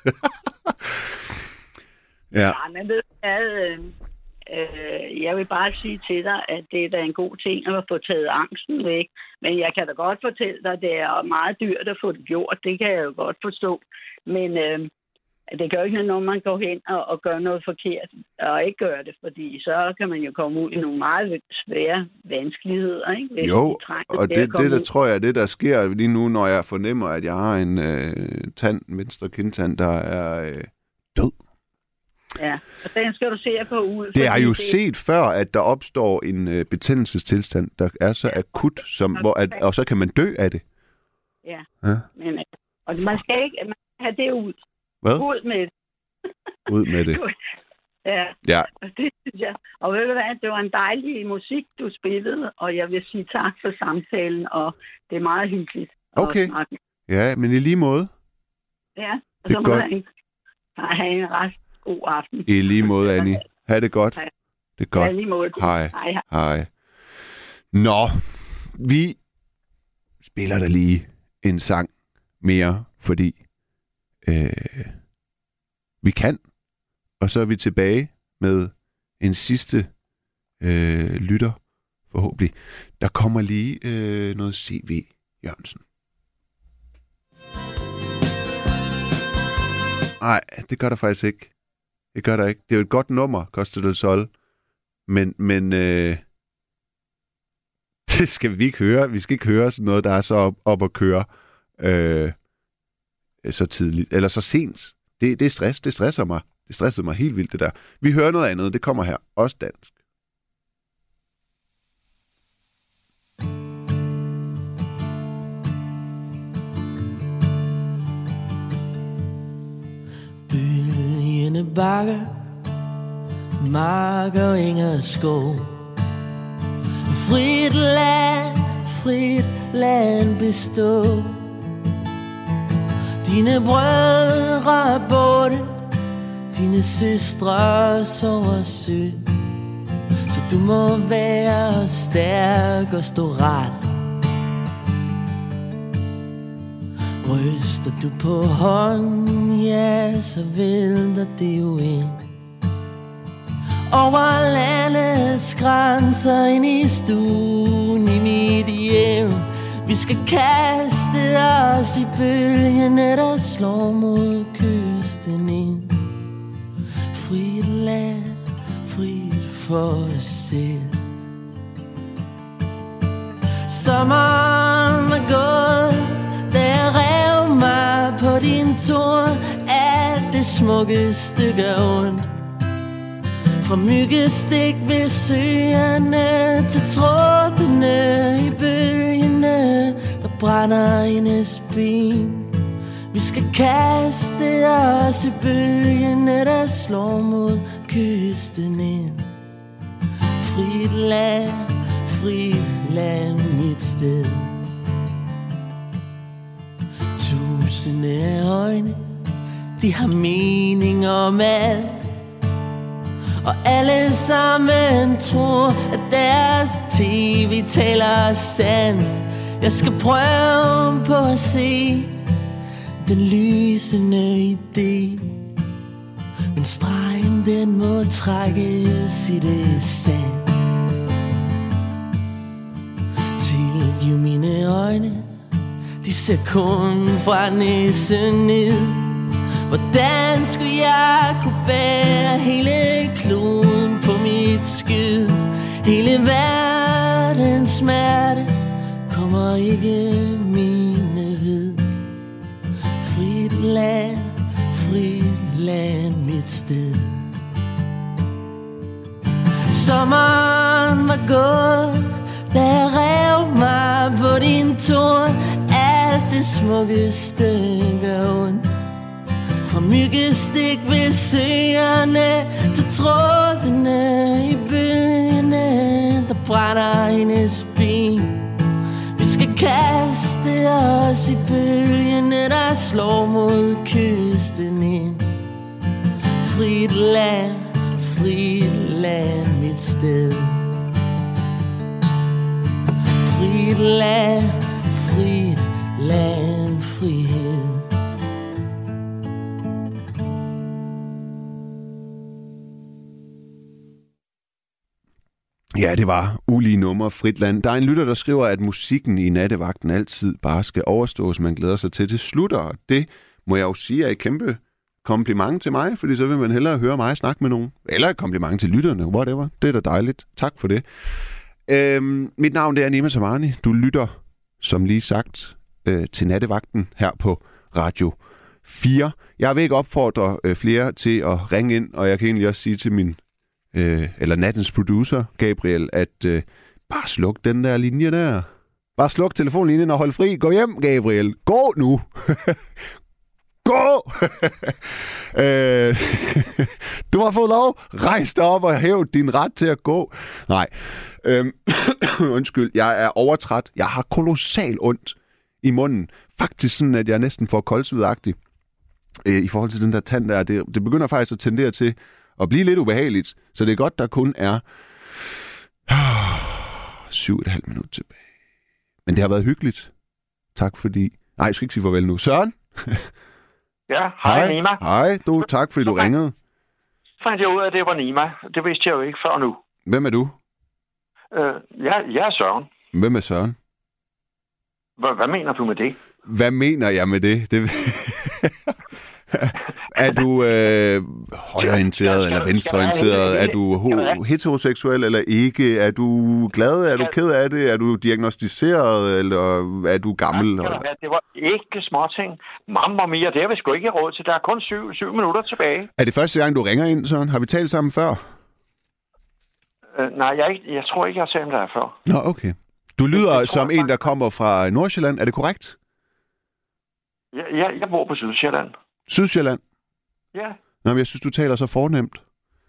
ja. Nej, men ved du hvad, øh, øh, jeg vil bare sige til dig, at det er da en god ting at få taget angsten væk. Men jeg kan da godt fortælle dig, at det er meget dyrt at få det gjort. Det kan jeg jo godt forstå. Men øh, det gør ikke noget, når man går hen og, og gør noget forkert, og ikke gør det, fordi så kan man jo komme ud i nogle meget svære vanskeligheder, ikke? Hvis Jo, de trænger og til det, at komme det der ud. tror jeg, det der sker lige nu, når jeg fornemmer, at jeg har en øh, tand, venstre kindtand, der er øh, død. Ja, og den skal du se på ud. Det er jo det... set før, at der opstår en øh, betændelsestilstand, der er så akut, som, hvor at, og så kan man dø af det. Ja, ja. Men, og man skal ikke man skal have det ud. Hvad? Ud med det. Ud med det. Ja, ja. Det synes jeg. Og ved du hvad, det var en dejlig musik, du spillede, og jeg vil sige tak for samtalen, og det er meget hyggeligt. Okay. Ja, men i lige måde. Ja, og det så må godt. Jeg have en ret god aften. I lige måde, Annie. Ha' det godt. Hej. Det er godt. Ja, lige måde. Hej. Hej. Hej. Nå, vi spiller da lige en sang mere, fordi øh, vi kan. Og så er vi tilbage med en sidste øh, lytter, forhåbentlig. Der kommer lige øh, noget C V Jørgensen. Nej, det gør der faktisk ikke. Det gør der ikke. Det er jo et godt nummer, Costa del Sol. Men, men øh, det skal vi ikke høre. Vi skal ikke høre sådan noget, der er så op, op at køre øh, så tidligt. Eller så sent. Det, det er stress. Det stresser mig. Det stressede mig helt vildt, det der. Vi hører noget andet. Det kommer her. Også dansk. Bølgende bakker, marker, enger, skov. Frit land, frit land bestå. Dine brødre er borte, dine søstre sover sød. Så du må være stærk og stå ret. Ryster du på hånden, ja, så vælter det jo ind. Over landets grænser, ind i stuen, i mit hjem. Vi skal kaste os i bølgene, der slår mod kysten ind. Frit land, frit for os selv. Sommeren var gået, da jeg rev mig på din torn. Alt det smukkeste gør ondt. Fra myggestik ved søerne til trådene i bølgene, der brænder hendes ben. Vi skal kaste os i bølgene, der slår mod kysten ind. Frit land, frit land, mit sted. Tusinde af øjne, de har mening om alt. Og alle sammen tror, at deres tv taler sandt. Jeg skal prøve på at se den lysende idé. Men stregen, den må trækkes i det sand. Tilgiv mine øjne, de ser kun fra næsen ned. Hvordan skulle jeg kunne bære hele kloden på mit skid? Hele verdens smerte kommer ikke mine ved. Frit land, frit land, mit sted. Sommeren var gået, da jeg rev mig på din torn. Alt det smukkeste gør ondt. Fra myggestik ved søerne til trådene i bølgene, der brænder hendes ben. Vi skal kaste os i bølgene, der slår mod kysten ind. Frit land, frit land, mit sted. Frit land, frit land, frihed. Ja, det var ulige nummer, frit land. Der er en lytter, der skriver, at musikken i nattevagten altid bare skal overstås. Man glæder sig til, det slutter. Og det må jeg jo sige er et kæmpe kompliment til mig, fordi så vil man hellere høre mig snakke med nogen. Eller et kompliment til lytterne, whatever. Det er da dejligt. Tak for det. Øhm, mit navn det er Nima Samani. Du lytter, som lige sagt, øh, til nattevagten her på Radio fire. Jeg vil ikke opfordre øh, flere til at ringe ind, og jeg kan egentlig også sige til min, øh, eller nattens producer, Gabriel, at øh, bare sluk den der linje der. Bare sluk telefonlinjen og hold fri. Gå hjem, Gabriel. Gå nu. Gå! øh, du har fået lov. Rejs dig op og hæv din ret til at gå. Nej. Øhm, undskyld, jeg er overtræt. Jeg har kolossal ondt i munden. Faktisk sådan, at jeg næsten får koldsvedagtig øh, i forhold til den der tand der. Det, det begynder faktisk at tendere til at blive lidt ubehageligt. Så det er godt, der kun er øh, syv og et halvt minut tilbage. Men det har været hyggeligt. Tak fordi... Nej, jeg skal ikke sige farvel nu. Søren? Ja, hej, hej Nima. Hej, du, tak fordi du okay. ringede. Så fandt jeg ud af, at det var Nima. Det vidste jeg jo ikke før nu. Hvem er du? Øh, jeg, jeg er Søren. Hvem er Søren? H- hvad mener du med det? Hvad mener jeg med det? det... Er du øh, højreorienteret eller venstreorienteret? Er du ho- heteroseksuel eller ikke? Er du glad? Er du ked af det? Er du diagnostiseret? Eller er du gammel? Ja, det var ikke småting. Mamma mia, det har vi sgu ikke råd til. Der er kun syv, syv minutter tilbage. Er det første gang, du ringer ind, Søren? Har vi talt sammen før? Øh, nej, jeg, ikke, jeg tror ikke, jeg har talt med dig før. Nå, okay. Du lyder det, som en, der kommer fra Nordsjælland. Er det korrekt? Ja, jeg, jeg bor på Sydsjælland. Sydsjælland? Ja. Nå, men jeg synes, du taler så fornemt.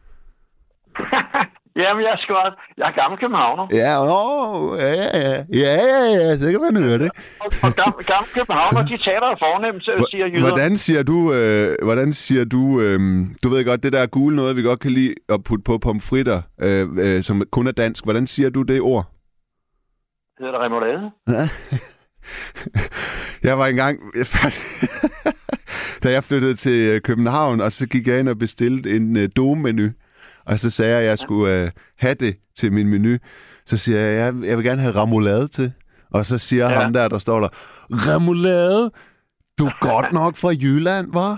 Jamen, jeg er sgu også. Jeg er gammel københavner. Ja, åh, ja, ja, ja, ja, ja, ja, så kan man høre det. Og, og gamle, gamle københavner, de taler fornemt, siger jyder. Hvordan siger du, øh, hvordan siger du, øh, du ved godt, det der gule noget, vi godt kan lide at putte på pomfritter, øh, øh, som kun er dansk. Hvordan siger du det ord? Hedder det remoulade? Ja. Jeg var engang... Da jeg flyttede til København, og så gik jeg ind og bestilte en uh, dome-menu, og så sagde jeg, at jeg skulle uh, have det til min menu. Så siger jeg, jeg, jeg vil gerne have remoulade til. Og så siger ja. ham der, der står der, remoulade? Du er godt nok fra Jylland, hva'?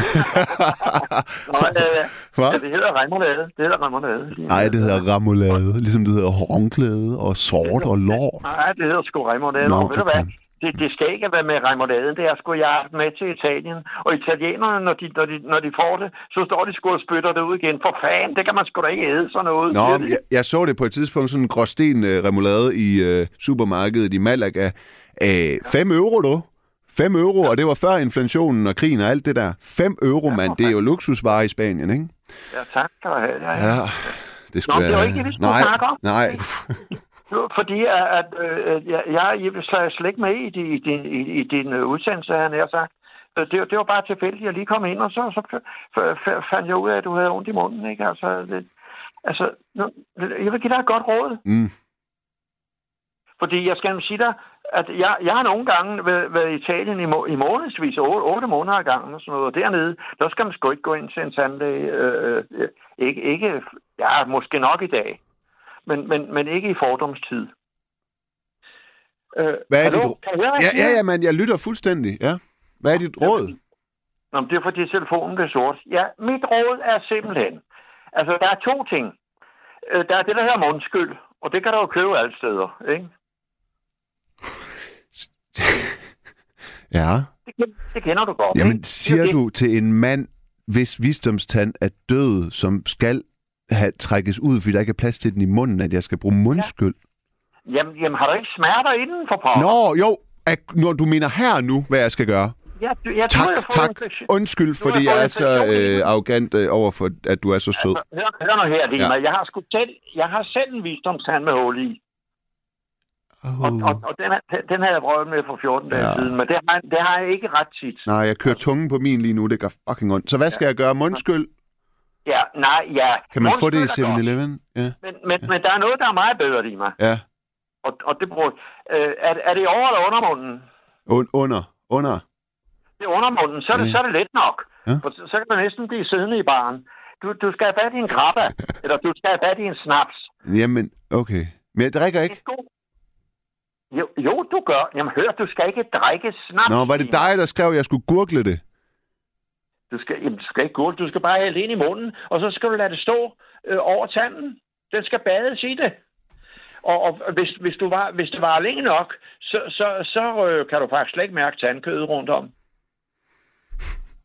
Nå, øh, ja, det hedder remoulade. Det hedder remoulade. Nej, det hedder remoulade. Ligesom det hedder håndklæde og sort og lår. Nej, det hedder sgu remoulade. Nå, ved du hvad? Det, det skal ikke være med remouladen. Det er sgu, jeg har haft med til Italien. Og italienerne, når de, når de, når de får det, så står de sgu og spytter det ud igen. For fanden, det kan man sgu da ikke æde sådan noget. Nå, jeg, jeg så det på et tidspunkt, sådan en gråsten uh, remoulade i uh, supermarkedet i Malaga. Uh, fem euro, du. Fem euro, ja. Og det var før inflationen og krigen og alt det der. Fem euro, ja, mand. Det er jo luksusvarer i Spanien, ikke? Ja, tak. Ja, ja, ja. ja det skulle Nå, det er jo ikke det, vi skulle snakke om. Nej, fordi at, at øh, jeg, jeg er slet ikke med i din, i din, i, i din udsendelse, han har sagt. Det, det var bare tilfældigt, at jeg lige kom ind, og så, så f- f- fandt jeg ud af, at du havde ondt i munden, ikke? Altså, det, altså jeg vil give dig et godt råd. Mm. Fordi jeg skal sige dig, at jeg, jeg har nogle gange været, været i Italien i, må, i månedsvis, otte, otte måneder ad gangen og sådan noget, og dernede, der skal man sgu ikke gå ind til en tandlæge. Øh, øh, ikke, ikke, ja, måske nok i dag. Men, men, men ikke i fordomstid. Øh, Hvad er hallo? dit råd? Ja, ja, ja, men jeg lytter fuldstændig. Ja. Hvad er dit råd? Nå, det er fordi telefonen bliver sort. Ja, mit råd er simpelthen... Altså, der er to ting. Der er det, der hedder mundskyld, og det kan du jo købe alle steder, ikke? Ja. Det, det kender du godt. Jamen, siger det, du til en mand, hvis visdomstand er død, som skal have trækkes ud, fordi der ikke er plads til den i munden, at jeg skal bruge mundskyld? Ja. Jamen, jamen, har du ikke smerter inden for pokker? Nå, jo. At, når du mener her nu, hvad jeg skal gøre. Ja, du, ja, tak, du har tak. Undskyld, du fordi jeg er så øh, arrogant øh, over for, at du er så sød. Altså, hør, hør nu her, Dima. Ja. Jeg har sgu selv, jeg har selv en visdomstand med hul i. Oh. Og, og, og den, den havde jeg prøvet med for fjorten dage ja. siden, men det har, det har jeg ikke ret tit. Nej, jeg kører tungen på min lige nu, det gør fucking ondt. Så hvad skal ja. jeg gøre? Mundskyld? Ja, nej, ja. Kan man få det i seven eleven? Ja. Men, men, ja. men der er noget, der er meget bedre, Dima. Ja. Og, og det bruger... Øh, er, er det over eller under munden? Un, under. Under. Det er under munden, så er det, ja. så er det let nok. Ja. For så, så kan du næsten blive siddende i baren. Du, du skal have fat i en grappa, eller du skal have fat i en snaps. Jamen, okay. Men jeg drikker ikke. Jo, jo, du gør. Jamen hør, du skal ikke drikke snaps. Nå, var det dig, der skrev, at jeg skulle gurgle det? Du skal, jamen, du skal ikke gurgle, du skal bare hælde ind i munden, og så skal du lade det stå øh, over tanden. Den skal bades i det. Og, og hvis, hvis, du var, hvis det var længe nok, så, så, så øh, kan du faktisk slet ikke mærke tandkødet rundt om.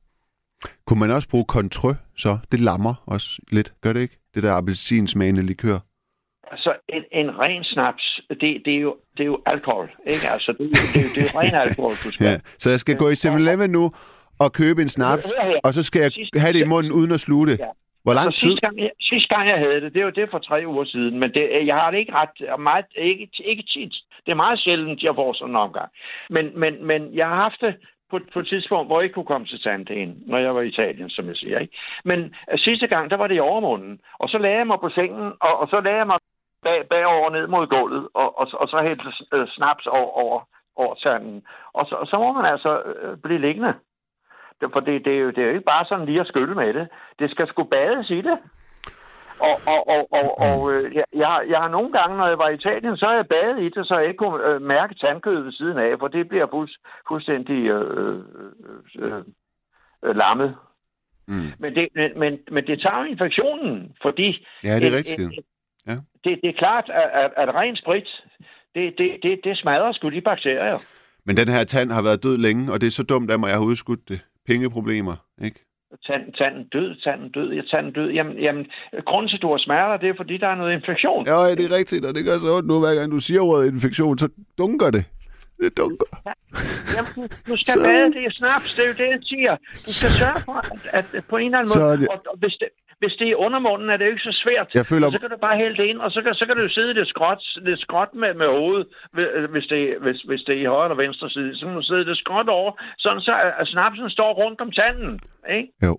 Kunne man også bruge Cointreau, så? Det lammer også lidt, gør det ikke? Det der appelsinsmagende likør. Altså, en, en ren snaps, det, det, er jo, det er jo alkohol, ikke? Altså, det, det, det, det er jo ren alkohol, du skal. Ja. Så jeg skal gå i seven eleven nu og købe en snaps, og så skal jeg have det i munden uden at sluge det. Ja. Hvor lang altså, tid? Sidste gang, jeg, sidste gang jeg havde det, det var det for tre uger siden, men det, jeg har det ikke ret meget, ikke, ikke tit. Det er meget sjældent, jeg får sådan en omgang. Men, men, men jeg har haft det på, på et tidspunkt, hvor jeg ikke kunne komme til tandlægen, når jeg var i Italien, som jeg siger. Ikke? Men uh, sidste gang, der var det i overmunden. Og så lagde jeg mig på sengen, og, og så lagde jeg mig bag, bagover ned mod gulvet, og, og, og så hældte uh, snaps over, over, over tanden. Og så, og så må man altså uh, blive liggende. For det, det, er jo, det er jo ikke bare sådan lige at skylle med det. Det skal sgu bades i det. Og, og, og, og, og øh, jeg, jeg har nogle gange, når jeg var i Italien, så har jeg badet i det, så jeg ikke kunne øh, mærke tandkødet ved siden af, for det bliver fuld, fuldstændig øh, øh, øh, lammet. Mm. Men, det, men, men det tager infektionen, fordi... Ja, det er en, rigtigt. En, ja. det, det er klart, at, at, at ren sprit, det, det, det, det smadrer sgu de bakterier. Men den her tand har været død længe, og det er så dumt af mig, jeg har udskudt det. Pengeproblemer, ikke? Tanden, tanden død, tanden død, ja, tanden død. Jamen, jamen, grunden til, at du har smerter, det er, fordi der er noget infektion. Ja, det er rigtigt, og det gør så ondt nu, hver gang du siger ordet infektion, så dunker det. Det dunker. Ja. Jamen, du, du skal så... bade, det er snaps, det er jo det, jeg siger. Du skal sørge for, at, at på en eller anden måde, det... og, og hvis, det, hvis det er under munden, er det jo ikke så svært. Jeg føler... Så kan du bare hælde det ind, og så kan, så kan du sidde lidt skråt, lidt skråt med, med hovedet, hvis det, hvis, hvis det er i højre eller venstre side. Så kan du sidde lidt skråt over, sådan så at snapsen står rundt om tanden, ikke? Jo.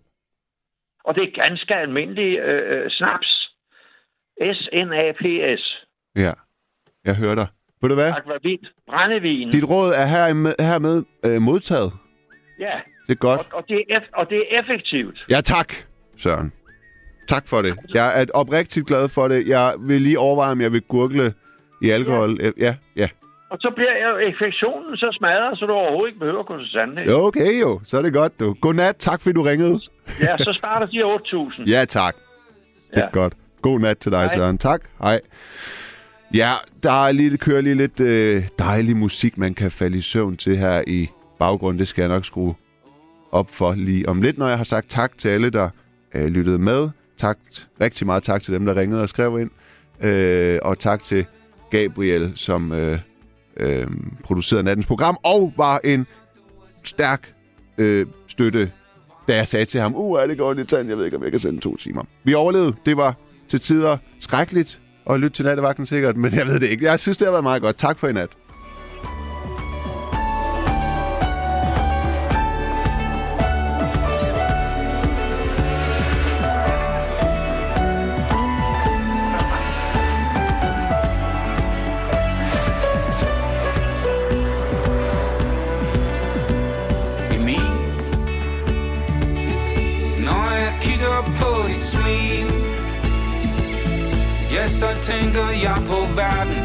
Og det er ganske almindelig øh, snaps. S N A P S. Ja, jeg hører dig. Ved du hvad? Akvavit. Brændevin. Dit råd er hermed, hermed øh, modtaget. Ja. Det er godt. Og, og, det er eff- og det er effektivt. Ja, tak, Søren. Tak for det. Jeg er oprigtigt glad for det. Jeg vil lige overveje, om jeg vil gurgle i alkohol. Ja, ja. ja. Og så bliver jo infektionen så smadret, så du overhovedet ikke behøver at gå til tandlæge. Jo, okay jo. Så er det godt, du. Godnat. Tak, fordi du ringede. Ja, så sparer du de otte tusind. Ja, tak. Det er ja. godt. God nat til dig, Hej. Søren. Tak. Hej. Ja, der er lige, kører lige lidt øh, dejlig musik, man kan falde i søvn til her i baggrunden. Det skal jeg nok skrue op for lige om lidt, når jeg har sagt tak til alle, der øh, lyttede med. Tak, rigtig meget tak til dem, der ringede og skrev ind. Øh, og tak til Gabriel, som øh, øh, producerede nattens program, og var en stærk øh, støtte, da jeg sagde til ham, uh, er det godt i tand, jeg ved ikke, om jeg kan sende to timer. Vi overlevede. Det var til tider skrækkeligt at lytte til nattevagten sikkert, men jeg ved det ikke. Jeg synes, det har været meget godt. Tak for i nat. Så tænker jeg på verden